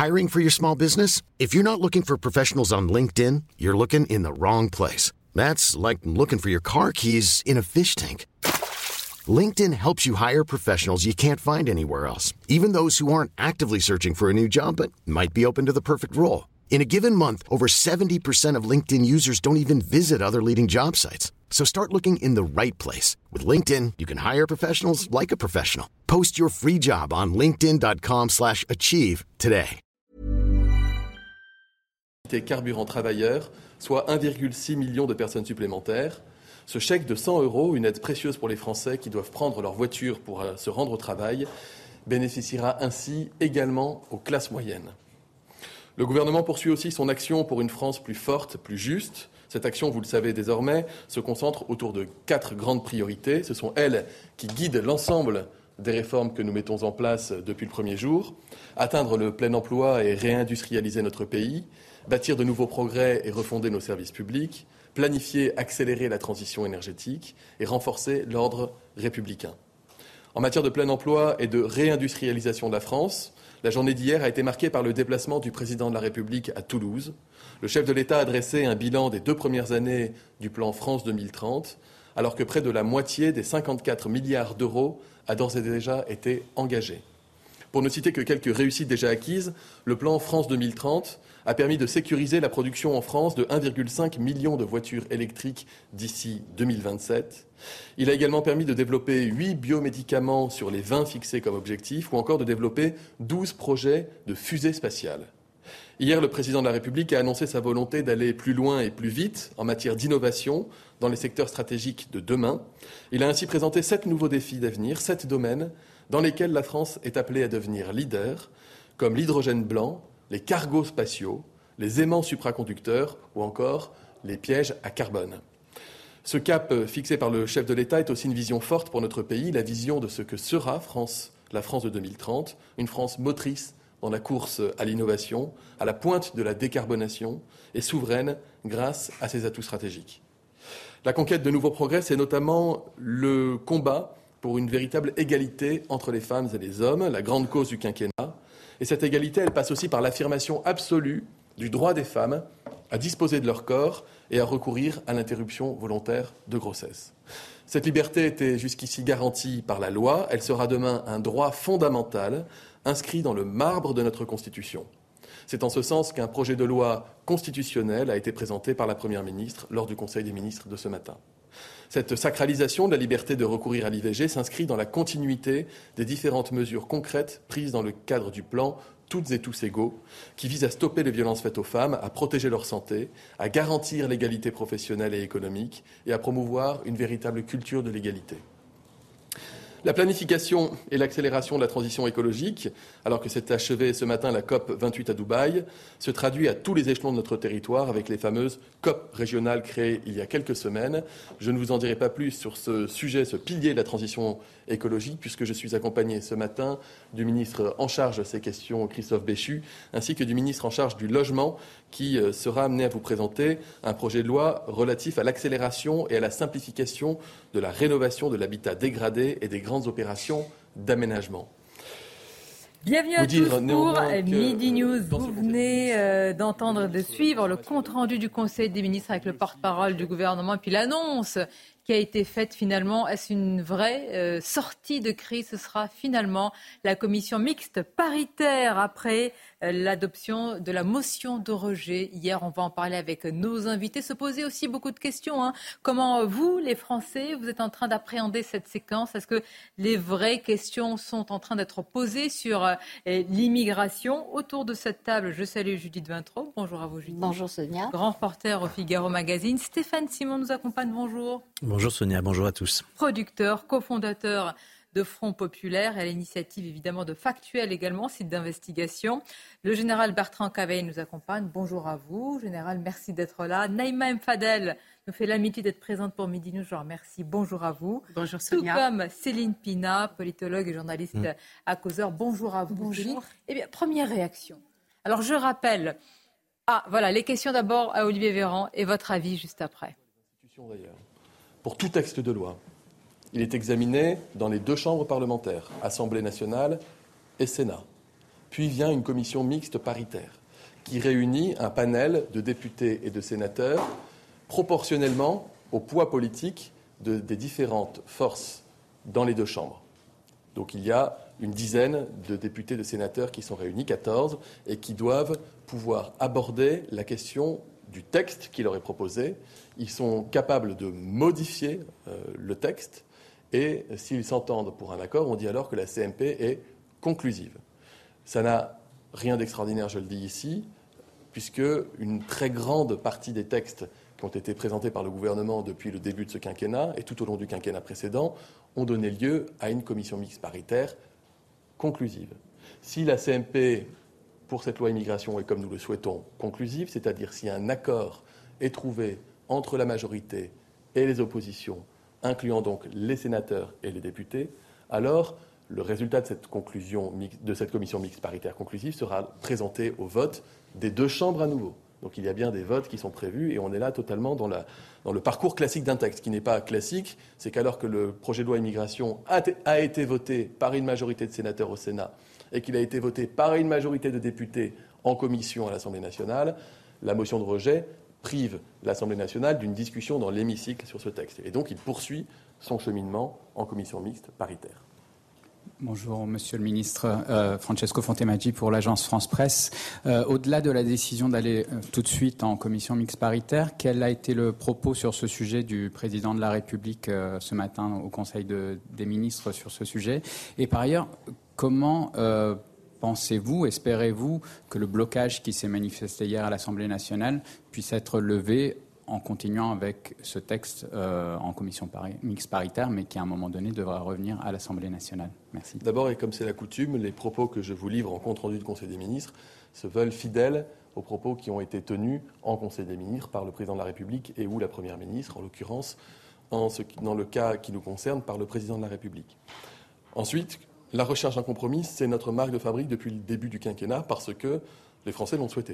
Hiring for your small business? If you're not looking for professionals on LinkedIn, you're looking in the wrong place. That's like looking for your car keys in a fish tank. LinkedIn helps you hire professionals you can't find anywhere else, even those who aren't actively searching for a new job but might be open to the perfect role. In a given month, over 70% of LinkedIn users don't even visit other leading job sites. So start looking in the right place. With LinkedIn, you can hire professionals like a professional. Post your free job on linkedin.com/achieve today. Carburant travailleurs, soit 1,6 million de personnes supplémentaires. Ce chèque de 100 €, une aide précieuse pour les Français qui doivent prendre leur voiture pour se rendre au travail, bénéficiera ainsi également aux classes moyennes. Le gouvernement poursuit aussi son action pour une France plus forte, plus juste. Cette action, vous le savez désormais, se concentre autour de 4 grandes priorités. Ce sont elles qui guident l'ensemble des réformes que nous mettons en place depuis le premier jour. Atteindre le plein emploi et réindustrialiser notre pays, bâtir de nouveaux progrès et refonder nos services publics, planifier, accélérer la transition énergétique et renforcer l'ordre républicain. En matière de plein emploi et de réindustrialisation de la France, la journée d'hier a été marquée par le déplacement du président de la République à Toulouse. Le chef de l'État a dressé un bilan des 2 premières années du plan France 2030, alors que près de la moitié des 54 milliards d'euros a d'ores et déjà été engagé. Pour ne citer que quelques réussites déjà acquises, le plan France 2030 a permis de sécuriser la production en France de 1,5 million de voitures électriques d'ici 2027. Il a également permis de développer 8 biomédicaments sur les 20 fixés comme objectif, ou encore de développer 12 projets de fusées spatiales. Hier, le président de la République a annoncé sa volonté d'aller plus loin et plus vite en matière d'innovation dans les secteurs stratégiques de demain. Il a ainsi présenté 7 nouveaux défis d'avenir, 7 domaines dans lesquels la France est appelée à devenir leader, comme l'hydrogène blanc, les cargos spatiaux, les aimants supraconducteurs ou encore les pièges à carbone. Ce cap fixé par le chef de l'État est aussi une vision forte pour notre pays, la vision de ce que sera la France de 2030, une France motrice dans la course à l'innovation, à la pointe de la décarbonation et souveraine grâce à ses atouts stratégiques. La conquête de nouveaux progrès, c'est notamment le combat pour une véritable égalité entre les femmes et les hommes, la grande cause du quinquennat. Et cette égalité, elle passe aussi par l'affirmation absolue du droit des femmes à disposer de leur corps et à recourir à l'interruption volontaire de grossesse. Cette liberté était jusqu'ici garantie par la loi. Elle sera demain un droit fondamental inscrit dans le marbre de notre Constitution. C'est en ce sens qu'un projet de loi constitutionnelle a été présenté par la Première ministre lors du Conseil des ministres de ce matin. Cette sacralisation de la liberté de recourir à l'IVG s'inscrit dans la continuité des différentes mesures concrètes prises dans le cadre du plan Toutes et tous égaux, qui vise à stopper les violences faites aux femmes, à protéger leur santé, à garantir l'égalité professionnelle et économique et à promouvoir une véritable culture de l'égalité. La planification et l'accélération de la transition écologique, alors que s'est achevée ce matin la COP 28 à Dubaï, se traduit à tous les échelons de notre territoire avec les fameuses COP régionales créées il y a quelques semaines. Je ne vous en dirai pas plus sur ce sujet, ce pilier de la transition écologique, puisque je suis accompagné ce matin du ministre en charge de ces questions, Christophe Béchu, ainsi que du ministre en charge du logement, qui sera amené à vous présenter un projet de loi relatif à l'accélération et à la simplification de la rénovation de l'habitat dégradé et des grandes opérations d'aménagement. Bienvenue à tous pour Midi News. Vous venez d'entendre, de suivre le compte-rendu du Conseil des ministres avec le porte-parole du gouvernement et puis l'annonce qui a été faite finalement. Est-ce une vraie sortie de crise? Ce sera finalement la commission mixte paritaire après l'adoption de la motion de rejet. Hier, on va en parler avec nos invités. Se poser aussi beaucoup de questions. Comment vous, les Français, vous êtes en train d'appréhender cette séquence? Est-ce que les vraies questions sont en train d'être posées sur l'immigration? Autour de cette table, je salue Judith Vintraud. Bonjour à vous, Judith. Bonjour, Sonia. Grand reporter au Figaro Magazine. Stéphane Simon nous accompagne. Bonjour. Bonjour Sonia, bonjour à tous. Producteur, cofondateur de Front Populaire et à l'initiative évidemment de Factuel également, site d'investigation. Le général Bertrand Cavaillé nous accompagne. Bonjour à vous. Général, merci d'être là. Naïma M. Fadel nous fait l'amitié d'être présente pour Midi News. Je vous remercie. Bonjour à vous. Bonjour Sonia. Tout comme Céline Pina, politologue et journaliste à Causeur. Bonjour à vous. Bonjour. Eh bien, première réaction. Alors, je rappelle... voilà, les questions d'abord à Olivier Véran et votre avis juste après. Pour tout texte de loi, il est examiné dans les 2 chambres parlementaires, Assemblée nationale et Sénat. Puis vient une commission mixte paritaire qui réunit un panel de députés et de sénateurs proportionnellement au poids politique des différentes forces dans les deux chambres. Donc il y a une dizaine de députés, de sénateurs qui sont réunis, 14, et qui doivent pouvoir aborder la question du texte qui leur est proposé. Ils sont capables de modifier le texte et s'ils s'entendent pour un accord, on dit alors que la CMP est conclusive. Ça n'a rien d'extraordinaire, je le dis ici, puisque une très grande partie des textes qui ont été présentés par le gouvernement depuis le début de ce quinquennat et tout au long du quinquennat précédent ont donné lieu à une commission mixte paritaire conclusive. Si la CMP pour cette loi immigration est, comme nous le souhaitons, conclusive, c'est-à-dire si un accord est trouvé entre la majorité et les oppositions, incluant donc les sénateurs et les députés, alors le résultat de cette commission mixte paritaire conclusive sera présenté au vote des deux chambres à nouveau. Donc il y a bien des votes qui sont prévus et on est là totalement dans le parcours classique d'un texte. Ce qui n'est pas classique, c'est qu'alors que le projet de loi immigration a été voté par une majorité de sénateurs au Sénat et qu'il a été voté par une majorité de députés en commission à l'Assemblée nationale, la motion de rejet prive l'Assemblée nationale d'une discussion dans l'hémicycle sur ce texte. Et donc il poursuit son cheminement en commission mixte paritaire. Bonjour, Monsieur le Ministre. Francesco Fontemaggi pour l'agence France Presse. Au-delà de la décision d'aller tout de suite en commission mixte paritaire, quel a été le propos sur ce sujet du président de la République ce matin au Conseil des ministres sur ce sujet? Et par ailleurs, comment pensez-vous, espérez-vous que le blocage qui s'est manifesté hier à l'Assemblée nationale puisse être levé en continuant avec ce texte en commission mixte paritaire, mais qui à un moment donné devra revenir à l'Assemblée nationale? Merci. D'abord, et comme c'est la coutume, les propos que je vous livre en compte-rendu du Conseil des ministres se veulent fidèles aux propos qui ont été tenus en Conseil des ministres par le Président de la République et ou la Première ministre, en l'occurrence, dans le cas qui nous concerne, par le Président de la République. Ensuite, la recherche d'un compromis, c'est notre marque de fabrique depuis le début du quinquennat parce que les Français l'ont souhaité.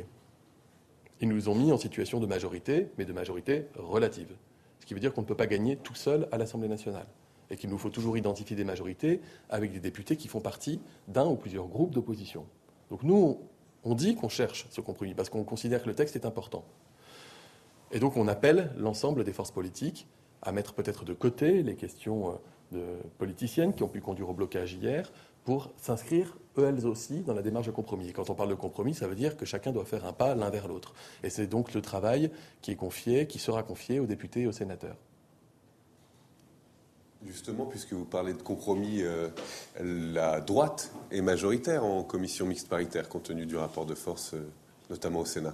Ils nous ont mis en situation de majorité, mais de majorité relative. Ce qui veut dire qu'on ne peut pas gagner tout seul à l'Assemblée nationale. Et qu'il nous faut toujours identifier des majorités avec des députés qui font partie d'un ou plusieurs groupes d'opposition. Donc nous, on dit qu'on cherche ce compromis parce qu'on considère que le texte est important. Et donc on appelle l'ensemble des forces politiques à mettre peut-être de côté les questions politiciennes qui ont pu conduire au blocage hier pour s'inscrire, elles aussi, dans la démarche de compromis. Et quand on parle de compromis, ça veut dire que chacun doit faire un pas l'un vers l'autre. Et c'est donc le travail qui sera confié aux députés et aux sénateurs. Justement, puisque vous parlez de compromis, la droite est majoritaire en commission mixte paritaire, compte tenu du rapport de force, notamment au Sénat.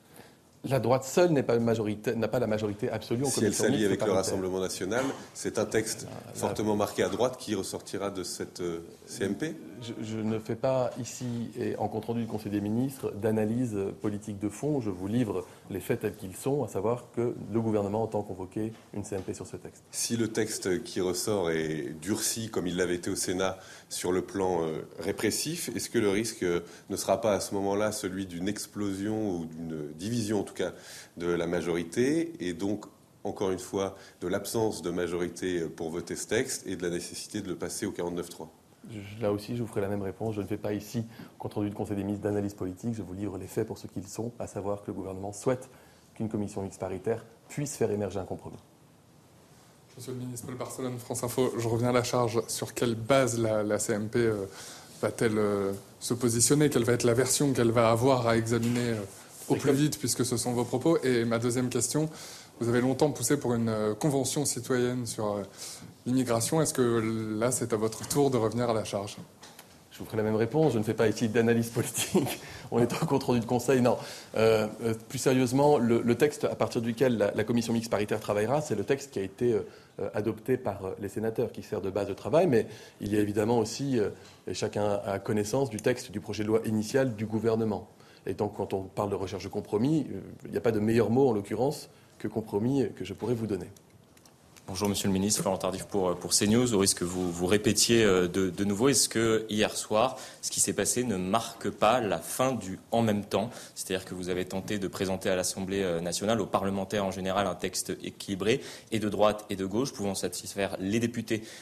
La droite seule n'a pas la majorité absolue en commission mixte paritaire. Si elle s'allie avec le Rassemblement national, c'est un texte fortement marqué à droite qui ressortira de cette CMP ? Je ne fais pas ici, et en compte-rendu du Conseil des ministres, d'analyse politique de fond. Je vous livre les faits tels qu'ils sont, à savoir que le gouvernement entend convoquer une CMP sur ce texte. Si le texte qui ressort est durci, comme il l'avait été au Sénat, sur le plan répressif, est-ce que le risque ne sera pas à ce moment-là celui d'une explosion ou d'une division, en tout cas, de la majorité, et donc, encore une fois, de l'absence de majorité pour voter ce texte et de la nécessité de le passer au 49.3 ? Là aussi, je vous ferai la même réponse. Je ne fais pas ici, compte rendu du Conseil des ministres, d'analyse politique. Je vous livre les faits pour ce qu'ils sont, à savoir que le gouvernement souhaite qu'une commission mixte paritaire puisse faire émerger un compromis. Monsieur le ministre, Paul Barcelone, France Info, je reviens à la charge. Sur quelle base la CMP va-t-elle se positionner? Quelle va être la version qu'elle va avoir à examiner au plus vite, puisque ce sont vos propos? Et ma deuxième question, vous avez longtemps poussé pour une convention citoyenne sur l'immigration. Est-ce que là, c'est à votre tour de revenir à la charge? Je vous ferai la même réponse. Je ne fais pas ici d'analyse politique. On est en compte rendu de conseil. Non. Plus sérieusement, le texte à partir duquel la commission mixte paritaire travaillera, c'est le texte qui a été adopté par les sénateurs, qui sert de base de travail. Mais il y a évidemment aussi, et chacun a connaissance du texte du projet de loi initial du gouvernement. Et donc, quand on parle de recherche de compromis, il n'y a pas de meilleur mot, en l'occurrence, que compromis que je pourrais vous donner. Bonjour Monsieur le Ministre, Florent Tardif pour CNews. Au risque que vous répétiez de nouveau, est-ce que hier soir, ce qui s'est passé ne marque pas la fin du « en même temps », c'est-à-dire que vous avez tenté de présenter à l'Assemblée nationale, aux parlementaires en général, un texte équilibré et de droite et de gauche, pouvant satisfaire les députés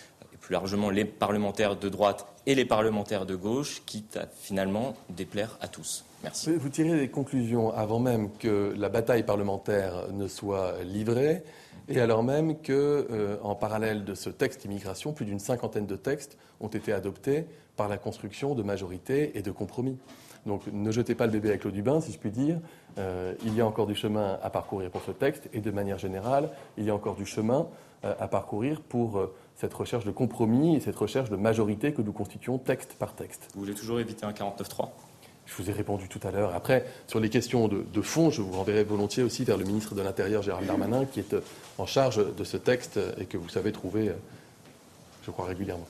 plus largement les parlementaires de droite et les parlementaires de gauche, quitte à finalement déplaire à tous. Merci. Vous tirez des conclusions avant même que la bataille parlementaire ne soit livrée et alors même qu'en parallèle de ce texte immigration, plus d'une 50aine de textes ont été adoptés par la construction de majorités et de compromis. Donc ne jetez pas le bébé avec l'eau du bain, si je puis dire. Il y a encore du chemin à parcourir pour ce texte et de manière générale, il y a encore du chemin à parcourir pour cette recherche de compromis et cette recherche de majorité que nous constituons texte par texte. Vous voulez toujours éviter un 49-3 ? Je vous ai répondu tout à l'heure. Après, sur les questions de fond, je vous renverrai volontiers aussi vers le ministre de l'Intérieur, Gérald Darmanin, qui est en charge de ce texte et que vous savez trouver, je crois, régulièrement.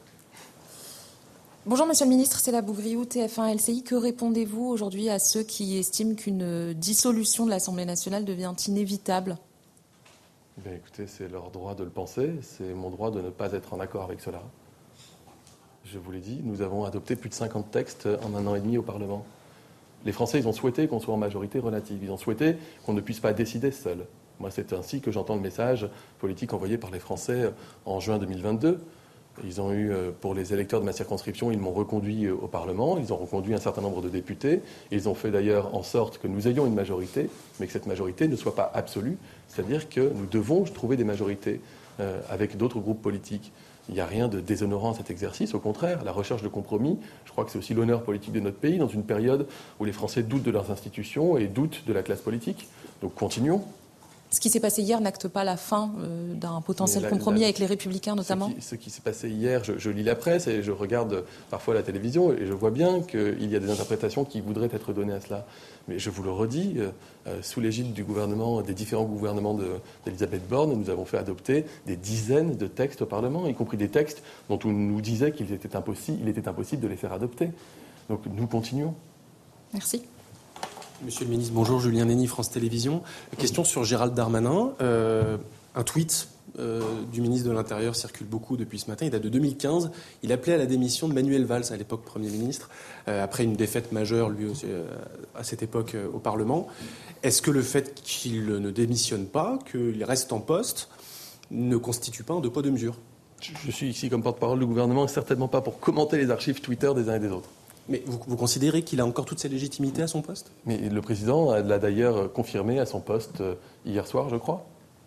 Bonjour Monsieur le Ministre, c'est la Bougriou, TF1 LCI. Que répondez-vous aujourd'hui à ceux qui estiment qu'une dissolution de l'Assemblée nationale devient inévitable ? Bien, écoutez, c'est leur droit de le penser, c'est mon droit de ne pas être en accord avec cela. Je vous l'ai dit, nous avons adopté plus de 50 textes en 1 an et demi au Parlement. Les Français, ils ont souhaité qu'on soit en majorité relative. Ils ont souhaité qu'on ne puisse pas décider seul. Moi, c'est ainsi que j'entends le message politique envoyé par les Français en juin 2022. Ils ont eu, pour les électeurs de ma circonscription, ils m'ont reconduit au Parlement. Ils ont reconduit un certain nombre de députés. Ils ont fait d'ailleurs en sorte que nous ayons une majorité, mais que cette majorité ne soit pas absolue. C'est-à-dire que nous devons trouver des majorités avec d'autres groupes politiques. Il n'y a rien de déshonorant à cet exercice. Au contraire, la recherche de compromis, je crois que c'est aussi l'honneur politique de notre pays dans une période où les Français doutent de leurs institutions et doutent de la classe politique. Donc continuons. Ce qui s'est passé hier n'acte pas la fin d'un potentiel compromis avec les Républicains notamment ? Ce qui s'est passé hier, je lis la presse et je regarde parfois la télévision et je vois bien qu'il y a des interprétations qui voudraient être données à cela. Mais je vous le redis, sous l'égide du gouvernement, des différents gouvernements d'Elisabeth Borne, nous avons fait adopter des dizaines de textes au Parlement, y compris des textes dont on nous disait qu'il était impossible de les faire adopter. Donc nous continuons. Merci. Monsieur le ministre, bonjour, Julien Nény, France Télévisions. Question sur Gérald Darmanin. Un tweet du ministre de l'Intérieur circule beaucoup depuis ce matin. Il date de 2015. Il appelait à la démission de Manuel Valls, à l'époque Premier ministre, après une défaite majeure, lui aussi, à cette époque au Parlement. Est-ce que le fait qu'il ne démissionne pas, qu'il reste en poste, ne constitue pas un deux poids deux mesures ? Je suis ici comme porte-parole du gouvernement et certainement pas pour commenter les archives Twitter des uns et des autres. Mais vous considérez qu'il a encore toute sa légitimité à son poste ? Mais le président l'a d'ailleurs confirmé à son poste hier soir, je crois.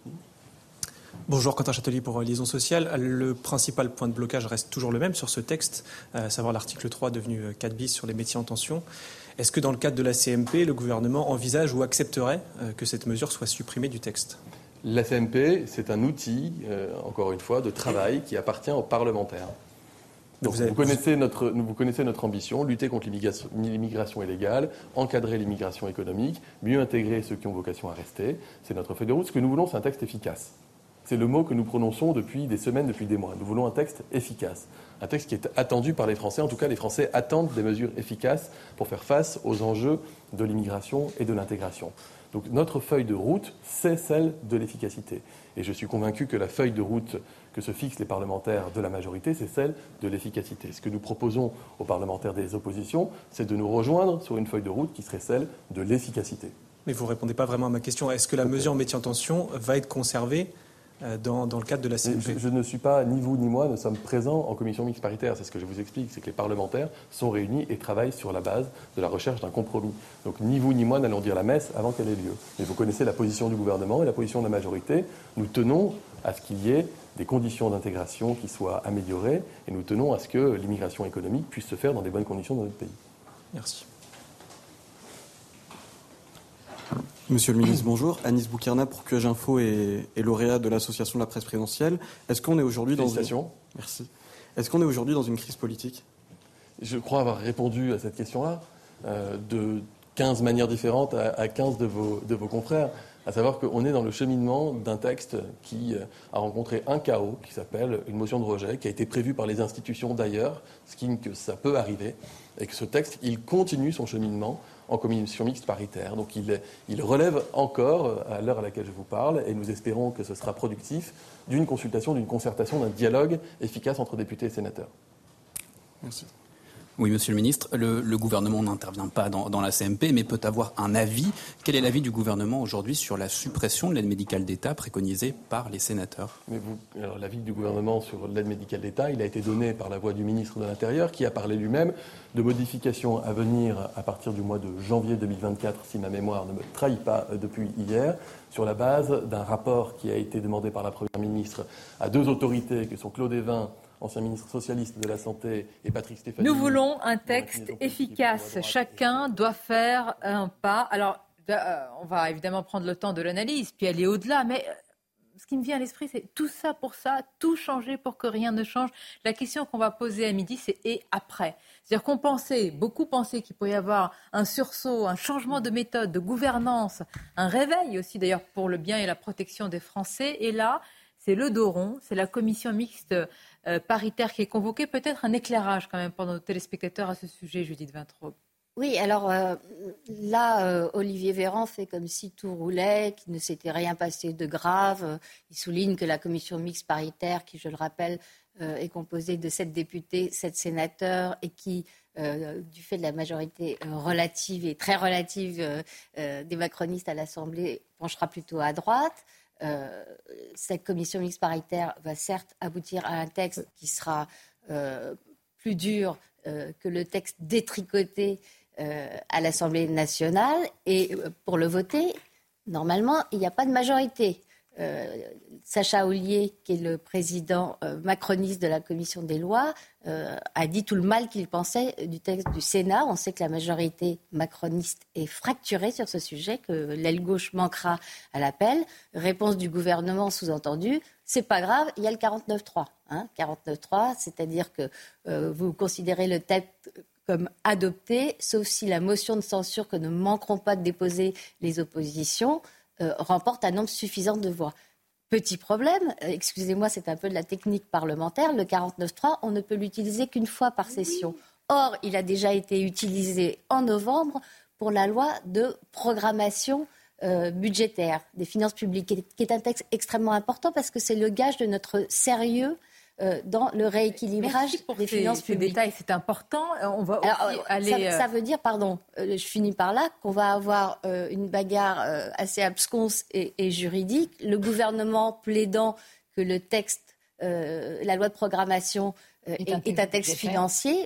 Bonjour, Quentin Châtelier pour Liaison Sociale. Le principal point de blocage reste toujours le même sur ce texte, à savoir l'article 3 devenu 4 bis sur les métiers en tension. Est-ce que dans le cadre de la CMP, le gouvernement envisage ou accepterait que cette mesure soit supprimée du texte ? La CMP, c'est un outil, encore une fois, de travail qui appartient aux parlementaires. Donc, vous connaissez notre ambition, lutter contre l'immigration illégale, encadrer l'immigration économique, mieux intégrer ceux qui ont vocation à rester. C'est notre feuille de route. Ce que nous voulons, c'est un texte efficace. C'est le mot que nous prononçons depuis des semaines, depuis des mois. Nous voulons un texte efficace, un texte qui est attendu par les Français. En tout cas, les Français attendent des mesures efficaces pour faire face aux enjeux de l'immigration et de l'intégration. Donc notre feuille de route, c'est celle de l'efficacité. Et je suis convaincu que la feuille de route que se fixent les parlementaires de la majorité, c'est celle de l'efficacité. Ce que nous proposons aux parlementaires des oppositions, c'est de nous rejoindre sur une feuille de route qui serait celle de l'efficacité. Mais vous ne répondez pas vraiment à ma question. Est-ce que la mesure métier en tension va être conservée dans le cadre de la CMP ? Je ne suis pas, ni vous ni moi, ne sommes présents en commission mixte paritaire. C'est ce que je vous explique, c'est que les parlementaires sont réunis et travaillent sur la base de la recherche d'un compromis. Donc ni vous ni moi n'allons dire la messe avant qu'elle ait lieu. Mais vous connaissez la position du gouvernement et la position de la majorité. Nous tenons à ce qu'il y ait des conditions d'intégration qui soient améliorées et nous tenons à ce que l'immigration économique puisse se faire dans des bonnes conditions dans notre pays. Merci. Monsieur le ministre, bonjour. Anis Boukerna pour QH Info et lauréat de l'Association de la presse présidentielle. Est-ce qu'on est aujourd'hui dans Merci. Est-ce qu'on est aujourd'hui dans une crise politique ? Je crois avoir répondu à cette question-là de 15 manières différentes à 15 de vos confrères, à savoir qu'on est dans le cheminement d'un texte qui a rencontré un chaos qui s'appelle une motion de rejet, qui a été prévue par les institutions d'ailleurs, ce qui que ça peut arriver, et que ce texte, il continue son cheminement en commission mixte paritaire. Donc il relève encore, à l'heure à laquelle je vous parle, et nous espérons que ce sera productif, d'une consultation, d'une concertation, d'un dialogue efficace entre députés et sénateurs. Merci. Oui, monsieur le ministre, le gouvernement n'intervient pas dans la CMP, mais peut avoir un avis. Quel est l'avis du gouvernement aujourd'hui sur la suppression de l'aide médicale d'État préconisée par les sénateurs ? Alors, l'avis du gouvernement sur l'aide médicale d'État, il a été donné par la voix du ministre de l'Intérieur, qui a parlé lui-même de modifications à venir à partir du mois de janvier 2024, si ma mémoire ne me trahit pas depuis hier, sur la base d'un rapport qui a été demandé par la Première ministre à deux autorités, que sont Claude Évin, ancien ministre socialiste de la Santé, et Patrick Stefanini. Nous voulons un texte efficace. Chacun doit faire un pas. Alors, on va évidemment prendre le temps de l'analyse, puis aller au-delà, mais ce qui me vient à l'esprit, c'est tout ça pour ça, tout changer pour que rien ne change. La question qu'on va poser à midi, c'est « et après ?» C'est-à-dire beaucoup pensaient qu'il pourrait y avoir un sursaut, un changement de méthode, de gouvernance, un réveil aussi d'ailleurs pour le bien et la protection des Français. Et là, c'est le dos rond, c'est la commission mixte paritaire qui est convoquée. Peut-être un éclairage quand même pour nos téléspectateurs à ce sujet, Judith Vintraube. Oui, alors là, Olivier Véran fait comme si tout roulait, qu'il ne s'était rien passé de grave. Il souligne que la commission mixte paritaire, qui, je le rappelle, est composée de 7 députés, 7 sénateurs, et qui, du fait de la majorité relative et très relative des macronistes à l'Assemblée, penchera plutôt à droite. Cette commission mixte paritaire va certes aboutir à un texte qui sera plus dur que le texte détricoté à l'Assemblée nationale. Et pour le voter, normalement, il n'y a pas de majorité. Sacha Houlié, qui est le président macroniste de la commission des lois, a dit tout le mal qu'il pensait du texte du Sénat. On sait que la majorité macroniste est fracturée sur ce sujet, que l'aile gauche manquera à l'appel. Réponse du gouvernement sous-entendue, c'est pas grave, il y a le 49.3. 49.3, c'est-à-dire que vous considérez le texte comme adopté, sauf si la motion de censure que ne manqueront pas de déposer les oppositions remporte un nombre suffisant de voix. Petit problème, excusez-moi, c'est un peu de la technique parlementaire, le 49.3, on ne peut l'utiliser qu'une fois par session. Or, il a déjà été utilisé en novembre pour la loi de programmation budgétaire des finances publiques, qui est un texte extrêmement important parce que c'est le gage de notre sérieux dans le rééquilibrage des finances publiques. Détails, c'est important. On va aussi aller... Ça veut dire, je finis par là, qu'on va avoir une bagarre assez absconse et juridique. Le gouvernement plaidant que le texte, la loi de programmation est un texte financier,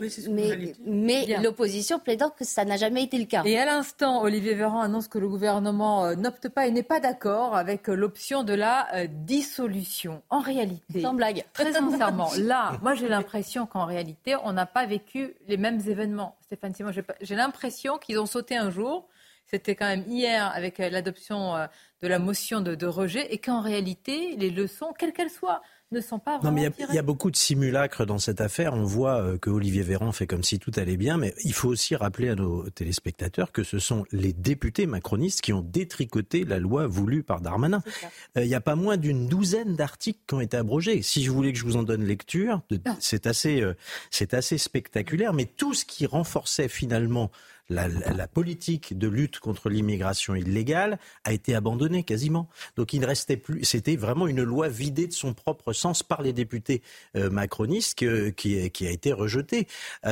mais l'opposition plaidant que ça n'a jamais été le cas. Et à l'instant, Olivier Véran annonce que le gouvernement n'opte pas et n'est pas d'accord avec l'option de la dissolution. En réalité, sans blague, très sincèrement, là, moi j'ai l'impression qu'en réalité, on n'a pas vécu les mêmes événements. Stéphane Simon, j'ai l'impression qu'ils ont sauté un jour. C'était quand même hier avec l'adoption de la motion de rejet et qu'en réalité, les leçons, quelles qu'elles soient, ne sont pas vraiment tirées. Il y a beaucoup de simulacres dans cette affaire. On voit que Olivier Véran fait comme si tout allait bien, mais il faut aussi rappeler à nos téléspectateurs que ce sont les députés macronistes qui ont détricoté la loi voulue par Darmanin. Il n'y a pas moins d'une douzaine d'articles qui ont été abrogés. Si je voulais que je vous en donne lecture, c'est assez spectaculaire, mais tout ce qui renforçait finalement la politique de lutte contre l'immigration illégale a été abandonnée quasiment. Donc il ne restait plus. C'était vraiment une loi vidée de son propre sens par les députés macronistes qui a été rejetée.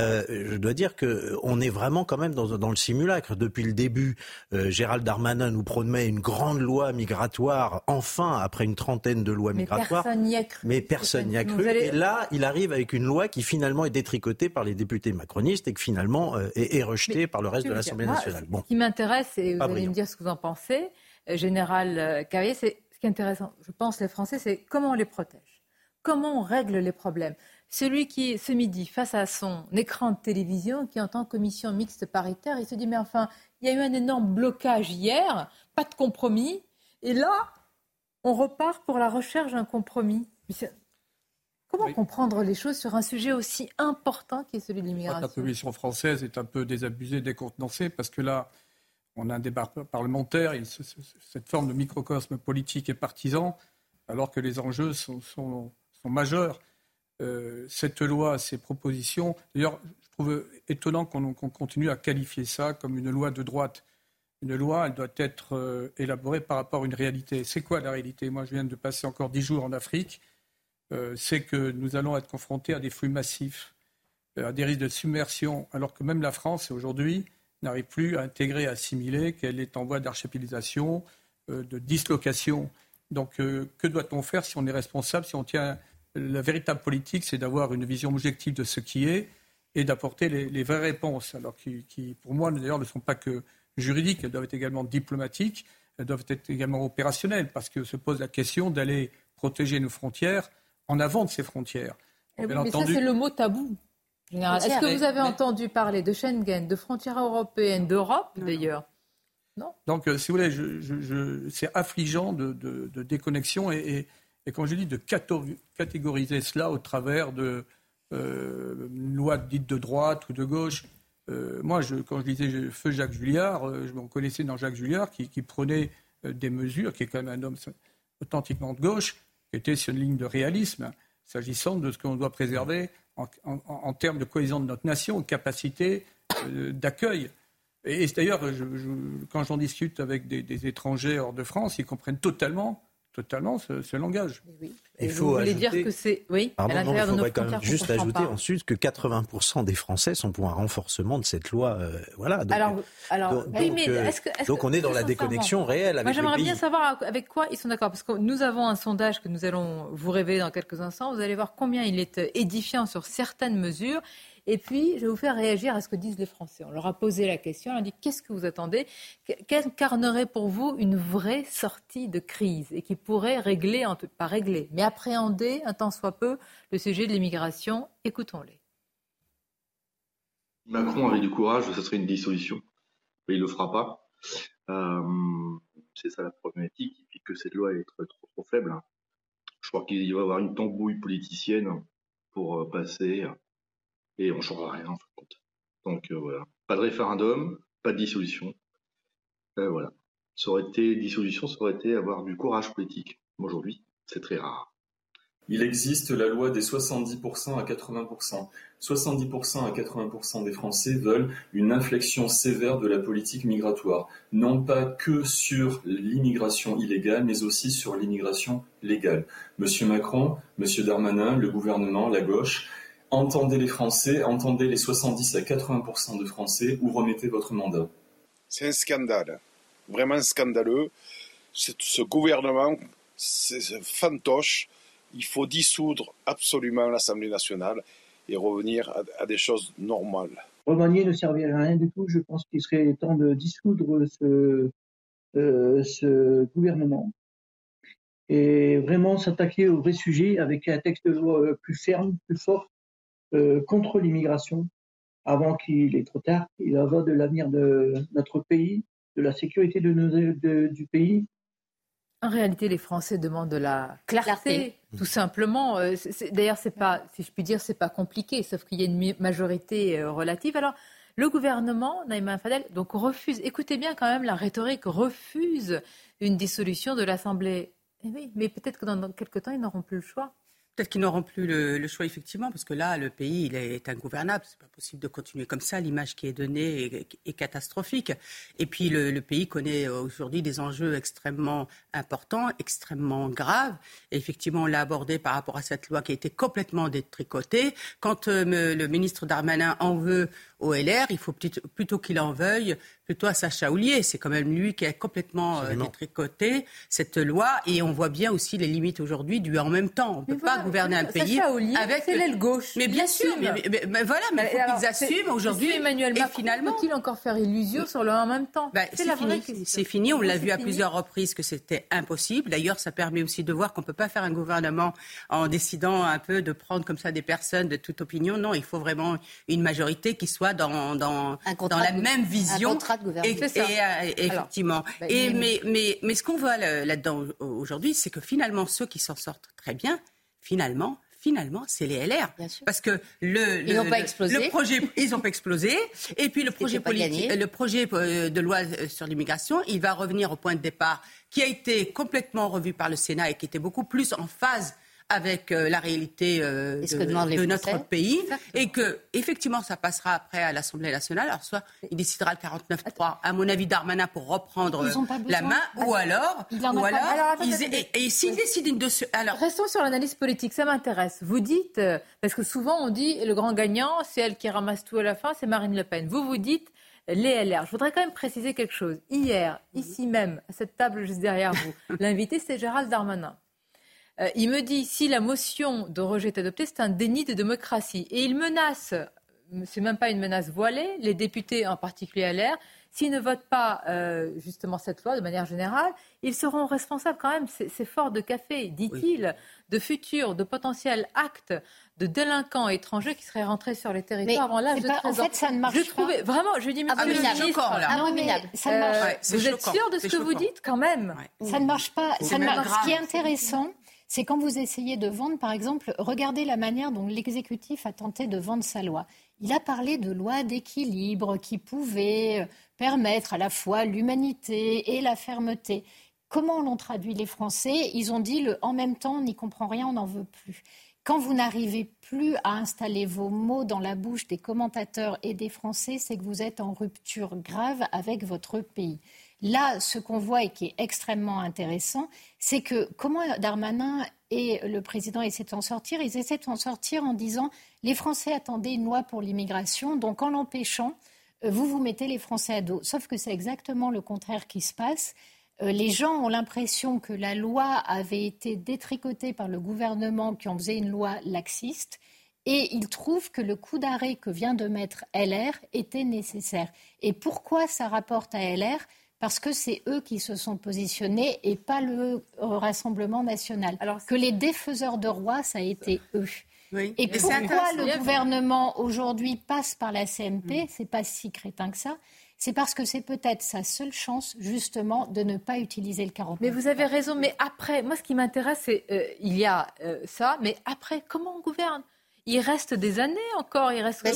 Je dois dire que on est vraiment quand même dans le simulacre. Depuis le début, Gérald Darmanin nous promet une grande loi migratoire, enfin après une trentaine de lois migratoires. Mais personne n'y a cru. Et là, il arrive avec une loi qui finalement est détricotée par les députés macronistes et qui finalement est rejetée par le reste de l'Assemblée nationale. Ce qui m'intéresse, et vous allez me dire ce que vous en pensez, Général Carrier, c'est ce qui est intéressant, je pense, les Français, c'est comment on les protège, comment on règle les problèmes. Celui qui, ce midi, face à son écran de télévision, qui entend commission mixte paritaire, il se dit, mais enfin, il y a eu un énorme blocage hier, pas de compromis, et là, on repart pour la recherche d'un compromis. Comment comprendre les choses sur un sujet aussi important qui est celui de l'immigration ? La position française est un peu désabusée, décontenancée, parce que là, on a un débat parlementaire, et cette forme de microcosme politique et partisan, alors que les enjeux sont majeurs. Cette loi, ces propositions, d'ailleurs, je trouve étonnant qu'on continue à qualifier ça comme une loi de droite. Une loi, elle doit être élaborée par rapport à une réalité. C'est quoi la réalité ? Moi, je viens de passer encore 10 jours en Afrique. C'est que nous allons être confrontés à des flux massifs à des risques de submersion, alors que même la France, aujourd'hui, n'arrive plus à intégrer, à assimiler qu'elle est en voie d'archipélisation, de dislocation. Donc, que doit-on faire si on est responsable, si on tient... La véritable politique, c'est d'avoir une vision objective de ce qui est et d'apporter les vraies réponses, alors qui, pour moi, d'ailleurs, ne sont pas que juridiques, elles doivent être également diplomatiques, elles doivent être également opérationnelles, parce que se pose la question d'aller protéger nos frontières en avant de ces frontières. Mais ça, c'est le mot tabou. Général. Est-ce que vous avez entendu parler de Schengen, de frontières européennes, d'Europe, d'ailleurs ? Non. Donc, si vous voulez, c'est affligeant de déconnexion et comme je dis, de catégoriser cela au travers de lois dites de droite ou de gauche. Moi, quand je disais feu Jacques Julliard, je m'en connaissais dans Jacques Julliard qui prenait des mesures, qui est quand même un homme authentiquement de gauche, qui était sur une ligne de réalisme, s'agissant de ce qu'on doit préserver en termes de cohésion de notre nation, de capacité d'accueil. Et d'ailleurs, quand j'en discute avec des étrangers hors de France, ils comprennent totalement ce langage. Oui. Il faut ajouter... dire que c'est... Oui, il faudrait quand même juste ajouter ensuite que 80% des Français sont pour un renforcement de cette loi. Donc on est dans la déconnexion réelle avec le pays. Moi, j'aimerais bien savoir avec quoi ils sont d'accord. Parce que nous avons un sondage que nous allons vous révéler dans quelques instants. Vous allez voir combien il est édifiant sur certaines mesures. Et puis, je vais vous faire réagir à ce que disent les Français. On leur a posé la question, on leur a dit qu'est-ce que vous attendez ? Qu'incarnerait pour vous une vraie sortie de crise et qui pourrait régler, pas régler, mais appréhender un tant soit peu le sujet de l'immigration ? Écoutons-les. Macron avait du courage, ce serait une dissolution. Mais il ne le fera pas. C'est ça la problématique. Et puis que cette loi est trop faible. Je crois qu'il va y avoir une tambouille politicienne pour passer... Et on ne changera rien, en fin de compte. Donc voilà. Pas de référendum, pas de dissolution. Voilà. Dissolution, ça aurait été avoir du courage politique. Aujourd'hui, c'est très rare. Il existe la loi des 70% à 80%. 70% à 80% des Français veulent une inflexion sévère de la politique migratoire. Non pas que sur l'immigration illégale, mais aussi sur l'immigration légale. Monsieur Macron, monsieur Darmanin, le gouvernement, la gauche... Entendez les Français, entendez les 70 à 80% de Français ou remettez votre mandat. C'est un scandale, vraiment scandaleux. Ce gouvernement, c'est fantoche. Il faut dissoudre absolument l'Assemblée nationale et revenir à des choses normales. Remanier ne servirait à rien du tout. Je pense qu'il serait temps de dissoudre ce gouvernement et vraiment s'attaquer au vrai sujet avec un texte de loi plus ferme, plus fort, contre l'immigration, avant qu'il est trop tard. Il va de l'avenir de notre pays, de la sécurité du pays. En réalité, les Français demandent de la clarté. Tout simplement. D'ailleurs, c'est pas, si je puis dire, c'est pas compliqué, sauf qu'il y a une majorité relative. Alors, le gouvernement, Naïma Fadel, donc refuse, écoutez bien quand même la rhétorique, refuse une dissolution de l'Assemblée. Eh oui, mais peut-être que dans quelques temps, ils n'auront plus le choix. Peut-être qu'ils n'auront plus le choix, effectivement, parce que là, le pays, il est ingouvernable. C'est pas possible de continuer comme ça. L'image qui est donnée est catastrophique. Et puis, le pays connaît aujourd'hui des enjeux extrêmement importants, extrêmement graves. Et effectivement, on l'a abordé par rapport à cette loi qui a été complètement détricotée. Quand le ministre Darmanin en veut au LR, il faut plutôt qu'il en veuille plutôt à Sacha Houlié. C'est quand même lui qui a complètement détricoté cette loi. Et on voit bien aussi les limites aujourd'hui du en même temps. On ne peut pas gouverner un pays avec... C'est l'aile gauche. Mais bien sûr, mais voilà, mais il faut qu'ils assument aujourd'hui. Emmanuel Macron peut-il encore faire illusion sur le en même temps? C'est fini, on l'a vu à plusieurs reprises que c'était impossible. D'ailleurs, ça permet aussi de voir qu'on ne peut pas faire un gouvernement en décidant un peu de prendre comme ça des personnes de toute opinion. Non, il faut vraiment une majorité qui soit dans la même vision. Un contrat de gouvernement. Effectivement. Mais ce qu'on voit là-dedans aujourd'hui, c'est que finalement, ceux qui s'en sortent très bien, finalement, c'est les LR. Parce que ils n'ont pas explosé. Le projet, ils n'ont pas explosé. Et puis le projet politique, le projet de loi sur l'immigration, il va revenir au point de départ qui a été complètement revu par le Sénat et qui était beaucoup plus en phase avec la réalité de notre pays. Exactement. Et que, effectivement, ça passera après à l'Assemblée nationale. Alors, soit il décidera le 49.3, à mon avis, Darmanin pour reprendre la main, ou alors et s'il décide de se... Alors... Restons sur l'analyse politique, ça m'intéresse. Vous dites, parce que souvent on dit, le grand gagnant, c'est elle qui ramasse tout à la fin, c'est Marine Le Pen. Vous dites, les LR. Je voudrais quand même préciser quelque chose. Hier, ici même, à cette table juste derrière vous, l'invité, c'est Gérald Darmanin. Il me dit, si la motion de rejet est adoptée, c'est un déni de démocratie. Et il menace, c'est même pas une menace voilée, les députés, en particulier LR, s'ils ne votent pas justement cette loi de manière générale, ils seront responsables quand même, c'est fort de café, dit-il, de futurs, de potentiels actes de délinquants étrangers qui seraient rentrés sur les territoires avant l'âge de 13 ans. En fait, ça ne marche pas. Vraiment, je dis, monsieur le ministre, ça ne marche. Vous êtes sûr de ce que vous dites quand même? Ça ne marche pas. Ce qui est intéressant, c'est quand vous essayez de vendre, par exemple, regardez la manière dont l'exécutif a tenté de vendre sa loi. Il a parlé de loi d'équilibre qui pouvait permettre à la fois l'humanité et la fermeté. Comment l'ont traduit les Français? Ils ont dit en même temps, on n'y comprend rien, on n'en veut plus. Quand vous n'arrivez plus à installer vos mots dans la bouche des commentateurs et des Français, c'est que vous êtes en rupture grave avec votre pays. Là, ce qu'on voit et qui est extrêmement intéressant, c'est que comment Darmanin et le président essaient de s'en sortir? Ils essaient de s'en sortir en disant « les Français attendaient une loi pour l'immigration, donc en l'empêchant, vous mettez les Français à dos ». Sauf que c'est exactement le contraire qui se passe. Les gens ont l'impression que la loi avait été détricotée par le gouvernement qui en faisait une loi laxiste. Et ils trouvent que le coup d'arrêt que vient de mettre LR était nécessaire. Et pourquoi ça rapporte à LR ? Parce que c'est eux qui se sont positionnés et pas le Rassemblement national. Alors, que les défaiseurs de rois, ça a été eux. Oui. Et pourquoi le gouvernement aujourd'hui passe par la CMP, c'est pas si crétin que ça. C'est parce que c'est peut-être sa seule chance, justement, de ne pas utiliser le 49. Mais vous avez raison. Mais après, moi, ce qui m'intéresse, c'est il y a ça. Mais après, comment on gouverne ? Il reste des années encore. Il reste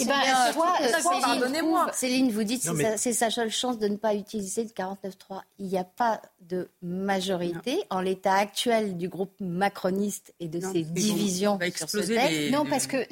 pardonnez-moi. Céline, vous dites que c'est sa seule chance de ne pas utiliser le 49.3. Il n'y a pas de majorité en l'état actuel du groupe macroniste et de ses divisions sur ce texte. Non, parce que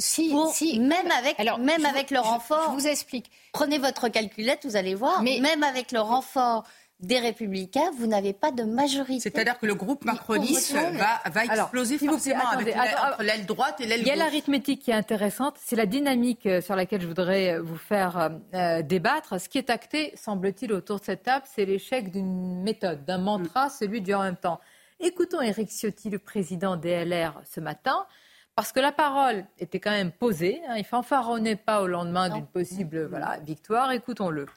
même avec le renfort, je vous explique. Prenez votre calculette, vous allez voir. Mais même avec le renfort des Républicains, vous n'avez pas de majorité. C'est-à-dire que le groupe macroniste va exploser forcément entre l'aile droite et l'aile gauche. Il y a l'arithmétique qui est intéressante, c'est la dynamique sur laquelle je voudrais vous faire débattre. Ce qui est acté, semble-t-il, autour de cette table, c'est l'échec d'une méthode, d'un mantra, celui du en même temps. Écoutons Éric Ciotti, le président des LR, ce matin, parce que la parole était quand même posée. Il ne fanfaronnait pas au lendemain d'une possible victoire. Écoutons-le.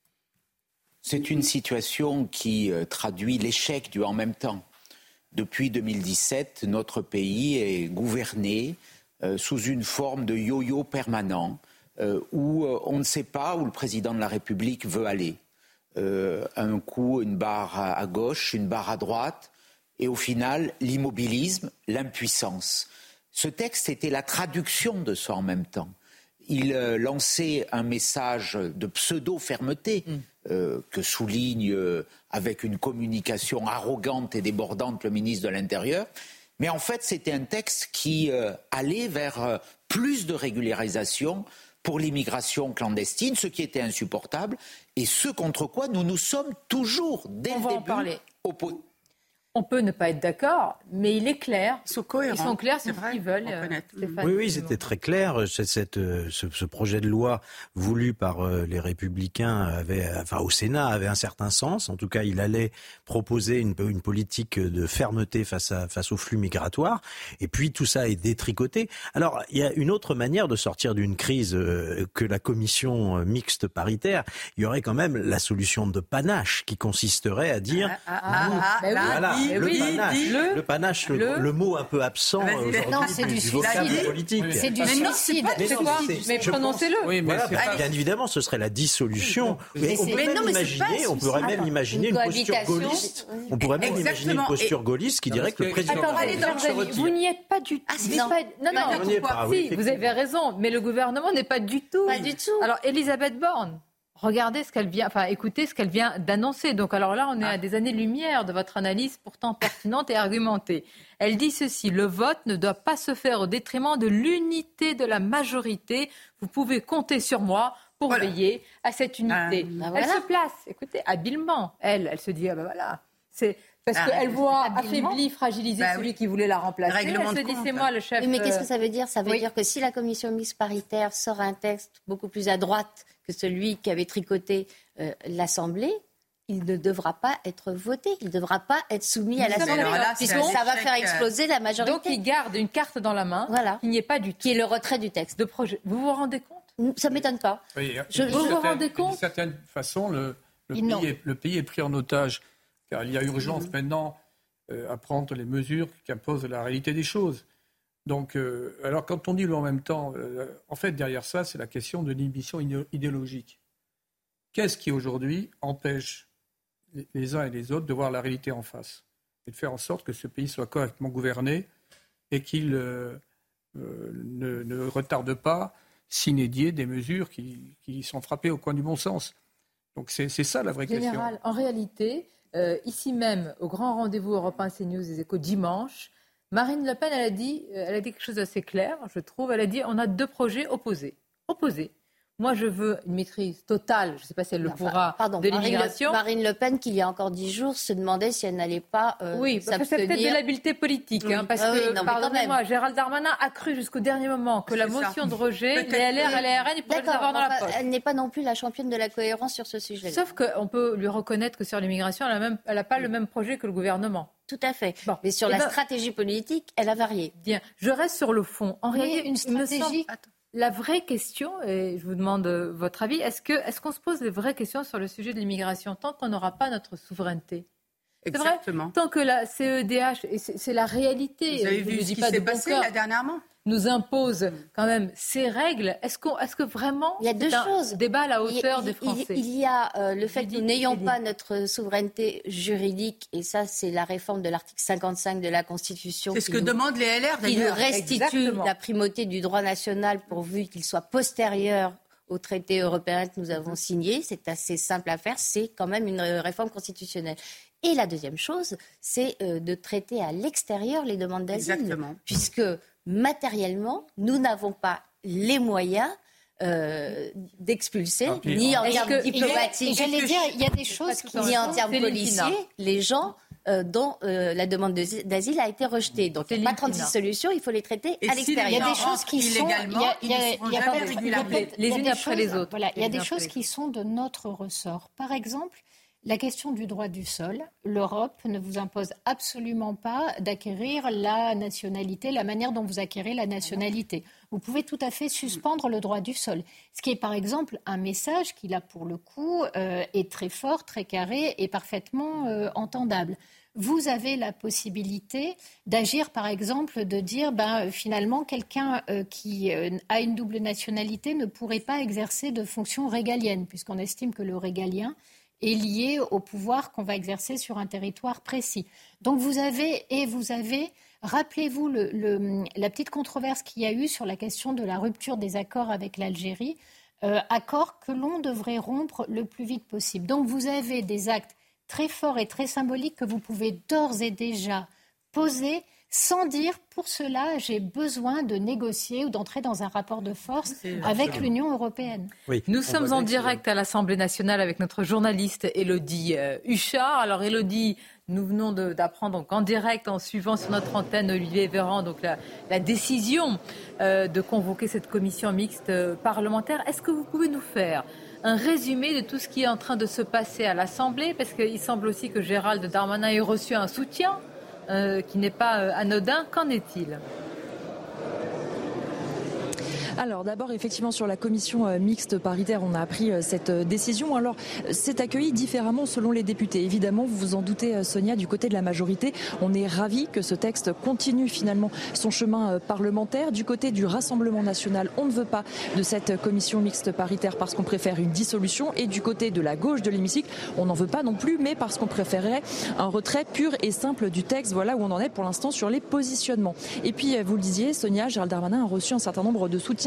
C'est une situation qui traduit l'échec du en même temps. Depuis 2017, notre pays est gouverné sous une forme de yo-yo permanent où on ne sait pas où le président de la République veut aller. Un coup, une barre à gauche, une barre à droite, et au final, l'immobilisme, l'impuissance. Ce texte était la traduction de ça en même temps. Il lançait un message de pseudo-fermeté que souligne avec une communication arrogante et débordante le ministre de l'Intérieur. Mais en fait, c'était un texte qui allait vers plus de régularisation pour l'immigration clandestine, ce qui était insupportable et ce contre quoi nous nous sommes toujours, dès le début, opposés. On peut ne pas être d'accord, mais il est clair. Ils sont cohérents. Ils sont clairs, c'est ce qu'ils veulent. Oui, c'était très clair. Ce projet de loi voulu par les Républicains au Sénat avait un certain sens. En tout cas, il allait proposer une politique de fermeté face au flux migratoire. Et puis tout ça est détricoté. Alors, il y a une autre manière de sortir d'une crise que la commission mixte paritaire. Il y aurait quand même la solution de panache qui consisterait à dire le panache, le mot un peu absent aujourd'hui du vocable politique. C'est du suicide. Mais prononcez-le. Oui, bien évidemment, ce serait la dissolution. Mais on pourrait même imaginer une posture gaulliste. On pourrait même imaginer une posture gaulliste qui dirait que le président... Vous n'y êtes pas du tout. Non, vous avez raison, mais le gouvernement n'est pas du tout. Pas du tout. Alors, Elisabeth Borne regardez ce qu'elle vient, écoutez ce qu'elle vient d'annoncer. Donc alors là, on est à des années-lumière de votre analyse pourtant pertinente et argumentée. Elle dit ceci: le vote ne doit pas se faire au détriment de l'unité de la majorité. Vous pouvez compter sur moi pour veiller à cette unité. Elle se place, écoutez, habilement. Elle se dit, c'est parce qu'elle voit affaibli, fragilisé celui qui voulait la remplacer. Elle se dit, c'est moi le chef. Oui, mais qu'est-ce que ça veut dire ? Ça veut dire que si la commission mixte paritaire sort un texte beaucoup plus à droite que celui qui avait tricoté l'Assemblée, il ne devra pas être voté, il ne devra pas être soumis à l'Assemblée, puisque ça va faire exploser la majorité. Donc il garde une carte dans la main, qu'il n'y ait pas du tout. Qui est le retrait du texte. De projet. Vous vous rendez compte ? Ça ne m'étonne pas. Oui, vous vous rendez compte ? D'une certaine façon, le pays est pris en otage, car il y a urgence maintenant à prendre les mesures qu'impose la réalité des choses. Donc, alors quand on dit le en même temps, en fait derrière ça, c'est la question de l'inhibition idéologique. Qu'est-ce qui aujourd'hui empêche les uns et les autres de voir la réalité en face et de faire en sorte que ce pays soit correctement gouverné et qu'il ne retarde pas s'inédier des mesures qui sont frappées au coin du bon sens. Donc c'est ça la vraie question. Général, en réalité, ici même, au grand rendez-vous Europe 1 CNews des Échos dimanche, Marine Le Pen, elle a dit quelque chose d'assez clair, je trouve. Elle a dit, on a 2 projets opposés. Moi, je veux une maîtrise totale, je ne sais pas si elle le pourra, de l'immigration. Marine Le Pen, qu'il y a encore 10 jours, se demandait si elle n'allait pas oui, parce que c'est peut-être de l'habileté politique. Oui. Parce que, pardonnez-moi, Gérald Darmanin a cru jusqu'au dernier moment que la motion de rejet, les LR et les RN, ils pourraient les avoir dans la poche. Elle n'est pas non plus la championne de la cohérence sur ce sujet-là. Sauf qu'on peut lui reconnaître que sur l'immigration, elle n'a pas le même projet que le gouvernement. Tout à fait. Bon. Mais sur la stratégie politique, elle a varié. Bien. Je reste sur le fond. En réalité, une stratégie... La vraie question, et je vous demande votre avis, est-ce qu'on se pose les vraies questions sur le sujet de l'immigration tant qu'on n'aura pas notre souveraineté ? Exactement. C'est vrai, tant que la CEDH, et c'est la réalité, vous avez vu ce qui s'est passé là dernièrement, nous impose quand même ces règles. Est-ce que vraiment il y a deux choses. Débat à la hauteur des Français. Il y a le fait que nous n'ayons pas notre souveraineté juridique, et ça c'est la réforme de l'article 55 de la Constitution. C'est ce que demandent les LR d'ailleurs. Qui nous restitue la primauté du droit national pourvu qu'il soit postérieur au traité européen que nous avons signé. C'est assez simple à faire, c'est quand même une réforme constitutionnelle. Et la deuxième chose, c'est de traiter à l'extérieur les demandes d'asile. Exactement. Puisque matériellement, nous n'avons pas les moyens d'expulser, ni en termes diplomatiques, j'allais dire, il y a des choses ni en termes policiers, les gens dont la demande d'asile a été rejetée. Donc, il n'y a pas 36 solutions, il faut les traiter à l'extérieur. Il y a des choses qui sont... Il y a les unes après les autres. Voilà, il y a des choses qui sont de notre ressort. Par exemple, la question du droit du sol. L'Europe ne vous impose absolument pas d'acquérir la nationalité, la manière dont vous acquérez la nationalité. Vous pouvez tout à fait suspendre le droit du sol. Ce qui est par exemple un message qui, là, pour le coup, est très fort, très carré et parfaitement entendable. Vous avez la possibilité d'agir, par exemple, de dire finalement quelqu'un qui a une double nationalité ne pourrait pas exercer de fonction régalienne, puisqu'on estime que le régalien est lié au pouvoir qu'on va exercer sur un territoire précis. Donc vous avez, rappelez-vous la petite controverse qu'il y a eu sur la question de la rupture des accords avec l'Algérie, accords que l'on devrait rompre le plus vite possible. Donc vous avez des actes très forts et très symboliques que vous pouvez d'ores et déjà poser sans dire pour cela j'ai besoin de négocier ou d'entrer dans un rapport de force avec l'Union européenne. Oui. Nous sommes en direct à l'Assemblée nationale avec notre journaliste Élodie Huchard. Alors Élodie, nous venons d'apprendre donc en direct en suivant sur notre antenne Olivier Véran donc la décision de convoquer cette commission mixte parlementaire. Est-ce que vous pouvez nous faire un résumé de tout ce qui est en train de se passer à l'Assemblée, parce qu'il semble aussi que Gérald Darmanin ait reçu un soutien qui n'est pas anodin. Qu'en est-il ? Alors d'abord, effectivement, sur la commission mixte paritaire, on a appris cette décision. Alors, c'est accueilli différemment selon les députés. Évidemment, vous vous en doutez, Sonia, du côté de la majorité, on est ravis que ce texte continue finalement son chemin parlementaire. Du côté du Rassemblement national, on ne veut pas de cette commission mixte paritaire parce qu'on préfère une dissolution. Et du côté de la gauche de l'hémicycle, on n'en veut pas non plus, mais parce qu'on préférerait un retrait pur et simple du texte. Voilà où on en est pour l'instant sur les positionnements. Et puis, vous le disiez, Sonia, Gérald Darmanin a reçu un certain nombre de soutiens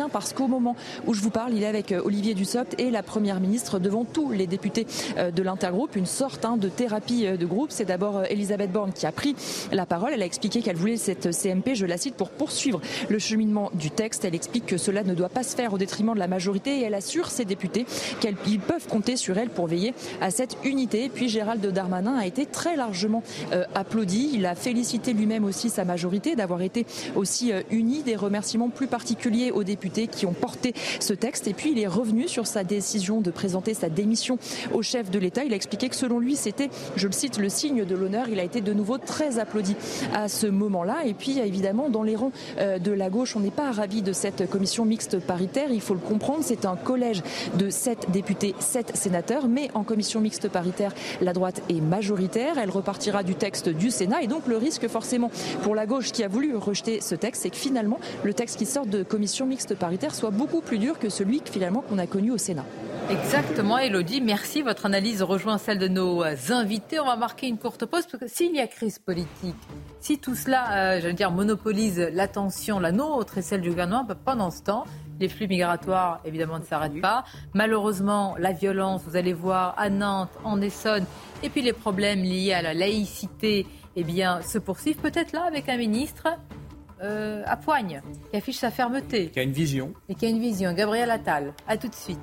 entretien parce qu'au moment où je vous parle, il est avec Olivier Dussopt et la Première ministre devant tous les députés de l'intergroupe, une sorte de thérapie de groupe. C'est d'abord Elisabeth Borne qui a pris la parole. Elle a expliqué qu'elle voulait cette CMP, je la cite, pour poursuivre le cheminement du texte. Elle explique que cela ne doit pas se faire au détriment de la majorité et elle assure ses députés qu'ils peuvent compter sur elle pour veiller à cette unité. Puis Gérald Darmanin a été très largement applaudi. Il a félicité lui-même aussi sa majorité d'avoir été aussi unie. Des remerciements plus particuliers aux députés qui ont porté ce texte. Et puis il est revenu sur sa décision de présenter sa démission au chef de l'État. Il a expliqué que selon lui, c'était, je le cite, le signe de l'honneur. Il a été de nouveau très applaudi à ce moment-là. Et puis évidemment, dans les rangs de la gauche, on n'est pas ravis de cette commission mixte paritaire. Il faut le comprendre, c'est un collège de 7 députés, 7 sénateurs. Mais en commission mixte paritaire, la droite est majoritaire. Elle repartira du texte du Sénat. Et donc le risque forcément pour la gauche qui a voulu rejeter ce texte, c'est que finalement, le texte qui sort de commission mixte paritaire soit beaucoup plus dur que celui qu'on a connu au Sénat. Exactement, Élodie, merci. Votre analyse rejoint celle de nos invités. On va marquer une courte pause parce que s'il y a crise politique, si tout cela, monopolise l'attention, la nôtre et celle du gouvernement, pendant ce temps, les flux migratoires, évidemment, ne s'arrêtent pas. Malheureusement, la violence, vous allez voir, à Nantes, en Essonne, et puis les problèmes liés à la laïcité, se poursuivent. Peut-être là, avec un ministre à poigne, qui affiche sa fermeté. Qui a une vision. Et qui a une vision. Gabriel Attal, à tout de suite.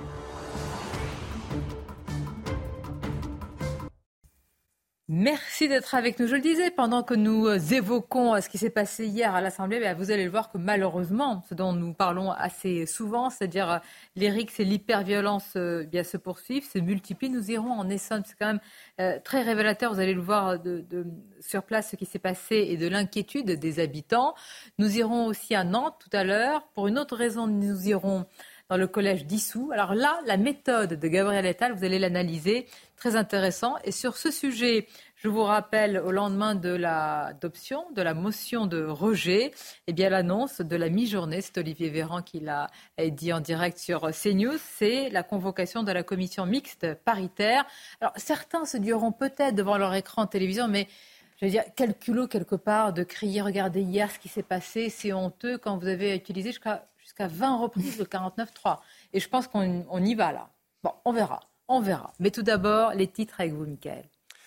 Merci d'être avec nous. Je le disais, pendant que nous évoquons ce qui s'est passé hier à l'Assemblée, vous allez le voir que malheureusement, ce dont nous parlons assez souvent, c'est-à-dire les rixes et l'hyperviolence se poursuivent, se multiplient. Nous irons en Essonne, c'est quand même très révélateur, vous allez le voir sur place ce qui s'est passé et de l'inquiétude des habitants. Nous irons aussi à Nantes tout à l'heure. Pour une autre raison, nous irons dans le collège d'Issou. Alors là, la méthode de Gabriel Attal, vous allez l'analyser, très intéressant. Et sur ce sujet, je vous rappelle, au lendemain de l'adoption de la motion de rejet, l'annonce de la mi-journée, c'est Olivier Véran qui l'a dit en direct sur CNews, c'est la convocation de la commission mixte paritaire. Alors certains se diront peut-être devant leur écran de télévision, mais je veux dire, quel culot quelque part de crier, regardez hier ce qui s'est passé, c'est honteux quand vous avez utilisé jusqu'à 20 reprises le 49.3. Et je pense qu'on y va là. Bon, on verra. Mais tout d'abord, les titres avec vous, Mickaël.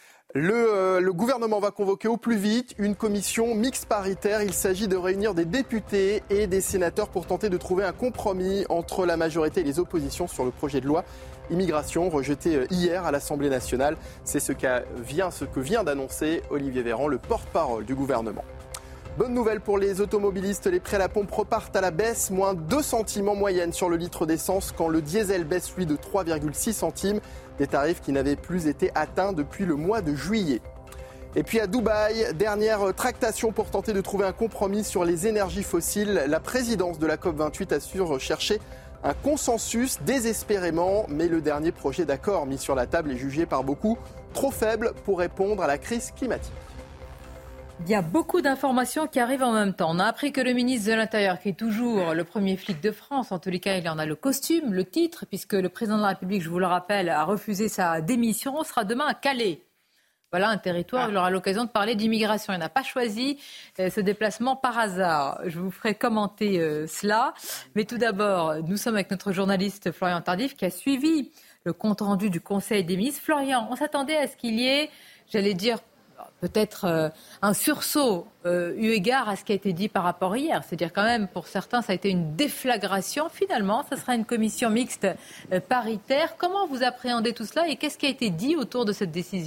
Le gouvernement va convoquer au plus vite une commission mixte paritaire. Il s'agit de réunir des députés et des sénateurs pour tenter de trouver un compromis entre la majorité et les oppositions sur le projet de loi immigration rejeté hier à l'Assemblée nationale. C'est ce que vient d'annoncer Olivier Véran, le porte-parole du gouvernement. Bonne nouvelle pour les automobilistes, les prix à la pompe repartent à la baisse, moins 2 centimes en moyenne sur le litre d'essence quand le diesel baisse lui de 3,6 centimes, des tarifs qui n'avaient plus été atteints depuis le mois de juillet. Et puis à Dubaï, dernière tractation pour tenter de trouver un compromis sur les énergies fossiles. La présidence de la COP28 assure chercher un consensus désespérément, mais le dernier projet d'accord mis sur la table est jugé par beaucoup trop faible pour répondre à la crise climatique. Il y a beaucoup d'informations qui arrivent en même temps. On a appris que le ministre de l'Intérieur, qui est toujours le premier flic de France, en tous les cas, il en a le costume, le titre, puisque le président de la République, je vous le rappelle, a refusé sa démission, sera demain à Calais. Voilà un territoire où il aura l'occasion de parler d'immigration. Il n'a pas choisi ce déplacement par hasard. Je vous ferai commenter cela. Mais tout d'abord, nous sommes avec notre journaliste Florian Tardif qui a suivi le compte-rendu du Conseil des ministres. Florian, on s'attendait à ce qu'il y ait, j'allais dire, peut-être un sursaut eu égard à ce qui a été dit par rapport hier. C'est-à-dire quand même, pour certains, ça a été une déflagration. Finalement, ça sera une commission mixte paritaire. Comment vous appréhendez tout cela et qu'est-ce qui a été dit autour de cette décision ?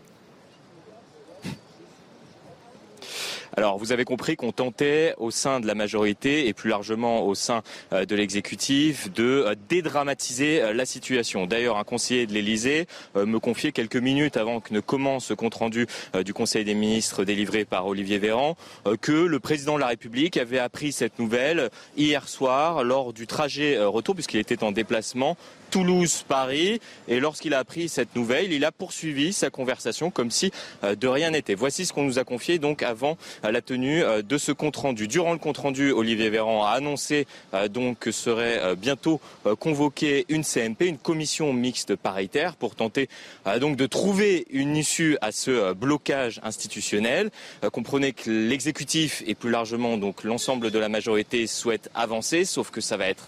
Alors, vous avez compris qu'on tentait au sein de la majorité et plus largement au sein de l'exécutif de dédramatiser la situation. D'ailleurs, un conseiller de l'Élysée me confiait quelques minutes avant que ne commence ce compte-rendu du Conseil des ministres délivré par Olivier Véran que le président de la République avait appris cette nouvelle hier soir lors du trajet retour puisqu'il était en déplacement Toulouse, Paris. Et lorsqu'il a appris cette nouvelle, il a poursuivi sa conversation comme si de rien n'était. Voici ce qu'on nous a confié donc avant la tenue de ce compte-rendu. Durant le compte-rendu, Olivier Véran a annoncé donc que serait bientôt convoquée une CMP, une commission mixte paritaire, pour tenter donc de trouver une issue à ce blocage institutionnel. Comprenez que l'exécutif et plus largement donc l'ensemble de la majorité souhaitent avancer, sauf que ça va être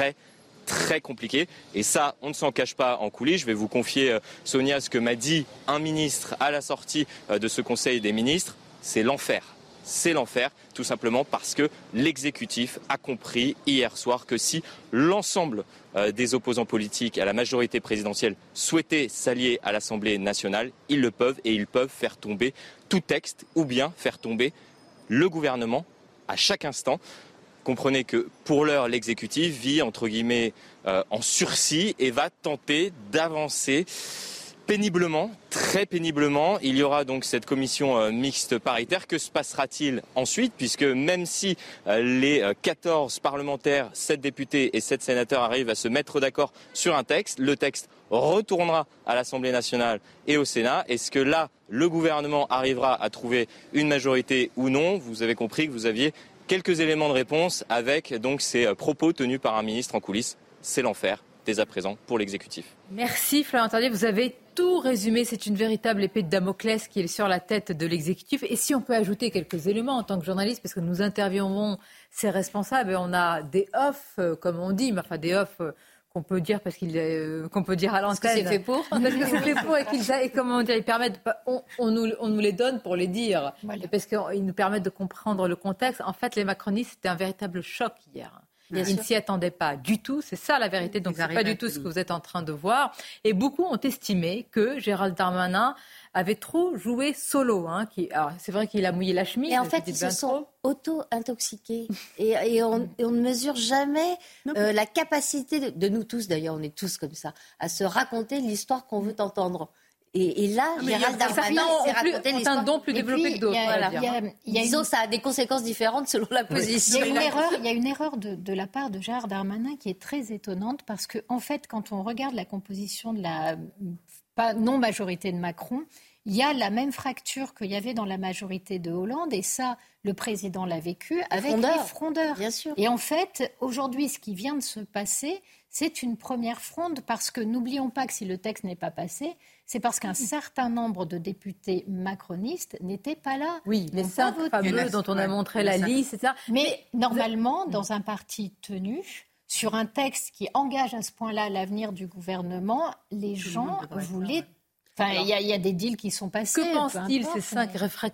très compliqué. Et ça, on ne s'en cache pas en coulisses. Je vais vous confier, Sonia, ce que m'a dit un ministre à la sortie de ce Conseil des ministres. C'est l'enfer. C'est l'enfer, tout simplement parce que l'exécutif a compris hier soir que si l'ensemble des opposants politiques à la majorité présidentielle souhaitaient s'allier à l'Assemblée nationale, ils le peuvent, et ils peuvent faire tomber tout texte ou bien faire tomber le gouvernement à chaque instant. Comprenez que pour l'heure, l'exécutif vit entre guillemets en sursis et va tenter d'avancer péniblement, très péniblement. Il y aura donc cette commission mixte paritaire. Que se passera-t-il ensuite? Puisque même si les 14 parlementaires, 7 députés et 7 sénateurs arrivent à se mettre d'accord sur un texte, le texte retournera à l'Assemblée nationale et au Sénat. Est-ce que là, le gouvernement arrivera à trouver une majorité ou non? Vous avez compris que vous aviez quelques éléments de réponse avec donc ces propos tenus par un ministre en coulisses. C'est l'enfer dès à présent pour l'exécutif. Merci Florian Tardif, vous avez tout résumé. C'est une véritable épée de Damoclès qui est sur la tête de l'exécutif. Et si on peut ajouter quelques éléments en tant que journaliste, parce que nous interviewons ces responsables et on a des off, comme on dit, mais enfin des off qu'on peut dire qu'on peut dire à l'antenne. Parce que c'est fait pour. Parce que c'est fait pour et comment dire, ils permettent, on nous les donne pour les dire, voilà. Parce qu'ils nous permettent de comprendre le contexte. En fait, les macronistes, c'était un véritable choc hier. Ils ne s'y attendaient pas du tout, c'est ça la vérité, donc c'est pas du tout ce que vous êtes en train de voir. Et beaucoup ont estimé que Gérald Darmanin avait trop joué solo. Alors, c'est vrai qu'il a mouillé la chemise. Et en fait, ils se sont auto-intoxiqués. et on ne mesure jamais la capacité de nous tous, d'ailleurs, on est tous comme ça, à se raconter l'histoire qu'on veut entendre. Et là, Gérald Darmanin s'est raconté l'histoire. C'est un don plus développé que d'autres. Disons, ça a des conséquences différentes selon la position. Il y a une erreur de la part de Gérald Darmanin qui est très étonnante parce que, en fait, quand on regarde la composition de la non-majorité de Macron, il y a la même fracture qu'il y avait dans la majorité de Hollande, et ça, le président l'a vécu avec les frondeurs. Bien sûr. Et en fait, aujourd'hui, ce qui vient de se passer, c'est une première fronde, parce que n'oublions pas que si le texte n'est pas passé, c'est parce qu'un certain nombre de députés macronistes n'étaient pas là. Oui, les 5 fameux dont on a montré la liste, etc. Mais normalement, dans un parti tenu, sur un texte qui engage à ce point-là l'avenir du gouvernement, les gens voulaient... Enfin, il y a des deals qui sont passés. Que pensent-ils, ces 5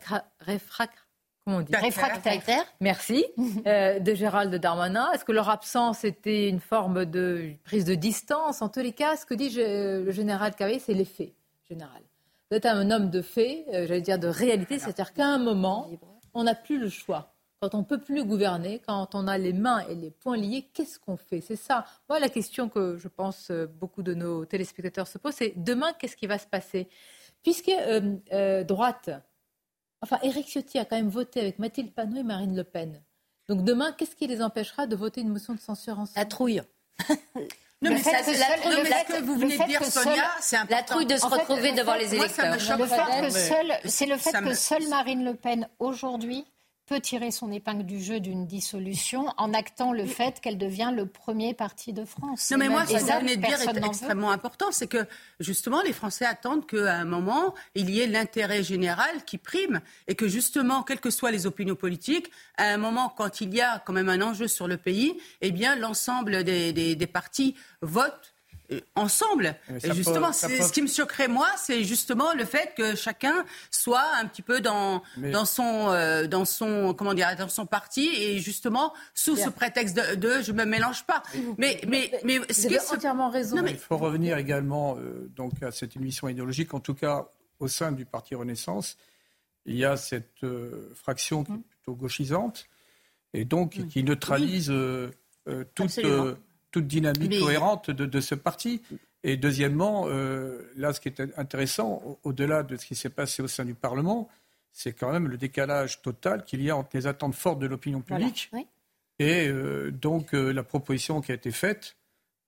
réfractaires, merci, de Gérald Darmanin? Est-ce que leur absence était une forme de prise de distance? En tous les cas, ce que dit le général Cavaillé, c'est les faits, général. Vous êtes un homme de faits, j'allais dire de réalité, c'est-à-dire qu'à un moment, on n'a plus le choix. Quand on ne peut plus gouverner, quand on a les mains et les poings liés, qu'est-ce qu'on fait? C'est ça. Moi, la question que je pense beaucoup de nos téléspectateurs se posent, c'est demain, qu'est-ce qui va se passer? Puisque droite... Enfin, Éric Ciotti a quand même voté avec Mathilde Panot et Marine Le Pen. Donc demain, qu'est-ce qui les empêchera de voter une motion de censure ensemble? La trouille. Non, mais ce que vous venez de dire, Sonia, c'est important. La trouille de se retrouver devant les électeurs. C'est le fait que seule Marine Le Pen, aujourd'hui, peut tirer son épingle du jeu d'une dissolution en actant le fait qu'elle devient le premier parti de France. Non, mais moi, ce que vous venez de dire est extrêmement important. C'est que, justement, les Français attendent qu'à un moment, il y ait l'intérêt général qui prime et que, justement, quelles que soient les opinions politiques, à un moment, quand il y a quand même un enjeu sur le pays, eh bien, l'ensemble des partis votent ensemble. Et justement, ce qui me choquerait, moi, c'est justement le fait que chacun soit un petit peu dans son parti et justement sous ce prétexte de je me mélange pas. Mais vous avez entièrement raison. Il faut revenir également donc à cette émission idéologique. En tout cas, au sein du Parti Renaissance, il y a cette fraction qui est plutôt gauchisante et donc qui neutralise toute dynamique cohérente de ce parti. Et deuxièmement, là, ce qui est intéressant, au-delà de ce qui s'est passé au sein du Parlement, c'est quand même le décalage total qu'il y a entre les attentes fortes de l'opinion publique et donc la proposition qui a été faite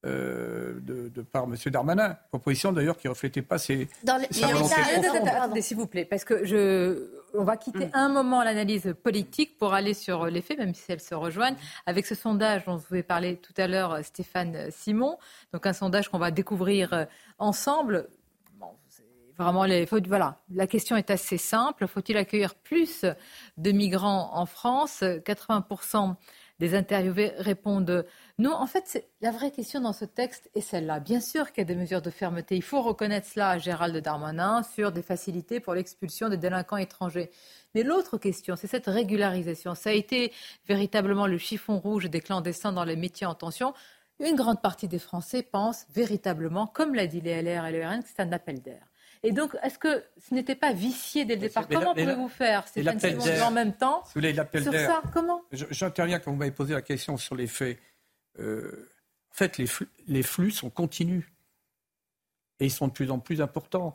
de par M. Darmanin. Proposition d'ailleurs qui ne reflétait pas sa volonté. Attendez, s'il vous plaît, parce que on va quitter un moment l'analyse politique pour aller sur les faits, même si elles se rejoignent, avec ce sondage dont vous avez parlé tout à l'heure, Stéphane Simon. Donc un sondage qu'on va découvrir ensemble. Vraiment, la question est assez simple. Faut-il accueillir plus de migrants en France ? 80% des interviewés répondent non. En fait, la vraie question dans ce texte est celle-là. Bien sûr qu'il y a des mesures de fermeté. Il faut reconnaître cela à Gérald Darmanin sur des facilités pour l'expulsion des délinquants étrangers. Mais l'autre question, c'est cette régularisation. Ça a été véritablement le chiffon rouge des clandestins dans les métiers en tension. Une grande partie des Français pensent véritablement, comme l'a dit les LR et le RN, que c'est un appel d'air. Et donc, est-ce que ce n'était pas vicié dès le départ ? Comment pouvez-vous faire, Stéphane Simon, en même temps sur d'air, ça, comment ? J'interviens quand vous m'avez posé la question sur les faits. En fait, les flux sont continus. Et ils sont de plus en plus importants.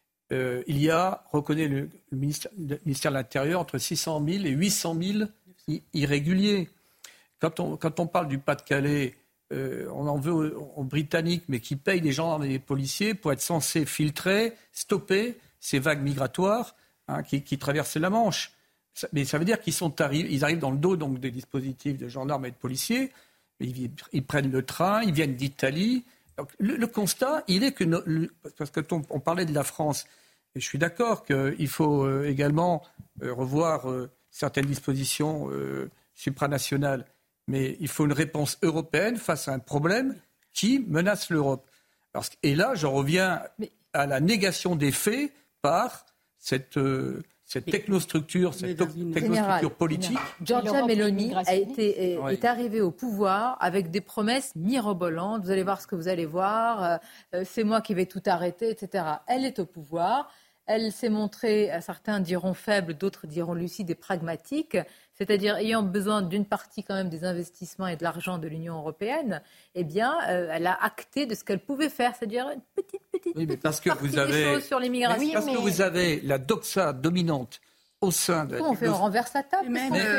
Il y a, reconnaît le ministère de l'Intérieur, entre 600 000 et 800 000 irréguliers. Quand on parle du Pas-de-Calais, on en veut aux Britanniques, mais qui payent des gendarmes et des policiers pour être censés filtrer, stopper ces vagues migratoires qui traversent la Manche. Mais ça veut dire qu'ils arrivent dans le dos donc, des dispositifs de gendarmes et de policiers. Ils prennent le train, ils viennent d'Italie. Donc, le constat, il est que... parce qu'on parlait de la France, et je suis d'accord qu'il faut également revoir certaines dispositions supranationales. Mais il faut une réponse européenne face à un problème qui menace l'Europe. Et là, je reviens à la négation des faits par cette technostructure, technostructure politique. Giorgia Meloni est arrivée au pouvoir avec des promesses mirobolantes. Vous allez voir ce que vous allez voir. C'est moi qui vais tout arrêter, etc. Elle est au pouvoir. Elle s'est montrée, certains diront faible, d'autres diront lucide et pragmatique, c'est-à-dire ayant besoin d'une partie quand même des investissements et de l'argent de l'Union européenne, eh bien, elle a acté de ce qu'elle pouvait faire, c'est-à-dire une petite partie des choses sur l'immigration. Parce que vous avez la doxa dominante au sein de... On renverse la table.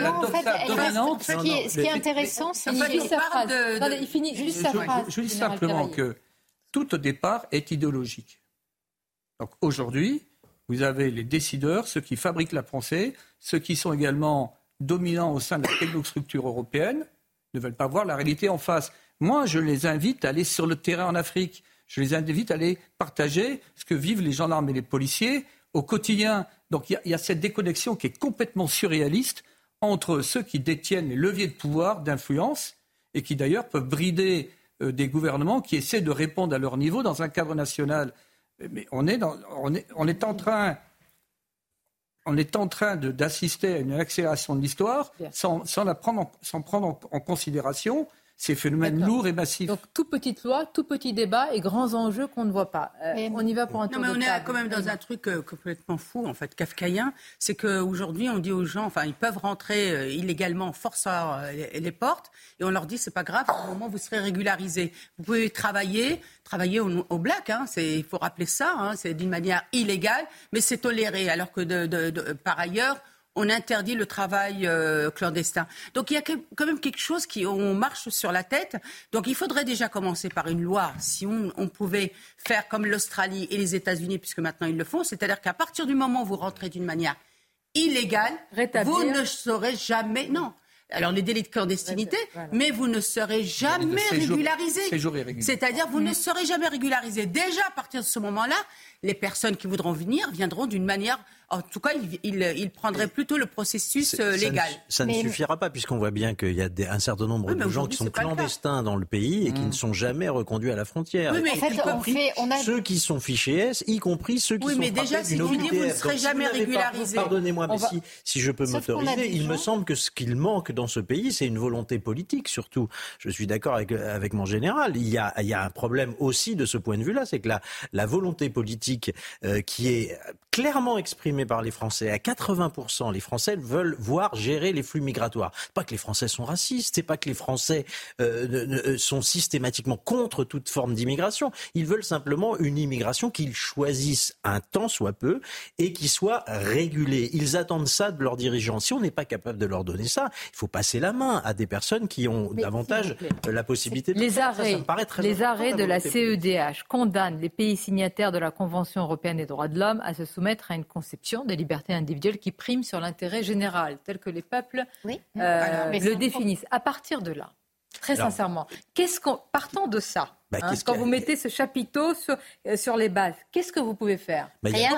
Ce qui est intéressant, c'est qu'il finit sa phrase. Il finit juste sa phrase. Je dis simplement que tout au départ est idéologique. Donc aujourd'hui, vous avez les décideurs, ceux qui fabriquent la pensée, ceux qui sont également dominants au sein de la technostructure européenne, ne veulent pas voir la réalité en face. Moi, je les invite à aller sur le terrain en Afrique. Je les invite à aller partager ce que vivent les gendarmes et les policiers au quotidien. Donc il y a cette déconnexion qui est complètement surréaliste entre ceux qui détiennent les leviers de pouvoir, d'influence, et qui d'ailleurs peuvent brider des gouvernements qui essaient de répondre à leur niveau dans un cadre national. Mais on est en train d'assister à une accélération de l'histoire sans prendre en considération ces phénomènes lourds et massifs. Donc, toute petite loi, tout petit débat et grands enjeux qu'on ne voit pas. On y va pour un tour de table. On est quand même dans un truc complètement fou, en fait, kafkaïen. C'est qu'aujourd'hui, on dit aux gens, ils peuvent rentrer illégalement en forçant les portes, et on leur dit, c'est pas grave, au moment où vous serez régularisés. Vous pouvez travailler au black, il faut rappeler ça, c'est d'une manière illégale, mais c'est toléré, alors que par ailleurs, on interdit le travail clandestin. Donc il y a quand même quelque chose on marche sur la tête. Donc il faudrait déjà commencer par une loi, si on pouvait faire comme l'Australie et les États-Unis, puisque maintenant ils le font, c'est-à-dire qu'à partir du moment où vous rentrez d'une manière illégale, vous ne saurez jamais... Non. Alors les délits de clandestinité, mais vous ne serez jamais régularisé. C'est-à-dire vous ne serez jamais régularisé. Déjà à partir de ce moment-là, les personnes qui voudront venir viendront d'une manière... En tout cas, ils prendraient plutôt le processus légal. Ça ne suffira pas, puisqu'on voit bien qu'il y a un certain nombre de gens qui sont clandestins dans le pays et qui ne sont jamais reconduits à la frontière. Oui, mais y compris ceux qui sont fichés S, y compris ceux qui sont frappés d'une OQTF. Oui, mais déjà, si tu dis vous ne serez jamais régularisé. Pardonnez-moi, mais si je peux m'autoriser, il me semble que ce qu'il manque dans ce pays, c'est une volonté politique, surtout. Je suis d'accord avec mon général. Il y a un problème aussi de ce point de vue-là, c'est que la volonté politique politique qui est clairement exprimée par les Français. À 80%, les Français veulent voir gérer les flux migratoires. C'est pas que les Français sont racistes, c'est pas que les Français sont systématiquement contre toute forme d'immigration. Ils veulent simplement une immigration qu'ils choisissent un temps soit peu et qui soit régulée. Ils attendent ça de leurs dirigeants. Si on n'est pas capable de leur donner ça, il faut passer la main à des personnes qui ont davantage la possibilité de les faire. arrêts, ça me paraît très les arrêts de la CEDH condamnent les pays signataires de la Convention européenne des droits de l'homme à se soumettre à une conception des libertés individuelles qui prime sur l'intérêt général, tel que les peuples le définissent. À partir de là, très sincèrement, partant de ça, quand vous mettez ce chapiteau sur les bases, qu'est-ce que vous pouvez faire? Rien.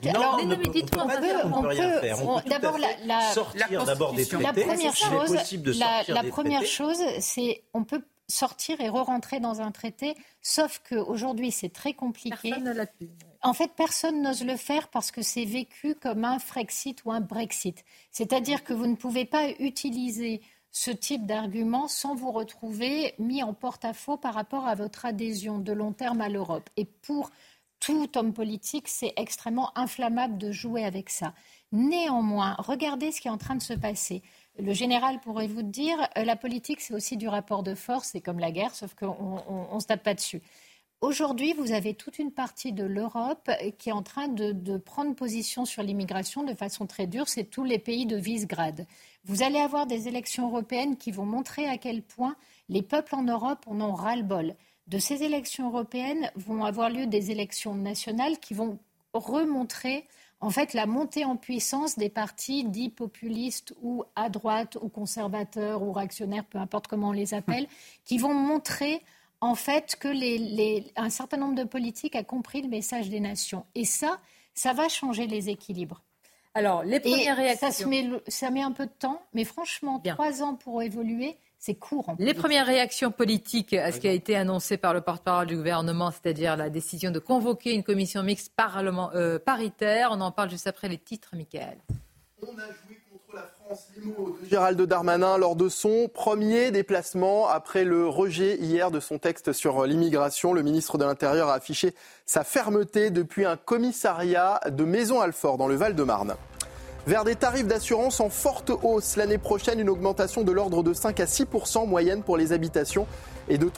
La première chose, c'est on peut sortir et re-rentrer dans un traité, sauf qu'aujourd'hui, c'est très compliqué. Personne ne l'a pu. En fait, personne n'ose le faire parce que c'est vécu comme un Frexit ou un Brexit. C'est-à-dire que vous ne pouvez pas utiliser ce type d'argument sans vous retrouver mis en porte-à-faux par rapport à votre adhésion de long terme à l'Europe. Et pour tout homme politique, c'est extrêmement inflammable de jouer avec ça. Néanmoins, regardez ce qui est en train de se passer. Le général pourrait vous dire, la politique, c'est aussi du rapport de force, c'est comme la guerre, sauf qu'on ne se tape pas dessus. Aujourd'hui, vous avez toute une partie de l'Europe qui est en train de prendre position sur l'immigration de façon très dure. C'est tous les pays de Visegrad. Vous allez avoir des élections européennes qui vont montrer à quel point les peuples en Europe en ont ras-le-bol. De ces élections européennes vont avoir lieu des élections nationales qui vont remontrer en fait la montée en puissance des partis dits populistes ou à droite ou conservateurs ou réactionnaires, peu importe comment on les appelle, qui vont montrer en fait que un certain nombre de politiques a compris le message des nations. Et ça va changer les équilibres. Alors, les premières réactions... Ça met un peu de temps, mais franchement, 3 ans pour évoluer, c'est court. Les premières réactions politiques à ce qui a été annoncé par le porte-parole du gouvernement, c'est-à-dire la décision de convoquer une commission mixte paritaire. On en parle juste après les titres, Mickaël. On a joué contre la France les mots de Gérald Darmanin lors de son premier déplacement après le rejet hier de son texte sur l'immigration. Le ministre de l'Intérieur a affiché sa fermeté depuis un commissariat de Maison-Alfort dans le Val-de-Marne. Vers des tarifs d'assurance en forte hausse l'année prochaine, une augmentation de l'ordre de 5 à 6% moyenne pour les habitations et de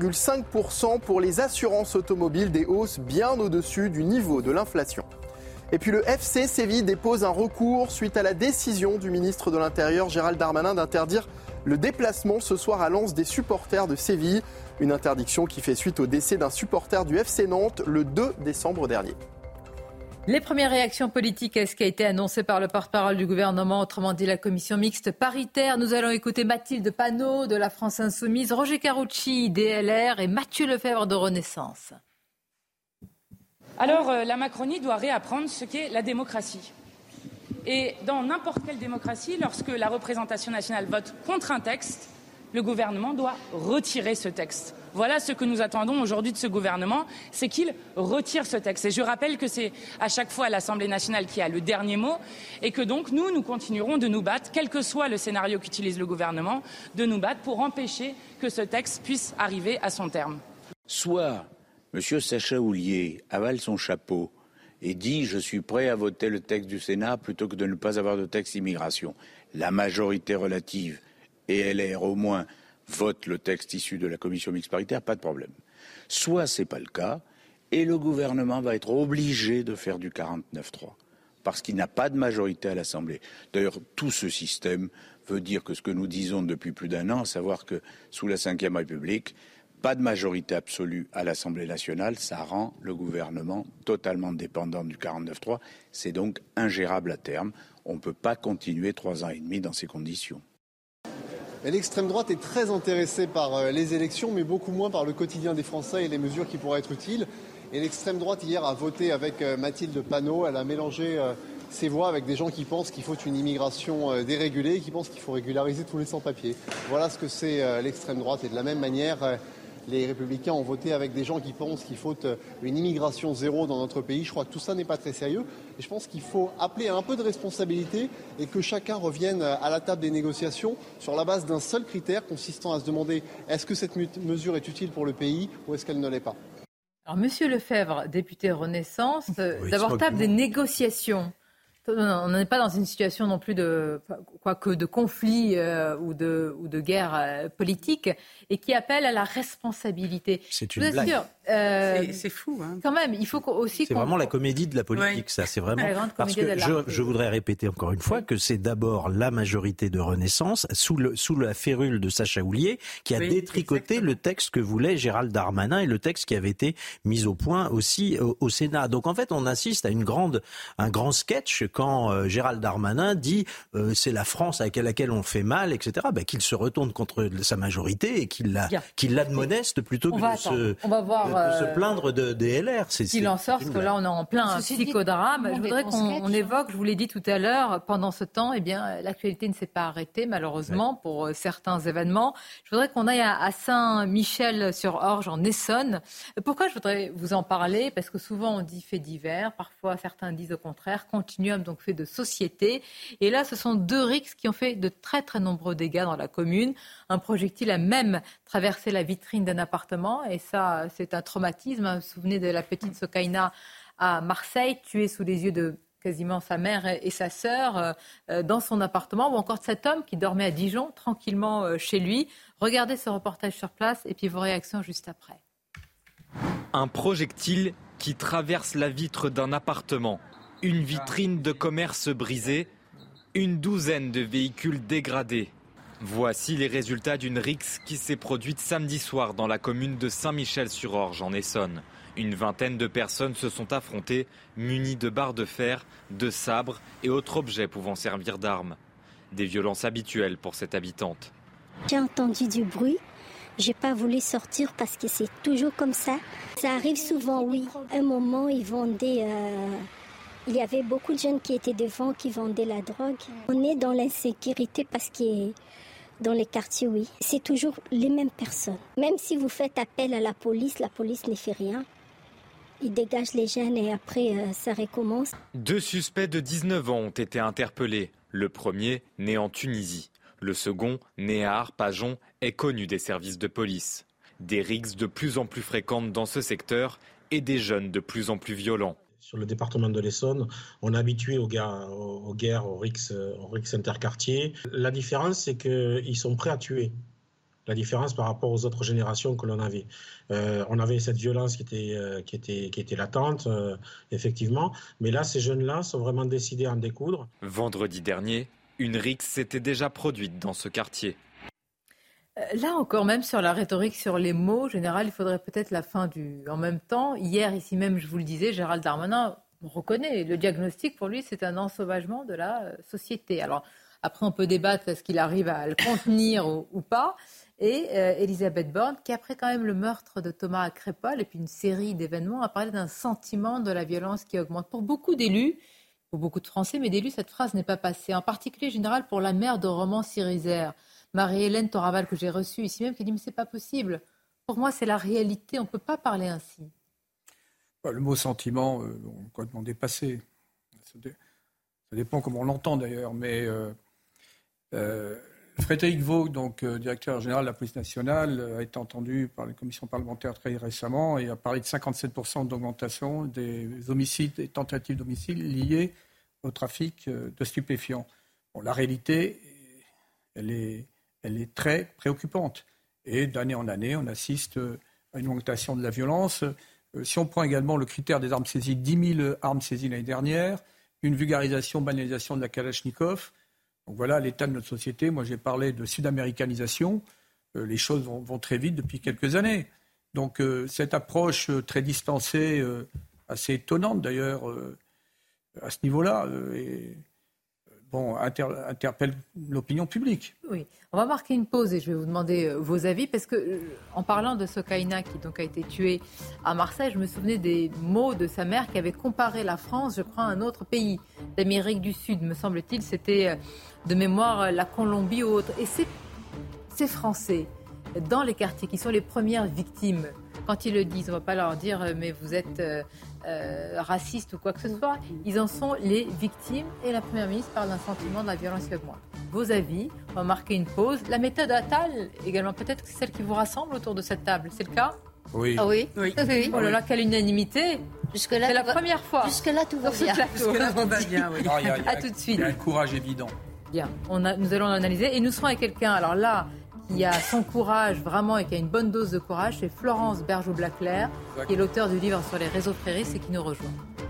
3,5% pour les assurances automobiles, des hausses bien au-dessus du niveau de l'inflation. Et puis le FC Séville dépose un recours suite à la décision du ministre de l'Intérieur Gérald Darmanin d'interdire le déplacement ce soir à Lens des supporters de Séville. Une interdiction qui fait suite au décès d'un supporter du FC Nantes le 2 décembre dernier. Les premières réactions politiques à ce qui a été annoncé par le porte-parole du gouvernement, autrement dit la commission mixte paritaire. Nous allons écouter Mathilde Panot de la France Insoumise, Roger Carucci, DLR et Mathieu Lefebvre de Renaissance. Alors, la Macronie doit réapprendre ce qu'est la démocratie. Et dans n'importe quelle démocratie, lorsque la représentation nationale vote contre un texte, le gouvernement doit retirer ce texte. Voilà ce que nous attendons aujourd'hui de ce gouvernement, c'est qu'il retire ce texte. Et je rappelle que c'est à chaque fois l'Assemblée nationale qui a le dernier mot et que donc nous continuerons de nous battre, quel que soit le scénario qu'utilise le gouvernement, de nous battre pour empêcher que ce texte puisse arriver à son terme. Soit M. Sacha-Houlier avale son chapeau et dit « je suis prêt à voter le texte du Sénat plutôt que de ne pas avoir de texte immigration ». La majorité relative et LR au moins vote le texte issu de la commission mixte paritaire, pas de problème. Soit c'est pas le cas et le gouvernement va être obligé de faire du 49-3 parce qu'il n'a pas de majorité à l'Assemblée. D'ailleurs, tout ce système veut dire que ce que nous disons depuis plus d'un an, à savoir que sous la Ve République, pas de majorité absolue à l'Assemblée nationale, ça rend le gouvernement totalement dépendant du 49-3. C'est donc ingérable à terme. On ne peut pas continuer 3 ans et demi dans ces conditions. L'extrême droite est très intéressée par les élections, mais beaucoup moins par le quotidien des Français et les mesures qui pourraient être utiles. Et l'extrême droite, hier, a voté avec Mathilde Panot. Elle a mélangé ses voix avec des gens qui pensent qu'il faut une immigration dérégulée et qui pensent qu'il faut régulariser tous les sans-papiers. Voilà ce que c'est l'extrême droite. Et de la même manière, les Républicains ont voté avec des gens qui pensent qu'il faut une immigration zéro dans notre pays. Je crois que tout ça n'est pas très sérieux. Et je pense qu'il faut appeler à un peu de responsabilité et que chacun revienne à la table des négociations sur la base d'un seul critère consistant à se demander est-ce que cette mesure est utile pour le pays ou est-ce qu'elle ne l'est pas. Alors, Monsieur Lefebvre, député Renaissance, d'abord table des négociations. On n'est pas dans une situation non plus de conflit ou de guerre politique et qui appelle à la responsabilité. C'est une blague. C'est fou. Hein. Quand même, il faut aussi. C'est vraiment la comédie de la politique, ça. C'est vraiment parce que je voudrais répéter encore une fois que c'est d'abord la majorité de Renaissance sous la férule de Sacha Houlié qui a détricoté le texte que voulait Gérald Darmanin et le texte qui avait été mis au point aussi au Sénat. Donc en fait, on assiste à un grand sketch quand Gérald Darmanin dit c'est la France avec laquelle on fait mal, etc. Qu'il se retourne contre sa majorité et qu'il l'admoneste plutôt que de se plaindre des LR. S'il en sort, parce que là on est en plein psychodrame. Je voudrais qu'on évoque, je vous l'ai dit tout à l'heure, pendant ce temps, l'actualité ne s'est pas arrêtée malheureusement pour certains événements. Je voudrais qu'on aille à Saint-Michel-sur-Orge en Essonne. Pourquoi je voudrais vous en parler ? Parce que souvent on dit fait divers, parfois certains disent au contraire continuum, donc fait de société. Et là, ce sont 2 rixes qui ont fait de très très nombreux dégâts dans la commune. Un projectile a même traversé la vitrine d'un appartement et ça, c'est un traumatisme. Vous vous souvenez de la petite Sokaina à Marseille, tuée sous les yeux de quasiment sa mère et sa sœur dans son appartement, ou encore de cet homme qui dormait à Dijon tranquillement chez lui. Regardez ce reportage sur place et puis vos réactions juste après. Un projectile qui traverse la vitre d'un appartement. Une vitrine de commerce brisée, une douzaine de véhicules dégradés. Voici les résultats d'une rixe qui s'est produite samedi soir dans la commune de Saint-Michel-sur-Orge en Essonne. Une vingtaine de personnes se sont affrontées, munies de barres de fer, de sabres et autres objets pouvant servir d'armes. Des violences habituelles pour cette habitante. J'ai entendu du bruit. J'ai pas voulu sortir parce que c'est toujours comme ça. Ça arrive souvent, oui. À un moment, ils vendaient... Il y avait beaucoup de jeunes qui étaient devant, qui vendaient la drogue. On est dans l'insécurité parce que dans les quartiers, oui. C'est toujours les mêmes personnes. Même si vous faites appel à la police ne fait rien. Ils dégagent les jeunes et après, ça recommence. 2 suspects de 19 ans ont été interpellés. Le premier, né en Tunisie. Le second, né à Arpajon, est connu des services de police. Des rixes de plus en plus fréquentes dans ce secteur et des jeunes de plus en plus violents. Sur le département de l'Essonne, on est habitué aux guerres, aux rixes interquartiers. La différence, c'est qu'ils sont prêts à tuer. La différence par rapport aux autres générations que l'on avait. On avait cette violence qui était latente, effectivement. Mais là, ces jeunes-là sont vraiment décidés à en découdre. Vendredi dernier, une rixe s'était déjà produite dans ce quartier. Là encore, même sur la rhétorique, sur les mots, en général, il faudrait peut-être la fin du « en même temps ». Hier, ici même, je vous le disais, Gérald Darmanin reconnaît le diagnostic. Pour lui, c'est un ensauvagement de la société. Alors, après, on peut débattre, est-ce qu'il arrive à le contenir ou pas. Et Elisabeth Borne, qui après quand même le meurtre de Thomas Crépol et puis une série d'événements, a parlé d'un sentiment de la violence qui augmente. Pour beaucoup d'élus, pour beaucoup de Français, mais d'élus, cette phrase n'est pas passée. En particulier, général, pour la maire de Romans-sur-Isère, Marie-Hélène Toraval, que j'ai reçue ici même, qui dit « mais c'est pas possible. Pour moi, c'est la réalité. On ne peut pas parler ainsi. » Le mot sentiment, on est complètement dépassé. Ça dépend comment on l'entend d'ailleurs. Mais Frédéric Vaud, donc directeur général de la police nationale, a été entendu par les commissions parlementaires très récemment et a parlé de 57% d'augmentation des homicides et tentatives d'homicide liées au trafic de stupéfiants. Bon, la réalité, elle est très préoccupante. Et d'année en année, on assiste à une augmentation de la violence. Si on prend également le critère des armes saisies, 10 000 armes saisies l'année dernière, une vulgarisation, banalisation de la Kalachnikov. Donc voilà l'état de notre société. Moi, j'ai parlé de sud-américanisation. Les choses vont très vite depuis quelques années. Donc cette approche très distancée, assez étonnante d'ailleurs, à ce niveau-là, interpelle l'opinion publique. Oui, on va marquer une pause et je vais vous demander vos avis parce que en parlant de Sokaina qui donc a été tuée à Marseille, je me souvenais des mots de sa mère qui avait comparé la France, je crois, à un autre pays d'Amérique du Sud, me semble-t-il, c'était de mémoire la Colombie ou autre. Et ces Français dans les quartiers qui sont les premières victimes, quand ils le disent, on ne va pas leur dire mais vous êtes raciste ou quoi que ce soit, ils en sont les victimes et la Première ministre parle d'un sentiment de la violence qui augmente. Vos avis, on va marquer une pause. La méthode Attal, également, peut-être que c'est celle qui vous rassemble autour de cette table, c'est le cas ? Oui. Ah oui. Oui. Oh là là, quelle unanimité. Jusque-là, c'est la première fois. Jusque-là, tout va bien. Jusque-là, tout va bien, oui. À tout de suite. Il y a un courage évident. Bien, nous allons l'analyser et nous serons avec quelqu'un, alors là, qui a son courage vraiment et qui a une bonne dose de courage, c'est Florence Bergeau-Blaclair, qui est l'auteur du livre sur les réseaux fréristes et qui nous rejoint.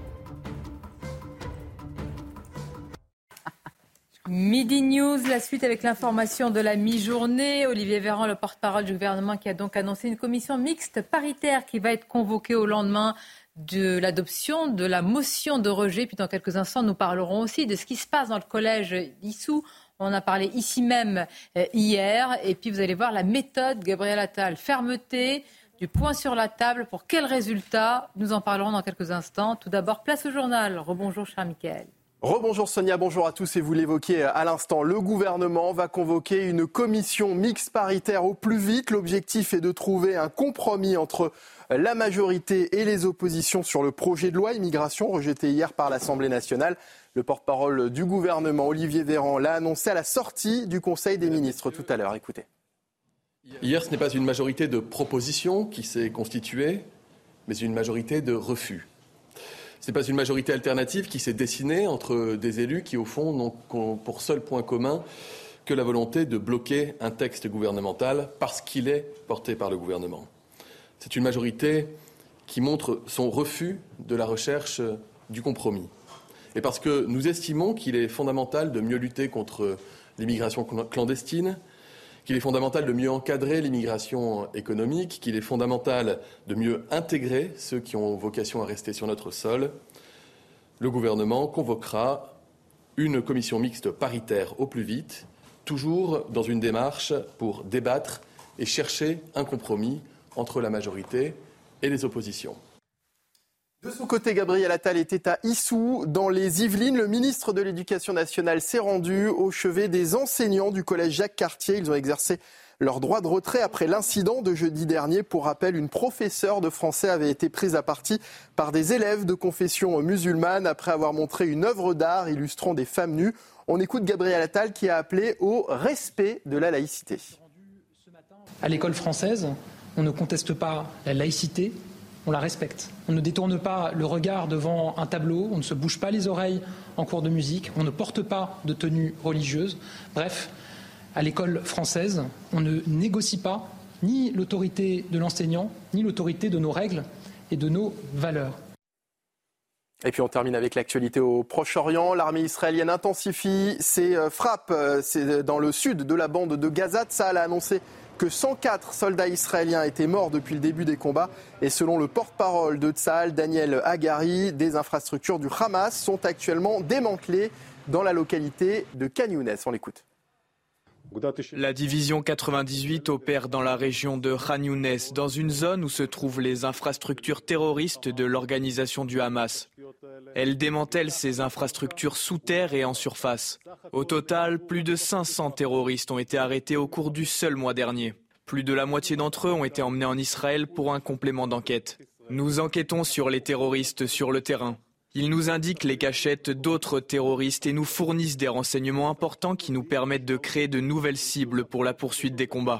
Midi News, la suite avec l'information de la mi-journée. Olivier Véran, le porte-parole du gouvernement, qui a donc annoncé une commission mixte paritaire qui va être convoquée au lendemain de l'adoption de la motion de rejet. Puis dans quelques instants, nous parlerons aussi de ce qui se passe dans le collège d'Issou. On en a parlé ici même hier. Et puis vous allez voir la méthode Gabriel Attal. Fermeté, du poing sur la table. Pour quel résultat? Nous en parlerons dans quelques instants. Tout d'abord, place au journal. Rebonjour, cher Mickaël. Rebonjour Sonia, bonjour à tous et vous l'évoquiez à l'instant, le gouvernement va convoquer une commission mixte paritaire au plus vite. L'objectif est de trouver un compromis entre la majorité et les oppositions sur le projet de loi immigration rejeté hier par l'Assemblée nationale. Le porte-parole du gouvernement, Olivier Véran, l'a annoncé à la sortie du Conseil des ministres tout à l'heure. Écoutez. Hier, ce n'est pas une majorité de propositions qui s'est constituée, mais une majorité de refus. Ce n'est pas une majorité alternative qui s'est dessinée entre des élus qui, au fond, n'ont pour seul point commun que la volonté de bloquer un texte gouvernemental parce qu'il est porté par le gouvernement. C'est une majorité qui montre son refus de la recherche du compromis. Et parce que nous estimons qu'il est fondamental de mieux lutter contre l'immigration clandestine, qu'il est fondamental de mieux encadrer l'immigration économique, qu'il est fondamental de mieux intégrer ceux qui ont vocation à rester sur notre sol, le gouvernement convoquera une commission mixte paritaire au plus vite, toujours dans une démarche pour débattre et chercher un compromis entre la majorité et les oppositions. De son côté, Gabriel Attal était à Issou, dans les Yvelines. Le ministre de l'Éducation nationale s'est rendu au chevet des enseignants du collège Jacques-Cartier. Ils ont exercé leur droit de retrait après l'incident de jeudi dernier. Pour rappel, une professeure de français avait été prise à partie par des élèves de confession musulmane après avoir montré une œuvre d'art illustrant des femmes nues. On écoute Gabriel Attal qui a appelé au respect de la laïcité. À l'école française, on ne conteste pas la laïcité. On la respecte. On ne détourne pas le regard devant un tableau, on ne se bouge pas les oreilles en cours de musique, on ne porte pas de tenue religieuse. Bref, à l'école française, on ne négocie pas ni l'autorité de l'enseignant, ni l'autorité de nos règles et de nos valeurs. Et puis on termine avec l'actualité au Proche-Orient. L'armée israélienne intensifie ses frappes dans le sud de la bande de Gaza. Tsahal a annoncé que 104 soldats israéliens étaient morts depuis le début des combats. Et selon le porte-parole de Tsahal, Daniel Hagari, des infrastructures du Hamas sont actuellement démantelées dans la localité de Khan Younes. On l'écoute. La division 98 opère dans la région de Khan Younes, dans une zone où se trouvent les infrastructures terroristes de l'organisation du Hamas. Elle démantèle ces infrastructures sous terre et en surface. Au total, plus de 500 terroristes ont été arrêtés au cours du seul mois dernier. Plus de la moitié d'entre eux ont été emmenés en Israël pour un complément d'enquête. Nous enquêtons sur les terroristes sur le terrain. Ils nous indiquent les cachettes d'autres terroristes et nous fournissent des renseignements importants qui nous permettent de créer de nouvelles cibles pour la poursuite des combats.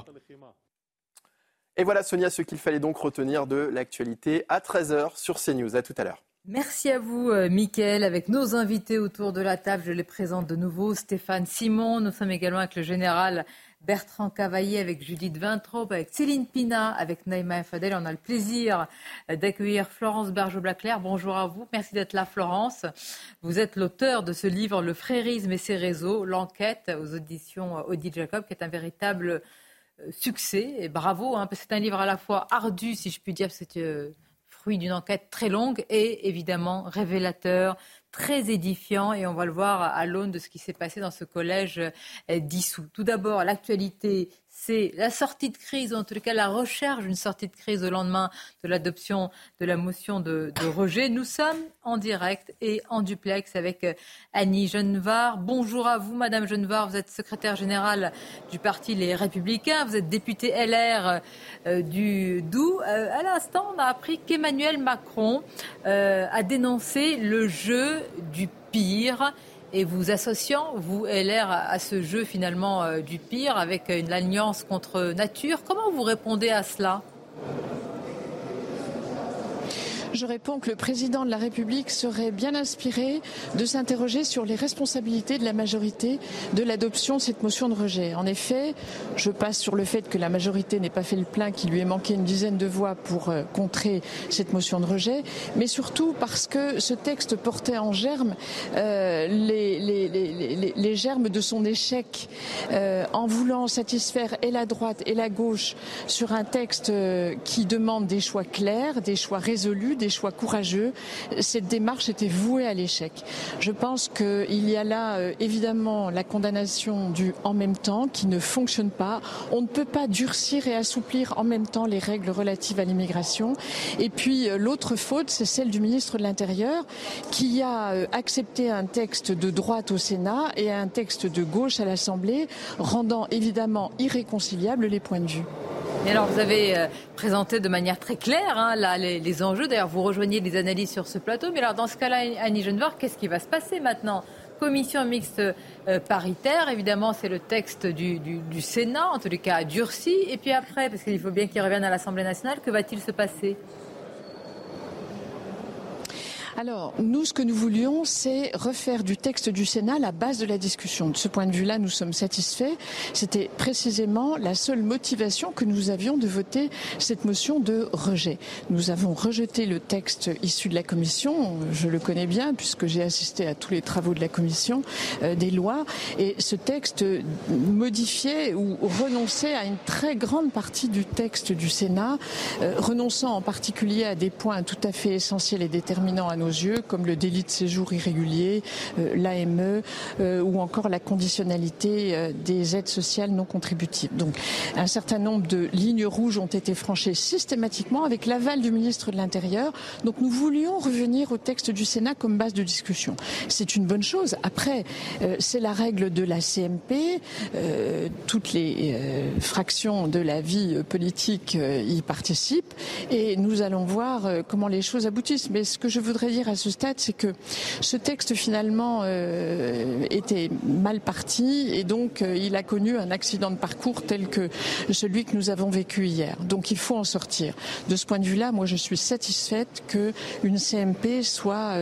Et voilà Sonia, ce qu'il fallait donc retenir de l'actualité à 13h sur CNews. À tout à l'heure. Merci à vous, Mickaël. Avec nos invités autour de la table, je les présente de nouveau. Stéphane Simon, nous sommes également avec le général Bertrand Cavaillé, avec Judith Vintraub, avec Céline Pina, avec Naïma Fadel. On a le plaisir d'accueillir Florence Bergeau-Blaclair. Bonjour à vous. Merci d'être là, Florence. Vous êtes l'auteur de ce livre, Le frérisme et ses réseaux, l'enquête aux éditions Odile Jacob, qui est un véritable succès. Et bravo, parce que c'est un livre à la fois ardu, si je puis dire, c'est fruit d'une enquête très longue et évidemment révélateur, très édifiant, et on va le voir à l'aune de ce qui s'est passé dans ce collège d'Issou. Tout d'abord, l'actualité, c'est la sortie de crise, ou en tout cas la recherche d'une sortie de crise au lendemain de l'adoption de la motion de rejet. Nous sommes en direct et en duplex avec Annie Genevard. Bonjour à vous, Madame Genevard. Vous êtes secrétaire générale du parti Les Républicains. Vous êtes députée LR du Doubs. À l'instant, on a appris qu'Emmanuel Macron a dénoncé le jeu du pire. Et vous associant, vous, LR, à ce jeu finalement du pire avec une alliance contre nature, comment vous répondez à cela ? Je réponds que le président de la République serait bien inspiré de s'interroger sur les responsabilités de la majorité de l'adoption de cette motion de rejet. En effet, je passe sur le fait que la majorité n'ait pas fait le plein, qu'il lui ait manqué une dizaine de voix pour contrer cette motion de rejet, mais surtout parce que ce texte portait en germe les germes de son échec en voulant satisfaire et la droite et la gauche sur un texte qui demande des choix clairs, des choix résolus, des choix courageux. Cette démarche était vouée à l'échec. Je pense qu'il y a là évidemment la condamnation du « en même temps » qui ne fonctionne pas. On ne peut pas durcir et assouplir en même temps les règles relatives à l'immigration. Et puis l'autre faute, c'est celle du ministre de l'Intérieur qui a accepté un texte de droite au Sénat et un texte de gauche à l'Assemblée, rendant évidemment irréconciliables les points de vue. Et alors, vous avez présenté de manière très claire là, les enjeux. D'ailleurs, vous rejoignez les analyses sur ce plateau. Mais alors, dans ce cas-là, Annie Genevard, qu'est-ce qui va se passer maintenant ? Commission mixte paritaire, évidemment, c'est le texte du Sénat, en tous les cas durci. Et puis après, parce qu'il faut bien qu'il revienne à l'Assemblée nationale, que va-t-il se passer ? Alors, nous, ce que nous voulions, c'est refaire du texte du Sénat la base de la discussion. De ce point de vue-là, nous sommes satisfaits. C'était précisément la seule motivation que nous avions de voter cette motion de rejet. Nous avons rejeté le texte issu de la Commission. Je le connais bien, puisque j'ai assisté à tous les travaux de la Commission des lois. Et ce texte modifiait ou renonçait à une très grande partie du texte du Sénat, renonçant en particulier à des points tout à fait essentiels et déterminants à nos yeux, comme le délit de séjour irrégulier, l'AME ou encore la conditionnalité des aides sociales non contributives. Donc un certain nombre de lignes rouges ont été franchies systématiquement avec l'aval du ministre de l'Intérieur. Donc nous voulions revenir au texte du Sénat comme base de discussion. C'est une bonne chose. Après, c'est la règle de la CMP. Toutes les fractions de la vie politique y participent et nous allons voir comment les choses aboutissent. Mais ce que je voudrais dire à ce stade, c'est que ce texte finalement était mal parti et donc il a connu un accident de parcours tel que celui que nous avons vécu hier. Donc il faut en sortir. De ce point de vue-là, moi je suis satisfaite qu'une CMP soit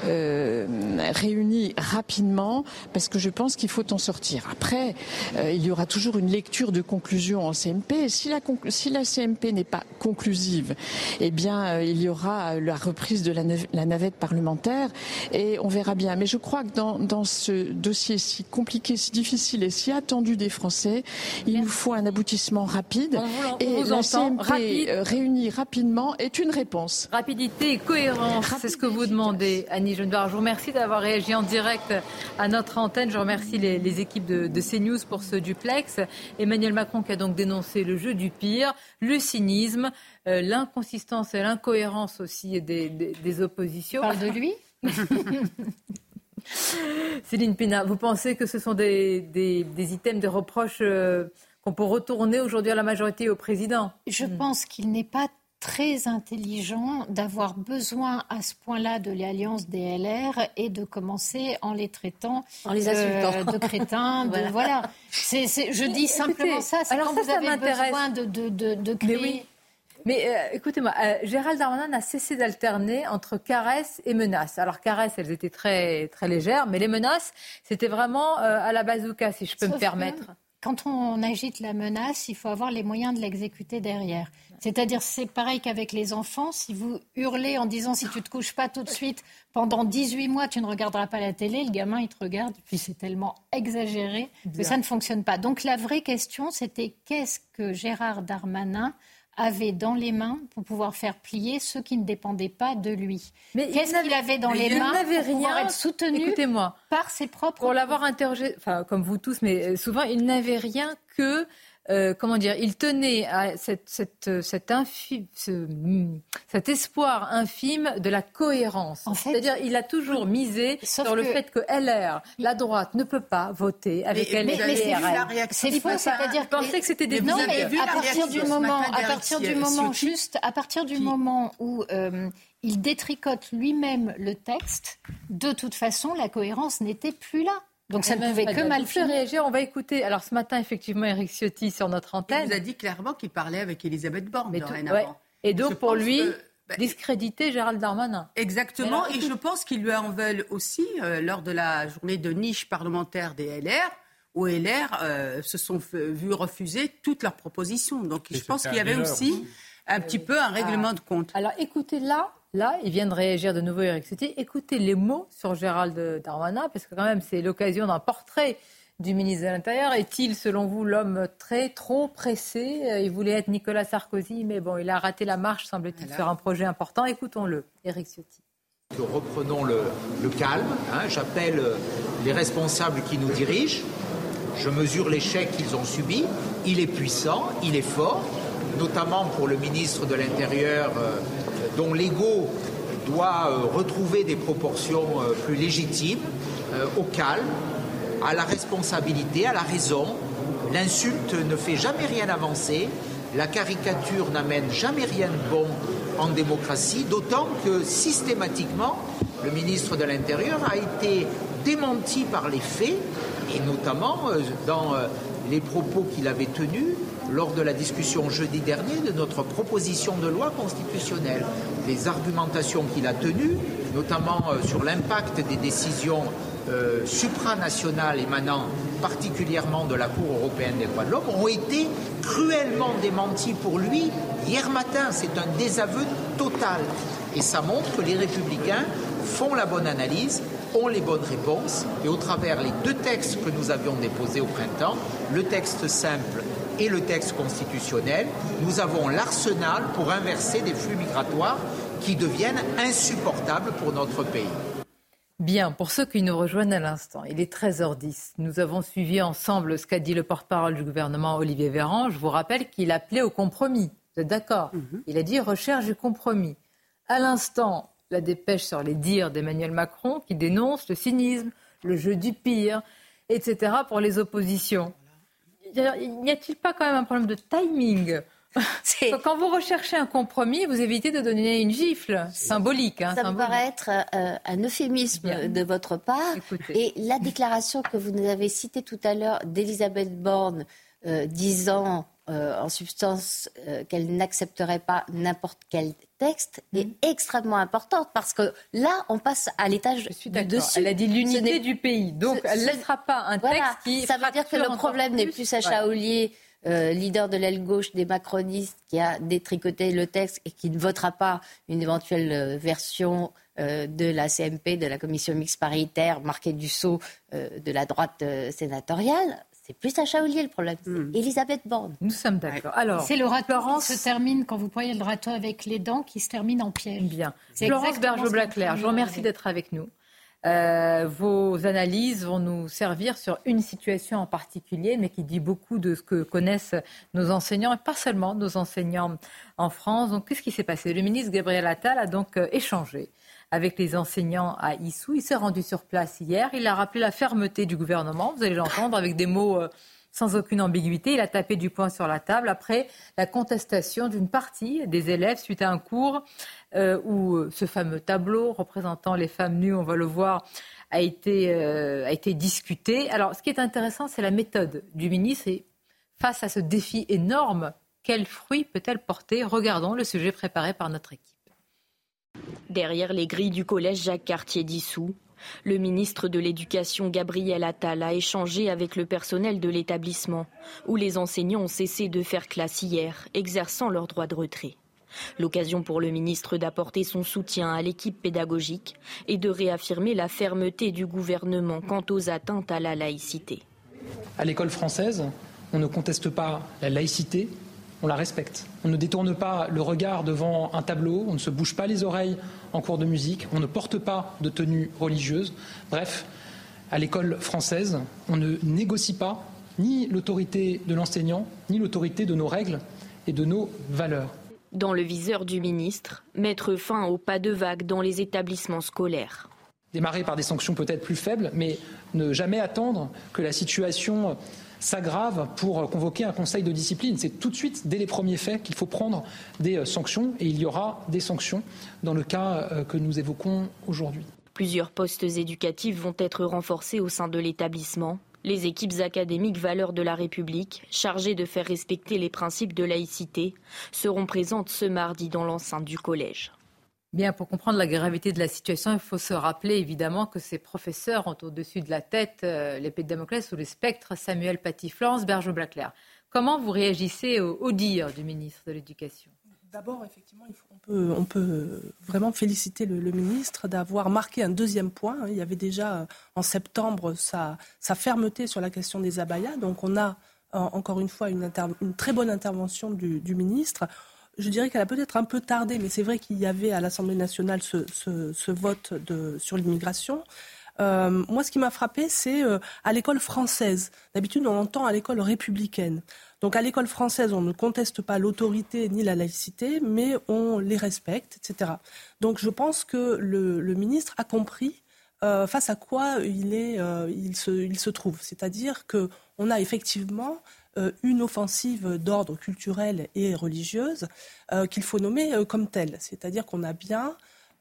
réunie rapidement parce que je pense qu'il faut en sortir. Après, il y aura toujours une lecture de conclusion en CMP et si la CMP n'est pas conclusive, eh bien il y aura la reprise de la navette parlementaire et on verra bien. Mais je crois que dans ce dossier si compliqué, si difficile et si attendu des Français, il nous faut un aboutissement rapide et la CMP réunie rapidement est une réponse. Rapidité et cohérence, c'est ce que vous demandez, Annie Genevard. Je vous remercie d'avoir réagi en direct à notre antenne. Je remercie les équipes de CNews pour ce duplex. Emmanuel Macron qui a donc dénoncé le jeu du pire, le cynisme, l'inconsistance et l'incohérence aussi des oppositions. Parle de lui. Céline Pina, vous pensez que ce sont des items, des reproches qu'on peut retourner aujourd'hui à la majorité et au président ? Je pense qu'il n'est pas très intelligent d'avoir besoin à ce point-là de l'alliance des LR et de commencer en les traitant de crétins. Voilà. Je dis simplement ça. C'est alors quand vous avez besoin de créer... Mais oui. Mais écoutez-moi, Gérald Darmanin a cessé d'alterner entre caresses et menaces. Alors caresses, elles étaient très, très légères, mais les menaces, c'était vraiment à la bazooka, si je peux me permettre. Quand on agite la menace, il faut avoir les moyens de l'exécuter derrière. C'est-à-dire, c'est pareil qu'avec les enfants. Si vous hurlez en disant « si tu ne te couches pas tout de suite, pendant 18 mois, tu ne regarderas pas la télé », le gamin, il te regarde. Puis c'est tellement exagéré que ça ne fonctionne pas. Donc la vraie question, c'était qu'est-ce que Gérard Darmanin avait dans les mains pour pouvoir faire plier ceux qui ne dépendaient pas de lui. Mais qu'est-ce qu'il avait dans les mains pour pouvoir être soutenu par ses propres... Pour l'avoir interrogé, enfin comme vous tous, mais souvent, il n'avait rien que... il tenait à cet espoir infime de la cohérence. En fait, c'est-à-dire, il a toujours misé sur le fait que LR, la droite, ne peut pas voter avec LR. Mais c'est faux, c'est-à-dire que... pensais que c'était des... Non, mais à partir du moment où il détricote lui-même le texte, de toute façon, la cohérence n'était plus là. Donc ça ne pouvait que mal faire réagir. On va écouter. Alors ce matin, effectivement, Éric Ciotti sur notre antenne. Il nous a dit clairement qu'il parlait avec Elisabeth Borne dorénavant. Ouais. Et donc pour lui, discréditer Gérald Darmanin. Exactement, et je pense qu'ils lui en veulent aussi lors de la journée de niche parlementaire des LR, où LR se sont vus refuser toutes leurs propositions. Donc je pense qu'il y avait aussi un petit peu un règlement de compte. Alors écoutez, là, il vient de réagir de nouveau Éric Ciotti. Écoutez les mots sur Gérald Darmanin, parce que quand même c'est l'occasion d'un portrait du ministre de l'Intérieur. Est-il, selon vous, l'homme trop pressé ? Il voulait être Nicolas Sarkozy, mais bon, il a raté la marche, semble-t-il, sur un projet important. Écoutons-le, Éric Ciotti. Reprenons le calme. J'appelle les responsables qui nous dirigent. Je mesure l'échec qu'ils ont subi. Il est puissant, il est fort, notamment pour le ministre de l'Intérieur, dont l'ego doit retrouver des proportions plus légitimes, au calme, à la responsabilité, à la raison. L'insulte ne fait jamais rien avancer. La caricature n'amène jamais rien de bon en démocratie, d'autant que systématiquement, le ministre de l'Intérieur a été démenti par les faits, et notamment dans les propos qu'il avait tenus lors de la discussion jeudi dernier de notre proposition de loi constitutionnelle. Les argumentations qu'il a tenues, notamment sur l'impact des décisions supranationales émanant particulièrement de la Cour européenne des droits de l'homme, ont été cruellement démenties pour lui hier matin. C'est un désaveu total. Et ça montre que les Républicains font la bonne analyse, ont les bonnes réponses, et au travers les deux textes que nous avions déposés au printemps, le texte simple et le texte constitutionnel, nous avons l'arsenal pour inverser des flux migratoires qui deviennent insupportables pour notre pays. Bien, pour ceux qui nous rejoignent à l'instant, il est 13h10. Nous avons suivi ensemble ce qu'a dit le porte-parole du gouvernement, Olivier Véran. Je vous rappelle qu'il appelait au compromis. Vous êtes d'accord ? Il a dit recherche du compromis. À l'instant, la dépêche sur les dires d'Emmanuel Macron qui dénonce le cynisme, le jeu du pire, etc. pour les oppositions. N'y a-t-il pas quand même un problème de timing ? Quand vous recherchez un compromis, vous évitez de donner une gifle symbolique. Ça me paraît être un euphémisme de votre part. Écoutez. Et la déclaration que vous nous avez citée tout à l'heure d'Elisabeth Borne disant en substance qu'elle n'accepterait pas n'importe quel texte est extrêmement importante parce que là, on passe à l'étage du dessus. Elle a dit l'unité du pays. Donc, elle ne laissera pas un texte qui... Ça veut dire que le problème n'est plus Sacha Houlié, leader de l'aile gauche des macronistes, qui a détricoté le texte et qui ne votera pas une éventuelle version de la CMP, de la commission mixte paritaire, marquée du sceau de la droite sénatoriale. C'est plus Sacha Houlié le problème, c'est Elisabeth Borne. Nous sommes d'accord. Alors, c'est le râteau qui se termine, quand vous voyez le râteau avec les dents, qui se termine en piège. Bien. Florence Bergeau-Blaclair, je vous remercie d'être avec nous. Vos analyses vont nous servir sur une situation en particulier, mais qui dit beaucoup de ce que connaissent nos enseignants, et pas seulement nos enseignants en France. Donc, qu'est-ce qui s'est passé ? Le ministre Gabriel Attal a donc échangé avec les enseignants à Issou. Il s'est rendu sur place hier. Il a rappelé la fermeté du gouvernement. Vous allez l'entendre avec des mots sans aucune ambiguïté. Il a tapé du poing sur la table après la contestation d'une partie des élèves suite à un cours où ce fameux tableau représentant les femmes nues, on va le voir, a été discuté. Alors, ce qui est intéressant, c'est la méthode du ministre. Et face à ce défi énorme, quels fruits peut-elle porter ? Regardons le sujet préparé par notre équipe. Derrière les grilles du collège Jacques-Cartier d'Issou, le ministre de l'Éducation Gabriel Attal a échangé avec le personnel de l'établissement, où les enseignants ont cessé de faire classe hier, exerçant leur droit de retrait. L'occasion pour le ministre d'apporter son soutien à l'équipe pédagogique et de réaffirmer la fermeté du gouvernement quant aux atteintes à la laïcité. À l'école française, on ne conteste pas la laïcité, on la respecte. On ne détourne pas le regard devant un tableau, on ne se bouge pas les oreilles en cours de musique, on ne porte pas de tenue religieuse. Bref, à l'école française, on ne négocie pas ni l'autorité de l'enseignant, ni l'autorité de nos règles et de nos valeurs. Dans le viseur du ministre, mettre fin au pas de vague dans les établissements scolaires. Démarrer par des sanctions peut-être plus faibles, mais ne jamais attendre que la situation s'aggrave pour convoquer un conseil de discipline. C'est tout de suite, dès les premiers faits, qu'il faut prendre des sanctions, et il y aura des sanctions dans le cas que nous évoquons aujourd'hui. Plusieurs postes éducatifs vont être renforcés au sein de l'établissement. Les équipes académiques Valeurs de la République, chargées de faire respecter les principes de laïcité, seront présentes ce mardi dans l'enceinte du collège. Bien, pour comprendre la gravité de la situation, il faut se rappeler évidemment que ces professeurs ont au-dessus de la tête l'épée de Damoclès sous le spectre. Samuel Paty, Florence Bergeau-Blaclair. Comment vous réagissez au dire du ministre de l'Éducation ? D'abord, effectivement, on peut vraiment féliciter le ministre d'avoir marqué un deuxième point. Il y avait déjà en septembre sa fermeté sur la question des abayas. Donc on a encore une fois une très bonne intervention du ministre. Je dirais qu'elle a peut-être un peu tardé, mais c'est vrai qu'il y avait à l'Assemblée nationale ce vote sur l'immigration. Moi, ce qui m'a frappé, c'est à l'école française. D'habitude, on entend à l'école républicaine. Donc, à l'école française, on ne conteste pas l'autorité ni la laïcité, mais on les respecte, etc. Donc, je pense que le ministre a compris face à quoi il se trouve. C'est-à-dire qu'on a effectivement une offensive d'ordre culturel et religieuse qu'il faut nommer comme telle. C'est-à-dire qu'on a bien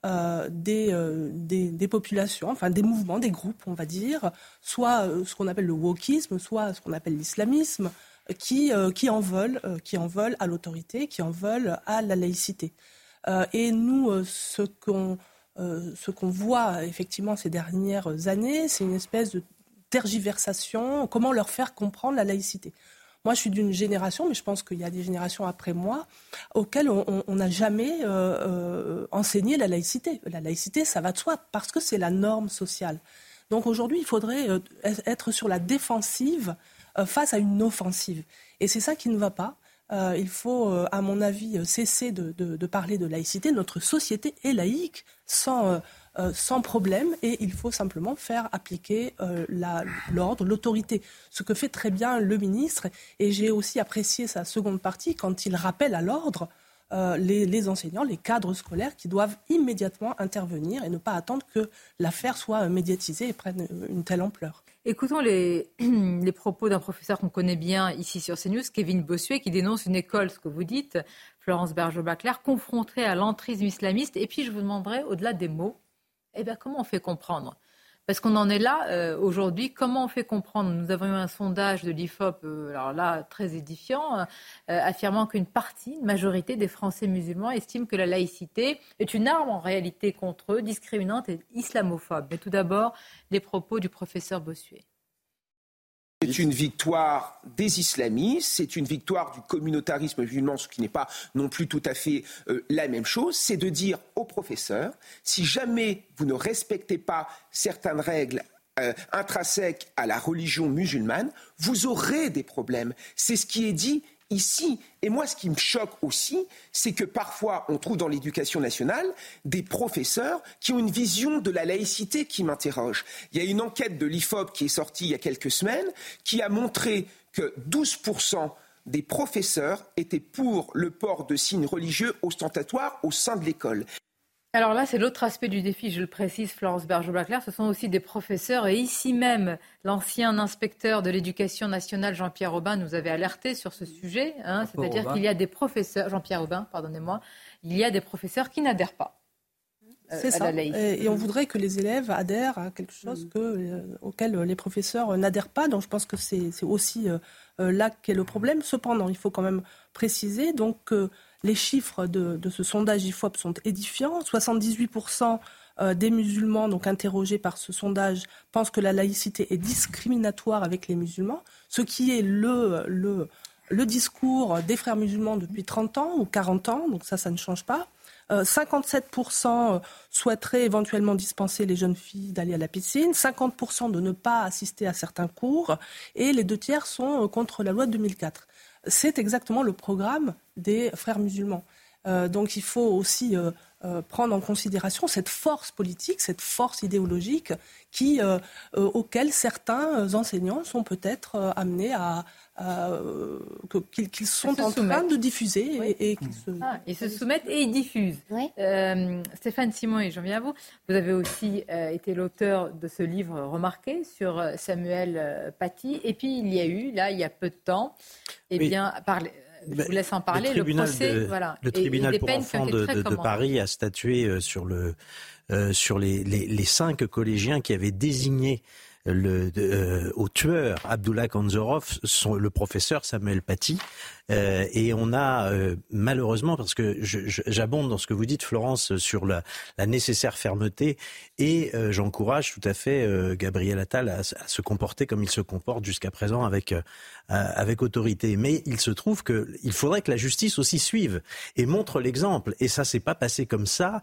des populations, enfin des mouvements, des groupes, on va dire, soit ce qu'on appelle le wokisme, soit ce qu'on appelle l'islamisme, qui en veulent à l'autorité, qui en veulent à la laïcité. Et nous, ce qu'on voit effectivement ces dernières années, c'est une espèce de tergiversation, comment leur faire comprendre la laïcité. Moi, je suis d'une génération, mais je pense qu'il y a des générations après moi, auxquelles on n'a jamais enseigné la laïcité. La laïcité, ça va de soi, parce que c'est la norme sociale. Donc aujourd'hui, il faudrait être sur la défensive face à une offensive. Et c'est ça qui ne va pas. Il faut, à mon avis, cesser de parler de laïcité. Notre société est laïque, sans problème, et il faut simplement faire appliquer l'ordre, l'autorité. Ce que fait très bien le ministre, et j'ai aussi apprécié sa seconde partie quand il rappelle à l'ordre les enseignants, les cadres scolaires qui doivent immédiatement intervenir et ne pas attendre que l'affaire soit médiatisée et prenne une telle ampleur. Écoutons les propos d'un professeur qu'on connaît bien ici sur CNews, Kevin Bossuet, qui dénonce une école, ce que vous dites, Florence Bergeau-Blaclair, confrontée à l'entrisme islamiste. Et puis je vous demanderai, au-delà des mots, comment on fait comprendre ? Parce qu'on en est là aujourd'hui. Comment on fait comprendre ? Nous avons eu un sondage de l'IFOP, alors là, très édifiant, affirmant qu'une majorité des Français musulmans estiment que la laïcité est une arme en réalité contre eux, discriminante et islamophobe. Mais tout d'abord, les propos du professeur Bossuet. C'est une victoire des islamistes, c'est une victoire du communautarisme musulman, ce qui n'est pas non plus tout à fait la même chose. C'est de dire aux professeurs, si jamais vous ne respectez pas certaines règles intrinsèques à la religion musulmane, vous aurez des problèmes. C'est ce qui est dit ici. Et moi, ce qui me choque aussi, c'est que parfois, on trouve dans l'éducation nationale des professeurs qui ont une vision de la laïcité qui m'interroge. Il y a une enquête de l'IFOP qui est sortie il y a quelques semaines qui a montré que 12% des professeurs étaient pour le port de signes religieux ostentatoires au sein de l'école. Alors là, c'est l'autre aspect du défi, je le précise, Florence Bergeau-Blaclair, ce sont aussi des professeurs. Et ici même, l'ancien inspecteur de l'éducation nationale, Jean-Pierre Aubin, nous avait alerté sur ce sujet. C'est-à-dire qu'il y a des professeurs, Jean-Pierre Aubin, pardonnez-moi, il y a des professeurs qui n'adhèrent pas c'est ça. À la laïcité. Et on voudrait que les élèves adhèrent à quelque chose auquel les professeurs n'adhèrent pas. Donc je pense que c'est aussi là qu'est le problème. Cependant, il faut quand même préciser que les chiffres de ce sondage IFOP sont édifiants. 78% des musulmans donc interrogés par ce sondage pensent que la laïcité est discriminatoire avec les musulmans, ce qui est le discours des frères musulmans depuis 30 ans ou 40 ans, donc ça ne change pas. 57% souhaiteraient éventuellement dispenser les jeunes filles d'aller à la piscine, 50% de ne pas assister à certains cours, et les 2/3 sont contre la loi de 2004. C'est exactement le programme des frères musulmans. Donc il faut aussi prendre en considération cette force politique, cette force idéologique auquel certains enseignants sont peut-être amenés qu'ils sont en train de diffuser. Oui. Et ils se soumettent et ils diffusent. Oui. Stéphane Simon, et j'en viens à vous. Vous avez aussi été l'auteur de ce livre remarqué sur Samuel Paty. Et puis il y a eu, là, il y a peu de temps, je vous laisse en parler, le procès. Le tribunal pour enfants de Paris a statué sur les 5 collégiens qui avaient désigné au tueur Abdullah Kanzorov, le professeur Samuel Paty. Et on a malheureusement, parce que j'abonde dans ce que vous dites, Florence, sur la nécessaire fermeté, et j'encourage tout à fait Gabriel Attal à se comporter comme il se comporte jusqu'à présent avec autorité. Mais il se trouve qu'il faudrait que la justice aussi suive et montre l'exemple. Et ça s'est pas passé comme ça.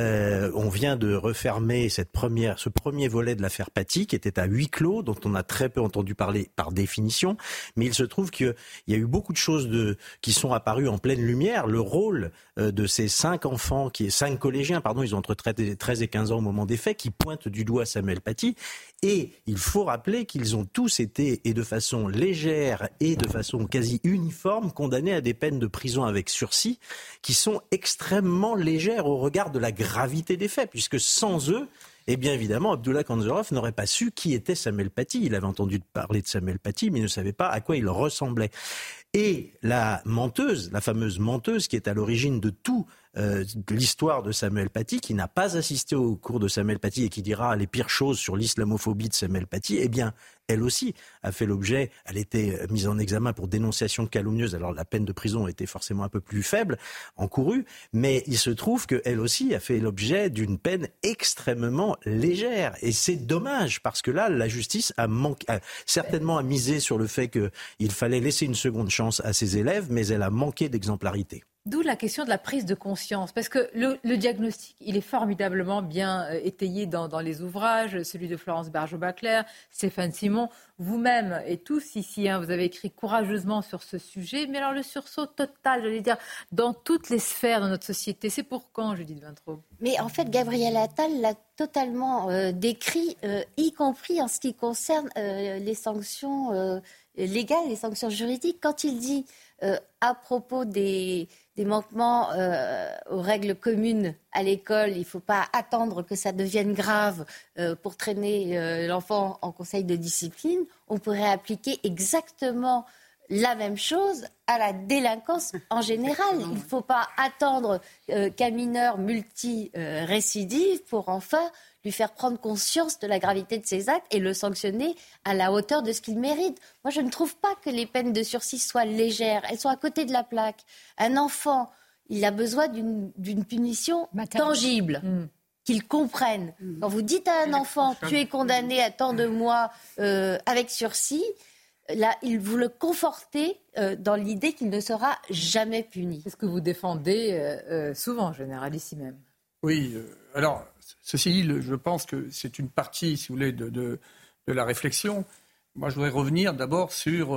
On vient de refermer ce premier volet de l'affaire Paty, qui était à huis clos, dont on a très peu entendu parler par définition. Mais il se trouve qu'il y a eu beaucoup de choses qui sont apparus en pleine lumière. Le rôle de ces 5 collégiens, ils ont entre 13 et 15 ans au moment des faits, qui pointent du doigt Samuel Paty. Et il faut rappeler qu'ils ont tous été, et de façon légère et de façon quasi uniforme, condamnés à des peines de prison avec sursis, qui sont extrêmement légères au regard de la gravité des faits, puisque sans eux, eh bien évidemment, Abdullah Kanzorov n'aurait pas su qui était Samuel Paty. Il avait entendu parler de Samuel Paty, mais il ne savait pas à quoi il ressemblait. Et la fameuse menteuse qui est à l'origine de tout l'histoire de Samuel Paty, qui n'a pas assisté au cours de Samuel Paty et qui dira les pires choses sur l'islamophobie de Samuel Paty, eh bien, elle aussi a fait l'objet, elle était mise en examen pour dénonciation calomnieuse. Alors la peine de prison était forcément un peu plus faible, encourue, mais il se trouve qu'elle aussi a fait l'objet d'une peine extrêmement légère. Et c'est dommage, parce que là, la justice a certainement misé sur le fait qu'il fallait laisser une seconde chance à ses élèves, mais elle a manqué d'exemplarité. D'où la question de la prise de conscience, parce que le diagnostic, il est formidablement bien étayé dans les ouvrages, celui de Florence Bergeau-Bacler, Stéphane Simon, vous-même et tous ici, vous avez écrit courageusement sur ce sujet, mais alors le sursaut total, j'allais dire, dans toutes les sphères de notre société, c'est pour quand, Judith Vintraud ? Mais en fait, Gabriel Attal l'a totalement décrit, y compris en ce qui concerne les sanctions légales, les sanctions juridiques, quand il dit à propos des manquements aux règles communes à l'école, il ne faut pas attendre que ça devienne grave pour traîner l'enfant en conseil de discipline. On pourrait appliquer exactement la même chose à la délinquance en général. Il ne faut pas attendre qu'un mineur multi-récidive pour enfin lui faire prendre conscience de la gravité de ses actes et le sanctionner à la hauteur de ce qu'il mérite. Moi, je ne trouve pas que les peines de sursis soient légères. Elles sont à côté de la plaque. Un enfant, il a besoin d'une punition tangible, qu'il comprenne. Quand vous dites à un enfant « tu es condamné à tant de mois avec sursis », là, vous le confortez dans l'idée qu'il ne sera jamais puni. C'est ce que vous défendez souvent, en général, ici même. Oui, alors, ceci dit, je pense que c'est une partie, si vous voulez, de la réflexion. Moi, je voudrais revenir d'abord sur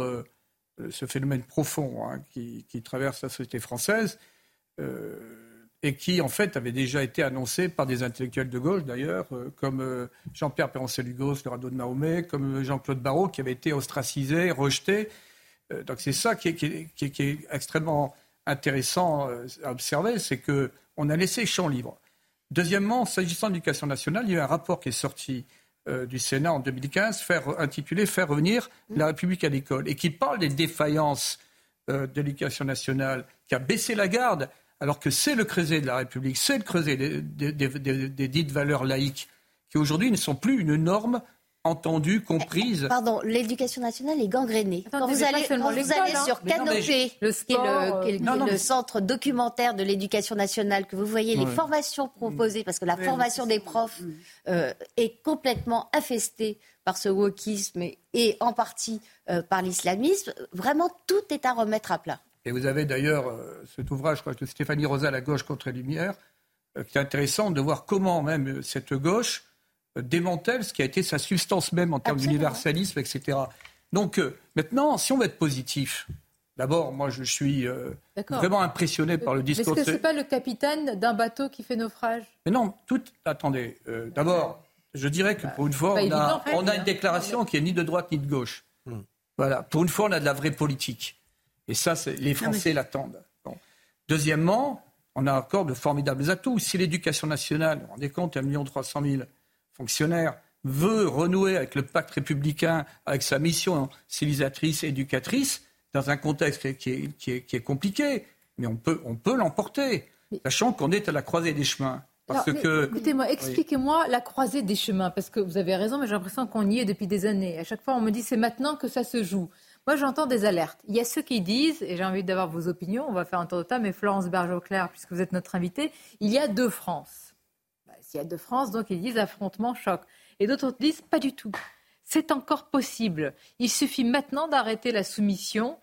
ce phénomène profond qui traverse la société française et qui, en fait, avait déjà été annoncé par des intellectuels de gauche, d'ailleurs, comme Jean-Pierre Pérancé-Lugos, le radeau de Mahomet, comme Jean-Claude Barrot, qui avait été ostracisé, rejeté. Donc c'est ça qui est extrêmement intéressant à observer, c'est qu'on a laissé champ libre. Deuxièmement, s'agissant de l'éducation nationale, il y a eu un rapport qui est sorti du Sénat en 2015, intitulé « Faire revenir la République à l'école » et qui parle des défaillances de l'éducation nationale, qui a baissé la garde, alors que c'est le creuset de la République, c'est le creuset des dites valeurs laïques, qui aujourd'hui ne sont plus une norme entendue, comprise. Pardon, l'éducation nationale est gangrénée. Quand vous allez sur Canopé, qui est le centre documentaire de l'éducation nationale, que vous voyez les formations proposées, parce que la formation des profs est complètement infestée par ce wokisme et en partie par l'islamisme, vraiment tout est à remettre à plat. Et vous avez d'ailleurs cet ouvrage, je crois, de Stéphanie Rosa, La gauche contre les Lumières, qui est intéressant de voir comment même cette gauche démantèle ce qui a été sa substance même en termes d'universalisme, etc. Donc maintenant, si on veut être positif, d'abord, moi je suis vraiment impressionné par le discours. Mais est-ce que ce n'est pas le capitaine d'un bateau qui fait naufrage ? Mais non, attendez. D'abord, je dirais que pour une fois, on a une déclaration qui est ni de droite ni de gauche. Voilà. Pour une fois, on a de la vraie politique. Et ça, les Français l'attendent. Bon. Deuxièmement, on a encore de formidables atouts. Si l'éducation nationale, vous vous rendez compte, 1 300 000 fonctionnaire veut renouer avec le pacte républicain, avec sa mission civilisatrice et éducatrice, dans un contexte qui est compliqué, mais on peut l'emporter, sachant qu'on est à la croisée des chemins. Écoutez-moi, expliquez-moi la croisée des chemins, parce que vous avez raison, mais j'ai l'impression qu'on y est depuis des années. À chaque fois, on me dit c'est maintenant que ça se joue. Moi, j'entends des alertes. Il y a ceux qui disent, et j'ai envie d'avoir vos opinions, on va faire un tour de table, mais Florence Bergeau-Clerc, puisque vous êtes notre invitée, il y a 2 France. S'il y a 2 France, donc ils disent affrontement, choc. Et d'autres disent pas du tout. C'est encore possible. Il suffit maintenant d'arrêter la soumission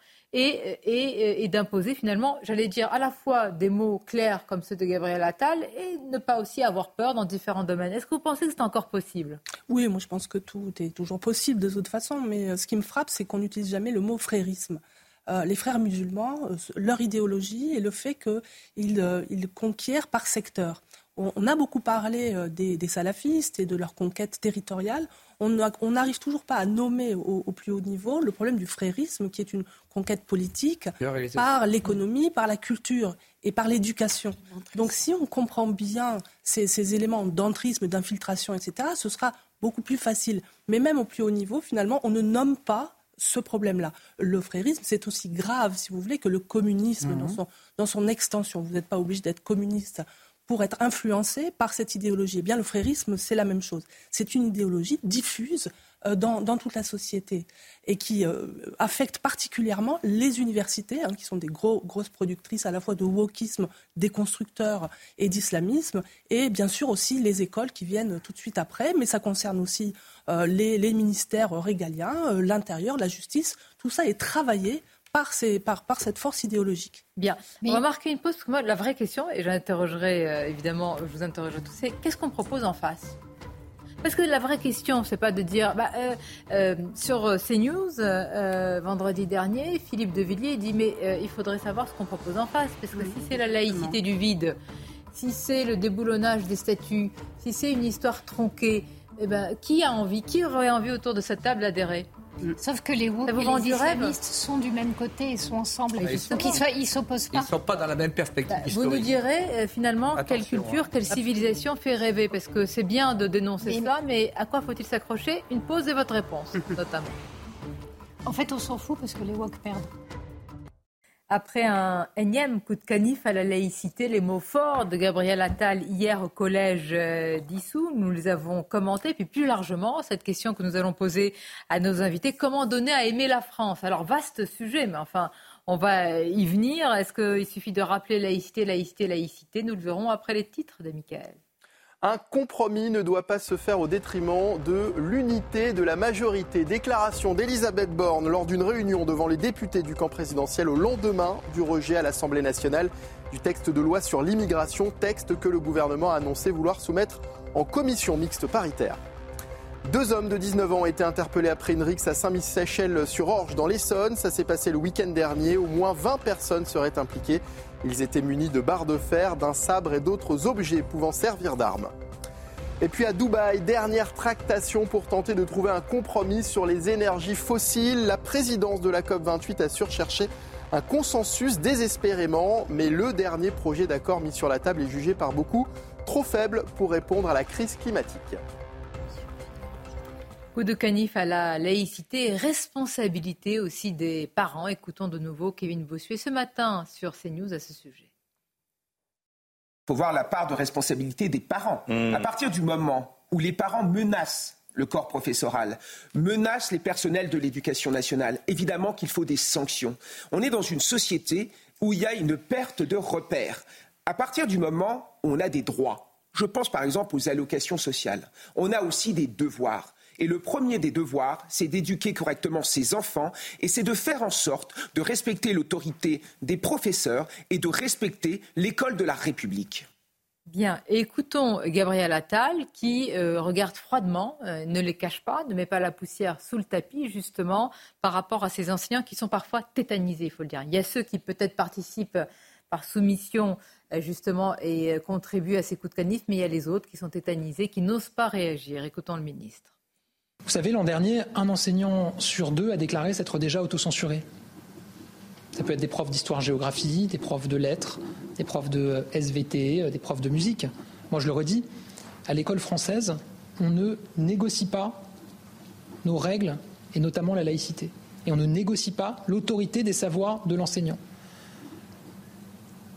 et d'imposer finalement, j'allais dire, à la fois des mots clairs comme ceux de Gabriel Attal et ne pas aussi avoir peur dans différents domaines. Est-ce que vous pensez que c'est encore possible ? Oui, moi je pense que tout est toujours possible de toute façon, mais ce qui me frappe, c'est qu'on n'utilise jamais le mot frérisme. Les frères musulmans, leur idéologie et le fait qu'ils conquièrent par secteur. On a beaucoup parlé des salafistes et de leur conquête territoriale. On n'arrive toujours pas à nommer au plus haut niveau le problème du frérisme, qui est une conquête politique par l'économie, par la culture et par l'éducation. Donc si on comprend bien ces éléments d'entrisme, d'infiltration, etc., ce sera beaucoup plus facile. Mais même au plus haut niveau, finalement, on ne nomme pas ce problème-là. Le frérisme, c'est aussi grave, si vous voulez, que le communisme dans son extension. Vous n'êtes pas obligé d'être communiste pour être influencé par cette idéologie. Eh bien, le frérisme, c'est la même chose. C'est une idéologie diffuse dans toute la société et qui affecte particulièrement les universités, qui sont des grosses productrices à la fois de wokisme, des constructeurs et d'islamisme, et bien sûr aussi les écoles qui viennent tout de suite après, mais ça concerne aussi les ministères régaliens, l'intérieur, la justice. Tout ça est travaillé par cette force idéologique. Bien. On va marquer une pause, parce que moi, la vraie question, et j'interrogerai évidemment, je vous interrogerai tous, c'est qu'est-ce qu'on propose en face ? Parce que la vraie question, c'est pas de dire... sur CNews, vendredi dernier, Philippe de Villiers dit mais il faudrait savoir ce qu'on propose en face. Parce que si c'est la laïcité du vide, si c'est le déboulonnage des statuts, si c'est une histoire tronquée, qui aurait envie autour de cette table d'adhérer ? Sauf que les woke et les islamistes sont du même côté et sont ensemble. Donc ils s'opposent pas. Ils ne sont pas dans la même perspective historique. Vous nous direz finalement quelle culture, quelle civilisation fait rêver. Parce que c'est bien de dénoncer cela, mais à quoi faut-il s'accrocher ? Une pause et votre réponse, notamment. En fait, on s'en fout parce que les woke perdent. Après un énième coup de canif à la laïcité, les mots forts de Gabriel Attal hier au collège d'Issou, nous les avons commentés. Puis plus largement, cette question que nous allons poser à nos invités, comment donner à aimer la France ? Alors vaste sujet, mais enfin, on va y venir. Est-ce qu'il suffit de rappeler laïcité, laïcité, laïcité ? Nous le verrons après les titres de Mickaël. Un compromis ne doit pas se faire au détriment de l'unité de la majorité. Déclaration d'Elisabeth Borne lors d'une réunion devant les députés du camp présidentiel au lendemain du rejet à l'Assemblée nationale du texte de loi sur l'immigration, texte que le gouvernement a annoncé vouloir soumettre en commission mixte paritaire. 2 hommes de 19 ans ont été interpellés après une rixe à Saint-Michel-sur-Orge dans l'Essonne. Ça s'est passé le week-end dernier. Au moins 20 personnes seraient impliquées. Ils étaient munis de barres de fer, d'un sabre et d'autres objets pouvant servir d'armes. Et puis à Dubaï, dernière tractation pour tenter de trouver un compromis sur les énergies fossiles. La présidence de la COP28 assure chercher un consensus désespérément, mais le dernier projet d'accord mis sur la table est jugé par beaucoup trop faible pour répondre à la crise climatique. Coup de canif à la laïcité et responsabilité aussi des parents. Écoutons de nouveau Kevin Bossuet ce matin sur CNews à ce sujet. Il faut voir la part de responsabilité des parents. À partir du moment où les parents menacent le corps professoral, menacent les personnels de l'éducation nationale, évidemment qu'il faut des sanctions. On est dans une société où il y a une perte de repères. À partir du moment où on a des droits, je pense par exemple aux allocations sociales, on a aussi des devoirs. Et le premier des devoirs, c'est d'éduquer correctement ses enfants et c'est de faire en sorte de respecter l'autorité des professeurs et de respecter l'école de la République. Bien, et écoutons Gabriel Attal qui regarde froidement, ne les cache pas, ne met pas la poussière sous le tapis justement par rapport à ces enseignants qui sont parfois tétanisés, il faut le dire. Il y a ceux qui peut-être participent par soumission justement et contribuent à ces coups de canif, mais il y a les autres qui sont tétanisés, qui n'osent pas réagir. Écoutons le ministre. Vous savez, l'an dernier, un enseignant sur 2 a déclaré s'être déjà autocensuré. Ça peut être des profs d'histoire-géographie, des profs de lettres, des profs de SVT, des profs de musique. Moi, je le redis, à l'école française, on ne négocie pas nos règles, et notamment la laïcité. Et on ne négocie pas l'autorité des savoirs de l'enseignant.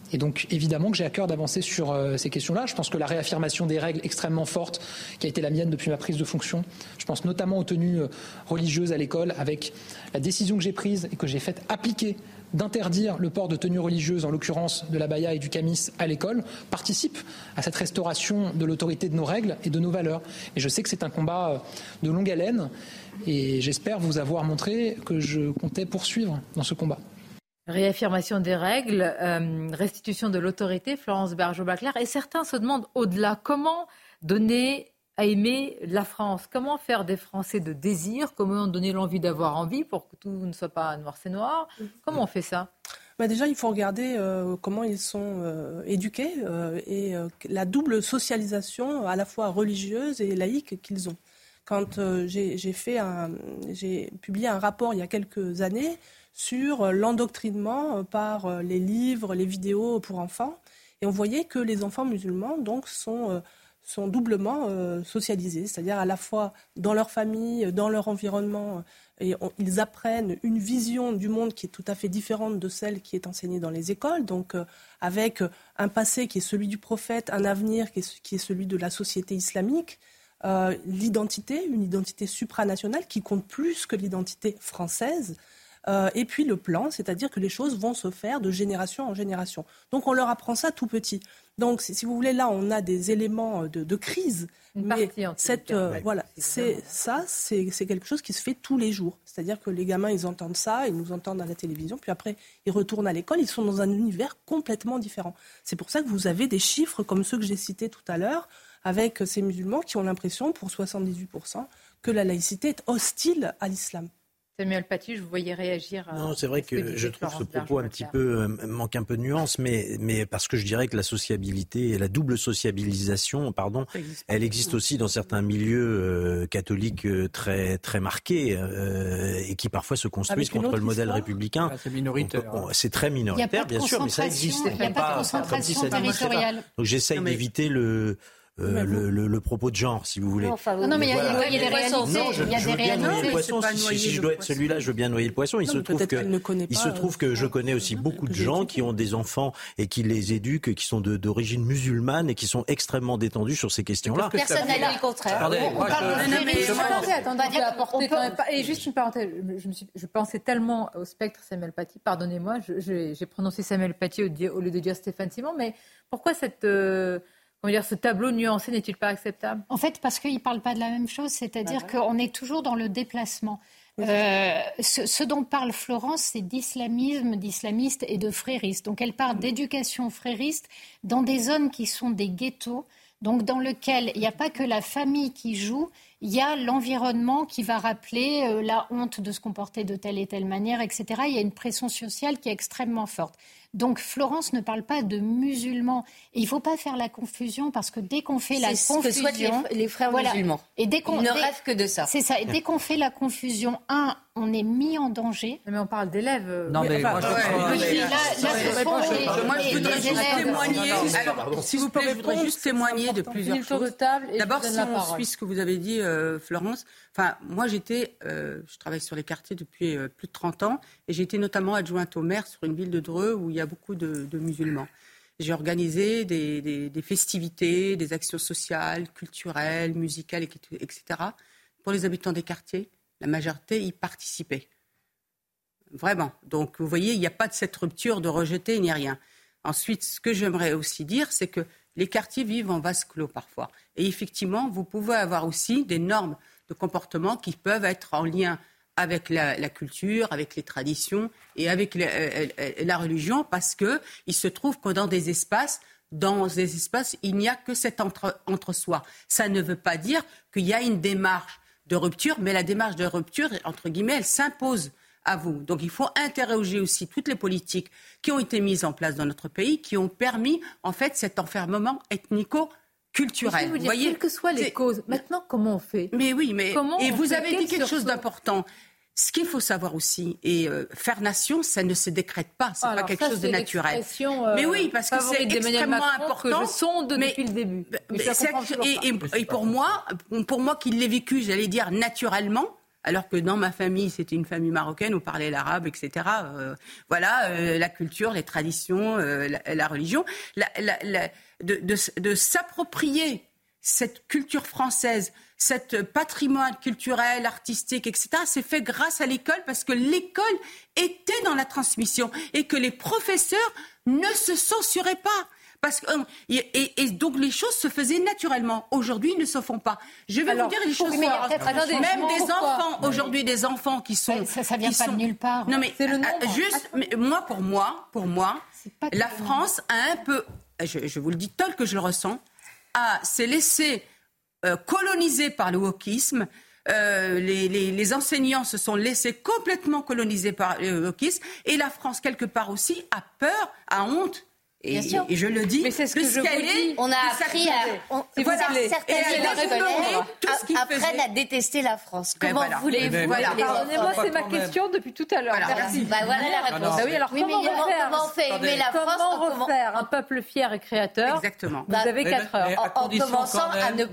Et donc, évidemment que j'ai à cœur d'avancer sur ces questions-là. Je pense que la réaffirmation des règles extrêmement fortes qui a été la mienne depuis ma prise de fonction, je pense notamment aux tenues religieuses à l'école, avec la décision que j'ai prise et que j'ai faite appliquer d'interdire le port de tenues religieuses, en l'occurrence de l'abaya et du camis à l'école, participe à cette restauration de l'autorité de nos règles et de nos valeurs. Et je sais que c'est un combat de longue haleine et j'espère vous avoir montré que je comptais poursuivre dans ce combat. Réaffirmation des règles, restitution de l'autorité, Florence Bergeau-Baclair. Et certains se demandent au-delà, comment donner à aimer la France? Comment faire des Français de désir? Comment donner l'envie d'avoir envie pour que tout ne soit pas noir c'est noir? Comment on fait ça? Déjà, il faut regarder comment ils sont éduqués et la double socialisation à la fois religieuse et laïque qu'ils ont. Quand j'ai publié un rapport il y a quelques années sur l'endoctrinement par les livres, les vidéos pour enfants, et on voyait que les enfants musulmans donc sont doublement socialisés, c'est-à-dire à la fois dans leur famille, dans leur environnement, et ils apprennent une vision du monde qui est tout à fait différente de celle qui est enseignée dans les écoles, donc avec un passé qui est celui du prophète, un avenir qui est celui de la société islamique, l'identité, une identité supranationale qui compte plus que l'identité française, et puis le plan, c'est-à-dire que les choses vont se faire de génération en génération. Donc on leur apprend ça tout petit. Donc si vous voulez, là on a des éléments de crise, mais c'est quelque chose qui se fait tous les jours. C'est-à-dire que les gamins, ils entendent ça, ils nous entendent à la télévision, puis après ils retournent à l'école, ils sont dans un univers complètement différent. C'est pour ça que vous avez des chiffres comme ceux que j'ai cités tout à l'heure, avec ces musulmans qui ont l'impression, pour 78%, que la laïcité est hostile à l'islam. Samuel Paty, je vous voyais réagir. Non, c'est vrai que je trouve ce propos un petit peu manque un peu de nuance, mais parce que je dirais que la sociabilité et la double sociabilisation, elle existe aussi dans certains milieux catholiques très très marqués et qui parfois se construisent contre le modèle républicain. C'est minoritaire. C'est très minoritaire, bien sûr, mais ça existe. Il n'y a pas de concentration territoriale. Donc j'essaye d'éviter le propos de genre, si vous voulez. Non, mais il y a des réalités. Il y a des réalités. Si je dois être celui-là, je veux bien noyer le poisson. Il se trouve que je connais aussi beaucoup de gens qui ont des enfants et qui les éduquent, qui sont d'origine musulmane et qui sont extrêmement détendus sur ces questions-là. Personne n'a dit le contraire. Et juste une parenthèse, je pensais tellement au spectre Samuel Paty, pardonnez-moi, j'ai prononcé Samuel Paty au lieu de dire Stéphane Simon, mais pourquoi ce tableau nuancé n'est-il pas acceptable? En fait, parce qu'il ne parle pas de la même chose, c'est-à-dire qu'on est toujours dans le déplacement. Ce dont parle Florence, c'est d'islamisme, d'islamistes et de fréristes. Donc elle parle d'éducation frériste dans des zones qui sont des ghettos, donc dans lesquels il n'y a pas que la famille qui joue, il y a l'environnement qui va rappeler la honte de se comporter de telle et telle manière, etc. Il y a une pression sociale qui est extrêmement forte. Donc Florence ne parle pas de musulmans. Et il ne faut pas faire la confusion parce que dès qu'on fait la confusion... C'est ce que souhaitent les frères musulmans. Et dès qu'on, ils ne rêvent que de ça. C'est ça. Et dès qu'on fait la confusion, on est mis en danger. Mais on parle d'élèves. Non, mais moi, je voudrais juste témoigner. Alors, s'il vous plaît, je voudrais juste témoigner de plusieurs choses. D'abord, si on suit ce que vous avez dit, Florence, moi, je travaille sur les quartiers depuis plus de 30 ans et j'ai été notamment adjointe au maire sur une ville de Dreux où il y a beaucoup de musulmans. J'ai organisé des festivités, des actions sociales, culturelles, musicales, etc. Pour les habitants des quartiers, la majorité y participait. Vraiment. Donc, vous voyez, il n'y a pas de cette rupture de rejeter ni rien. Ensuite, ce que j'aimerais aussi dire, c'est que les quartiers vivent en vase clos parfois. Et effectivement, vous pouvez avoir aussi des normes de comportement qui peuvent être en lien avec la culture, avec les traditions et avec la religion, parce qu'il se trouve que dans des espaces, il n'y a que cet entre-soi. Ça ne veut pas dire qu'il y a une démarche de rupture, mais la démarche de rupture, entre guillemets, elle s'impose à vous. Donc il faut interroger aussi toutes les politiques qui ont été mises en place dans notre pays, qui ont permis, en fait, cet enfermement ethnico-culturel. Vous voyez, quelles que soient les causes, maintenant, comment on fait? Mais oui, et vous avez dit quelque chose d'important. Ce qu'il faut savoir aussi, et faire nation, ça ne se décrète pas, c'est pas quelque chose de naturel. Mais oui, parce que c'est extrêmement important. Que je sonde depuis le début. Et pour moi qui l'ai vécu, j'allais dire naturellement, alors que dans ma famille, c'était une famille marocaine, on parlait l'arabe, etc. La culture, les traditions, la religion. De s'approprier cette culture française, cet patrimoine culturel, artistique, etc., c'est fait grâce à l'école parce que l'école était dans la transmission et que les professeurs ne se censuraient pas. Et donc les choses se faisaient naturellement. Aujourd'hui, ils ne se font pas. Je vais vous dire les choses. Même des enfants, aujourd'hui, des enfants qui sont... Ça vient pas de nulle part. Non mais, c'est le nombre. Pour moi, la France a un peu... Je vous le dis tel que je le ressens, s'est laissé coloniser par le wokisme. Les enseignants se sont laissés complètement coloniser par le wokisme. Et la France, quelque part aussi, a peur, a honte. Et je le dis, mais c'est ce que je vous dis. On a appris apprennent à détester la France. Comment voulez-vous Pardonnez-moi, c'est ma question depuis tout à l'heure. Merci. Voilà la réponse. Oui, alors comment fait aimer la France? Comment refaire un peuple fier et créateur? Exactement. Vous avez 4 heures. En commençant à ne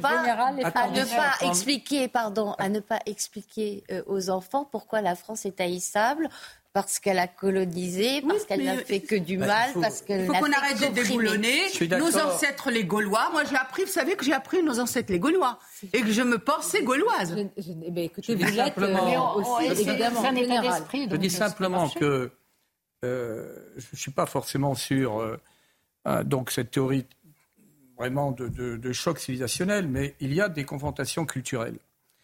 pas expliquer aux enfants pourquoi la France est haïssable. Parce qu'elle a colonisé, parce qu'elle n'a fait que du mal, parce qu'elle n'a fait que qu'on arrête de déboulonner. Nos ancêtres, les Gaulois. Moi, vous savez que j'ai appris nos ancêtres, les Gaulois. Et que je me pensais gauloise. Écoutez, vous l'êtes aussi, évidemment. C'est un état d'esprit. Je dis simplement que je ne suis pas forcément sûr, donc cette théorie vraiment de choc civilisationnel, mais il y a des confrontations culturelles.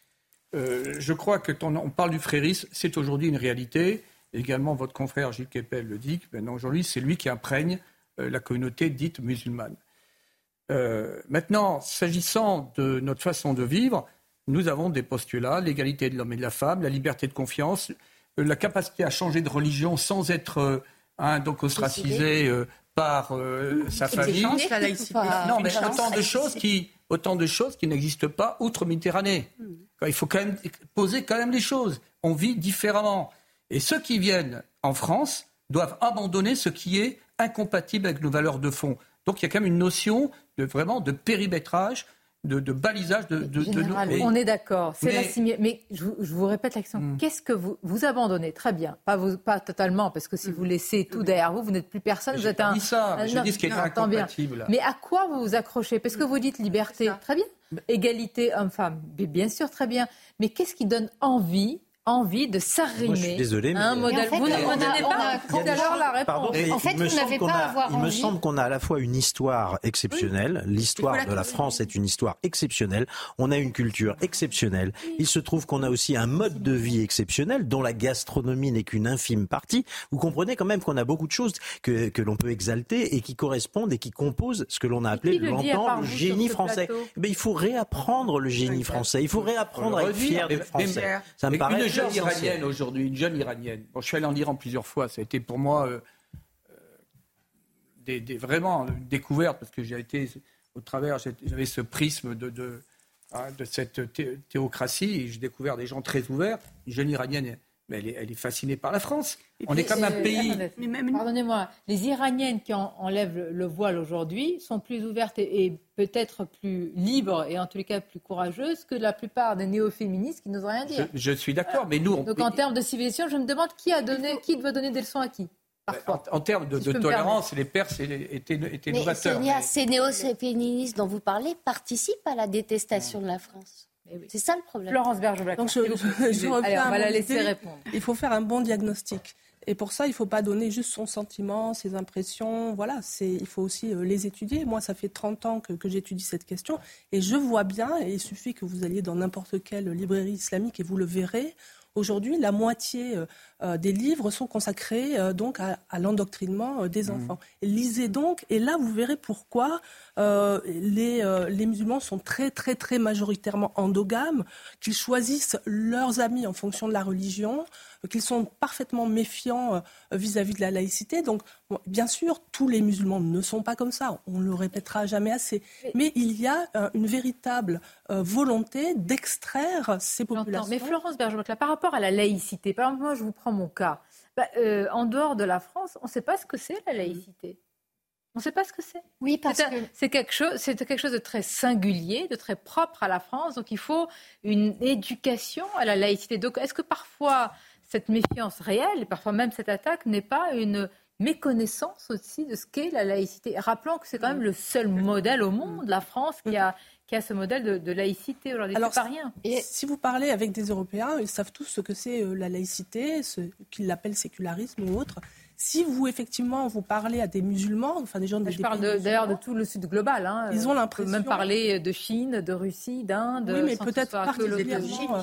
Je crois que quand on parle du frérisme, c'est aujourd'hui une réalité. Également, votre confrère Gilles Kepel le dit, aujourd'hui, c'est lui qui imprègne la communauté dite musulmane. Maintenant, s'agissant de notre façon de vivre, nous avons des postulats, l'égalité de l'homme et de la femme, la liberté de confiance, la capacité à changer de religion sans être donc ostracisé par sa famille. La laïcité. Non, mais autant de choses qui n'existent pas outre-Méditerranée. Il faut quand même poser quand même les choses. On vit différemment. Et ceux qui viennent en France doivent abandonner ce qui est incompatible avec nos valeurs de fond. Donc il y a quand même une notion de périmètrage, de balisage on est d'accord. Mais je vous répète la question. Qu'est-ce que vous abandonnez? Très bien. Pas totalement, parce que si vous laissez tout derrière vous n'êtes plus personne. J'ai pas dit ça. J'ai dit ce qui est incompatible. Mais à quoi vous vous accrochez? Parce que vous dites liberté. Très bien. Égalité homme-femme. Bien sûr, très bien. Mais qu'est-ce qui donne envie de s'arrimer à un modèle? Vous ne me donnez pas tout à l'heure la réponse. En fait, vous n'avez pas à avoir envie. Il me semble qu'on a à la fois une histoire exceptionnelle. L'histoire de la France est une histoire exceptionnelle. On a une culture exceptionnelle. Il se trouve qu'on a aussi un mode de vie exceptionnel dont la gastronomie n'est qu'une infime partie. Vous comprenez quand même qu'on a beaucoup de choses que l'on peut exalter et qui correspondent et qui composent ce que l'on a appelé longtemps le génie français. Il faut réapprendre le génie français. Il faut réapprendre à être fier d'être français. Ça me paraît Une jeune iranienne aujourd'hui, une jeune iranienne. Bon, je suis allé en Iran plusieurs fois. Ça a été pour moi vraiment une découverte parce que j'ai été au travers, j'avais ce prisme de cette théocratie et j'ai découvert des gens très ouverts. Une jeune iranienne, mais elle est fascinée par la France. On est comme un pays. Pardonnez-moi, les Iraniennes qui enlèvent le voile aujourd'hui sont plus ouvertes et peut-être plus libres et en tous les cas plus courageuses que la plupart des néo-féministes qui n'osent rien dire. Je suis d'accord, mais nous... Donc en termes de civilisation, je me demande qui doit donner des leçons à qui? En termes de tolérance, les Perses étaient novateurs. Ces néo-féministes dont vous parlez participent à la détestation de la France. C'est ça le problème. Florence Berger-Black. On va la laisser répondre. Il faut faire un bon diagnostic. Et pour ça, il ne faut pas donner juste son sentiment, ses impressions. Voilà, il faut aussi les étudier. Moi, ça fait 30 ans que j'étudie cette question. Et je vois bien, et il suffit que vous alliez dans n'importe quelle librairie islamique et vous le verrez. Aujourd'hui, la moitié des livres sont consacrés donc à l'endoctrinement des enfants. Et lisez donc, et là vous verrez pourquoi les musulmans sont très très très majoritairement endogames, qu'ils choisissent leurs amis en fonction de la religion, qu'ils sont parfaitement méfiants vis-à-vis de la laïcité. Donc, bien sûr, tous les musulmans ne sont pas comme ça, on ne le répétera jamais assez. Mais il y a une véritable volonté d'extraire ces populations. Mais Florence Berger-Black, par rapport à la laïcité, par exemple, moi je vous prends mon cas. En dehors de la France, on ne sait pas ce que c'est la laïcité. On ne sait pas ce que c'est. Oui, parce que c'est quelque chose de très singulier, de très propre à la France. Donc il faut une éducation à la laïcité. Donc est-ce que parfois cette méfiance réelle, et parfois même cette attaque, n'est pas une méconnaissance aussi de ce qu'est la laïcité? Rappelons que c'est quand même le seul modèle au monde, la France, qui a ce modèle de laïcité aujourd'hui. Alors, c'est pas rien. Et si vous parlez avec des Européens, ils savent tous ce que c'est la laïcité, ce qu'ils l'appellent sécularisme ou autre. Si vous, effectivement, vous parlez à des musulmans, enfin des gens des Je parle d'ailleurs de tout le Sud global. Hein. Ils ont l'impression... On peut même parler de Chine, de Russie, d'Inde. Oui, mais peut-être particulièrement...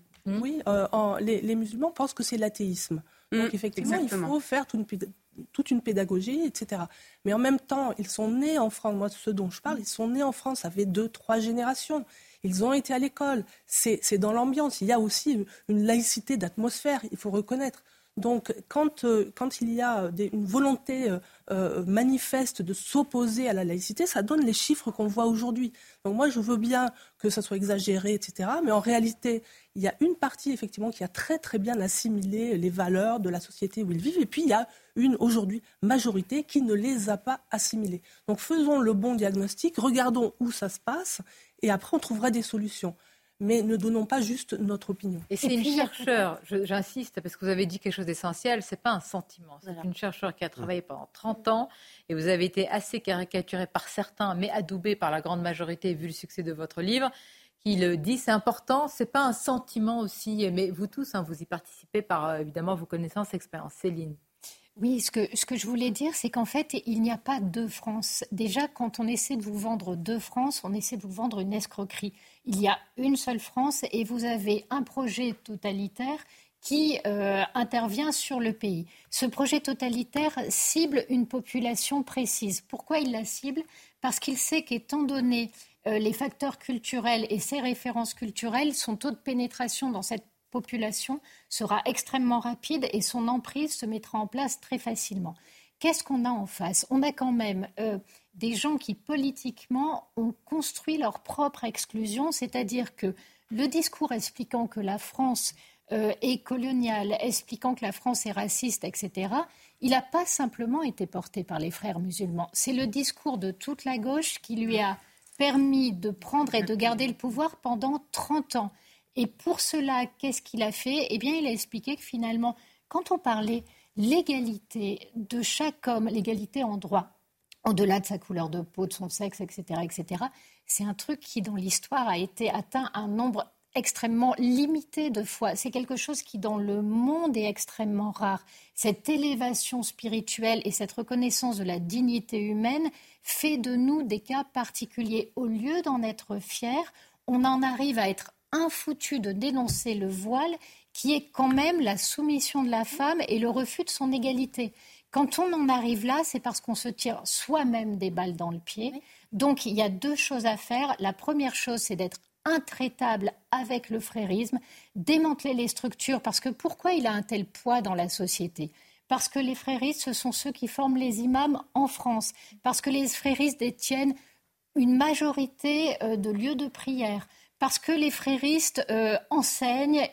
les musulmans pensent que c'est l'athéisme. Donc, effectivement, exactement. Il faut faire toute une pédagogie, etc. Mais en même temps, ils sont nés en France. Moi, ceux dont je parle, ils sont nés en France, ça fait 2-3 générations. Ils ont été à l'école. C'est dans l'ambiance. Il y a aussi une laïcité d'atmosphère, il faut reconnaître. Donc, quand il y a une volonté manifeste de s'opposer à la laïcité, ça donne les chiffres qu'on voit aujourd'hui. Donc moi, je veux bien que ça soit exagéré, etc. Mais en réalité, il y a une partie, effectivement, qui a très, très bien assimilé les valeurs de la société où ils vivent. Et puis, il y a une, aujourd'hui, majorité qui ne les a pas assimilées. Donc, faisons le bon diagnostic, regardons où ça se passe, et après, on trouvera des solutions. Mais ne donnons pas juste notre opinion. Et c'est une chercheure, j'insiste, parce que vous avez dit quelque chose d'essentiel, c'est pas un sentiment. C'est une chercheure qui a travaillé pendant 30 ans et vous avez été assez caricaturé par certains, mais adoubé par la grande majorité, vu le succès de votre livre, qui le dit, c'est important, c'est pas un sentiment aussi, mais vous tous, vous y participez par évidemment vos connaissances et expériences. Céline. Oui, ce que je voulais dire, c'est qu'en fait, il n'y a pas deux France. Déjà, quand on essaie de vous vendre deux France, on essaie de vous vendre une escroquerie. Il y a une seule France et vous avez un projet totalitaire qui intervient sur le pays. Ce projet totalitaire cible une population précise. Pourquoi il la cible ? Parce qu'il sait qu'étant donné les facteurs culturels et ses références culturelles, son taux de pénétration dans cette population sera extrêmement rapide et son emprise se mettra en place très facilement. Qu'est-ce qu'on a en face ? On a quand même des gens qui, politiquement, ont construit leur propre exclusion, c'est-à-dire que le discours expliquant que la France est coloniale, expliquant que la France est raciste, etc., il n'a pas simplement été porté par les frères musulmans. C'est le discours de toute la gauche qui lui a permis de prendre et de garder le pouvoir pendant 30 ans. Et pour cela, qu'est-ce qu'il a fait ? Eh bien, il a expliqué que finalement, quand on parlait l'égalité de chaque homme, l'égalité en droit, au-delà de sa couleur de peau, de son sexe, etc., c'est un truc qui, dans l'histoire, a été atteint un nombre extrêmement limité de fois. C'est quelque chose qui, dans le monde, est extrêmement rare. Cette élévation spirituelle et cette reconnaissance de la dignité humaine fait de nous des cas particuliers. Au lieu d'en être fiers, on en arrive à être infoutu de dénoncer le voile qui est quand même la soumission de la femme et le refus de son égalité. Quand on en arrive là, c'est parce qu'on se tire soi-même des balles dans le pied. Donc il y a deux choses à faire. La première chose, c'est d'être intraitable avec le frérisme, démanteler les structures, parce que pourquoi il a un tel poids dans la société ? Parce que les fréristes, ce sont ceux qui forment les imams en France, parce que les fréristes détiennent une majorité de lieux de prière, parce que les fréristes enseignent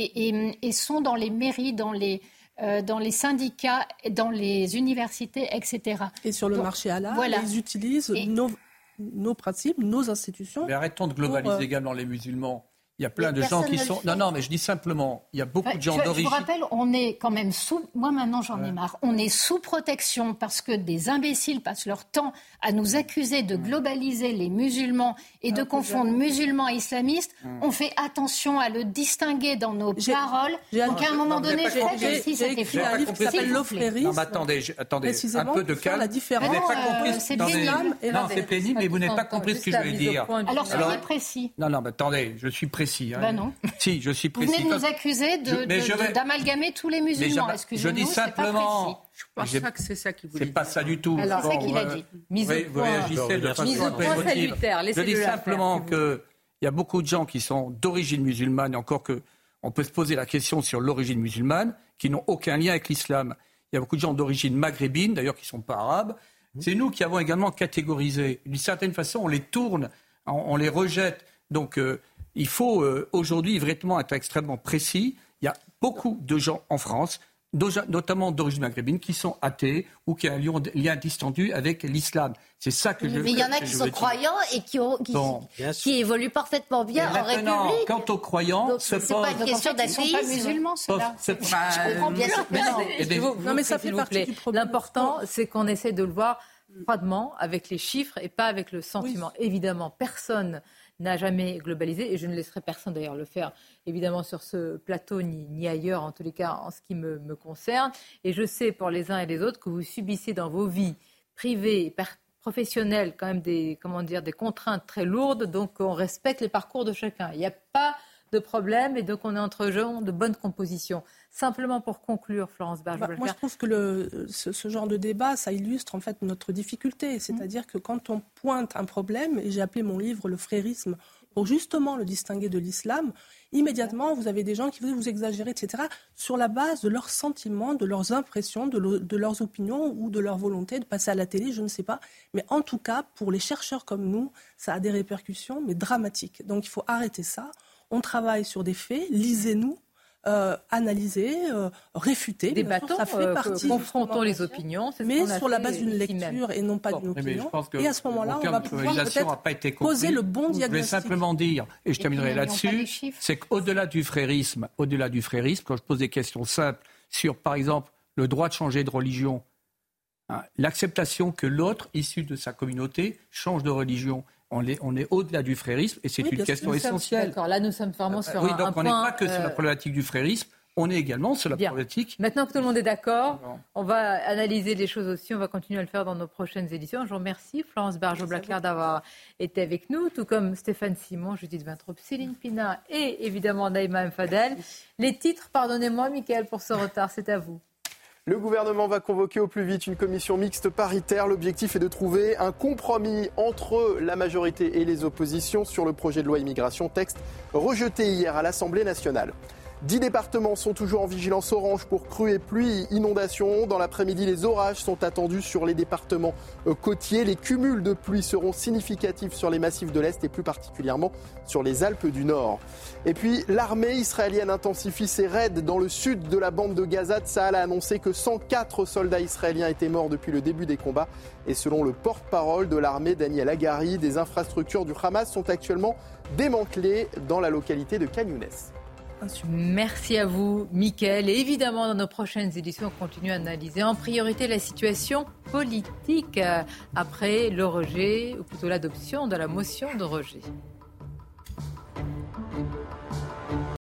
et sont dans les mairies, dans les syndicats, dans les universités, etc. Et sur le marché halal, voilà. Ils utilisent nos principes, nos institutions. Mais arrêtons de globaliser également les musulmans. Il y a plein de gens qui sont... Non, mais je dis simplement, il y a beaucoup de gens d'origine... Je vous rappelle, on est quand même sous... Moi, maintenant, j'en ai marre. On est sous protection parce que des imbéciles passent leur temps à nous accuser de globaliser les musulmans et de confondre musulmans et islamistes. On fait attention à le distinguer dans nos paroles. Donc, à un moment donné, j'ai écrit un livre qui s'appelle L'Offrérisme. Non, mais attendez, un peu de calme. La différence. Vous n'avez pas compris... C'est pénible. Non, c'est pénible, mais vous n'avez pas compris ce que je veux dire. Alors, soyez précis. Non, mais attendez, je suis précis. Ben non. Si, je suis précis. Vous venez de nous accuser d'amalgamer tous les musulmans. Excusez-nous, je dis simplement... Je ne pense pas que c'est ça qu'il voulait dire. C'est pas ça du tout. Alors, c'est ça qu'il a dit. Vous réagissez de façon un peu émotive. Je dis simplement qu'il y a beaucoup de gens qui sont d'origine musulmane, et encore qu'on peut se poser la question sur l'origine musulmane, qui n'ont aucun lien avec l'islam. Il y a beaucoup de gens d'origine maghrébine, d'ailleurs qui ne sont pas arabes. C'est nous qui avons également catégorisé. D'une certaine façon, on les tourne, on les rejette. Donc, il faut aujourd'hui vraiment être extrêmement précis. Il y a beaucoup de gens en France, notamment d'origine maghrébine, qui sont athées ou qui ont un lien distendu avec l'islam. C'est ça que je veux dire. Mais il y en a qui sont croyants et qui évoluent parfaitement bien en République. Quant aux croyants, donc, c'est pas une question d'athéisme. Ils ne sont pas musulmans, ceux-là. Je comprends bien sûr. Non, mais ça fait partie du problème. L'important, c'est qu'on essaie de le voir froidement, avec les chiffres et pas avec le sentiment. Oui. Évidemment, personne n'a jamais globalisé, et je ne laisserai personne d'ailleurs le faire, évidemment, sur ce plateau, ni ailleurs, en tous les cas, en ce qui me concerne. Et je sais, pour les uns et les autres, que vous subissez dans vos vies privées et professionnelles quand même des contraintes très lourdes, donc on respecte les parcours de chacun. Il n'y a pas de problème, et donc on est entre gens de bonne composition. Simplement pour conclure, Florence Berge. Moi, je trouve que ce genre de débat, ça illustre en fait notre difficulté. C'est-à-dire que quand on pointe un problème, et j'ai appelé mon livre « Le frérisme », pour justement le distinguer de l'islam, immédiatement, vous avez des gens qui vous exagérer, etc., sur la base de leurs sentiments, de leurs impressions, de leurs opinions ou de leur volonté de passer à la télé, je ne sais pas. Mais en tout cas, pour les chercheurs comme nous, ça a des répercussions, mais dramatiques. Donc il faut arrêter ça. On travaille sur des faits, lisez-nous. Analyser, réfuter. Débattons, ça fait partie. Confrontons les opinions. Mais sur la base d'une lecture et non pas d'une opinion. Et à ce moment-là, on va pouvoir peut-être poser le bon diagnostic. Je vais simplement dire, et je terminerai là-dessus, c'est qu'au-delà du frérisme, quand je pose des questions simples sur, par exemple, le droit de changer de religion, l'acceptation que l'autre, issu de sa communauté, change de religion. On est au-delà du frérisme et c'est une question essentielle. D'accord, là nous sommes vraiment sur un point... donc on n'est pas que sur la problématique du frérisme, on est également sur la problématique... Maintenant que tout le monde est d'accord, on va analyser les choses aussi, on va continuer à le faire dans nos prochaines éditions. Je vous remercie Florence Bergeau-Blaclair d'avoir été avec nous, tout comme Stéphane Simon, Judith Vintraub, Céline Pina et évidemment Naïma Mfadel. Les titres, pardonnez-moi Mickaël pour ce retard, c'est à vous. Le gouvernement va convoquer au plus vite une commission mixte paritaire. L'objectif est de trouver un compromis entre la majorité et les oppositions sur le projet de loi immigration, texte rejeté hier à l'Assemblée nationale. 10 départements sont toujours en vigilance orange pour crues et pluies, inondations. Dans l'après-midi, les orages sont attendus sur les départements côtiers. Les cumuls de pluie seront significatifs sur les massifs de l'Est et plus particulièrement sur les Alpes du Nord. Et puis, l'armée israélienne intensifie ses raids dans le sud de la bande de Gaza. Tsahal a annoncé que 104 soldats israéliens étaient morts depuis le début des combats. Et selon le porte-parole de l'armée, Daniel Hagari, des infrastructures du Hamas sont actuellement démantelées dans la localité de Khan Younes. Merci à vous, Mickaël. Et évidemment, dans nos prochaines éditions, on continue à analyser en priorité la situation politique après le rejet, ou plutôt l'adoption de la motion de rejet.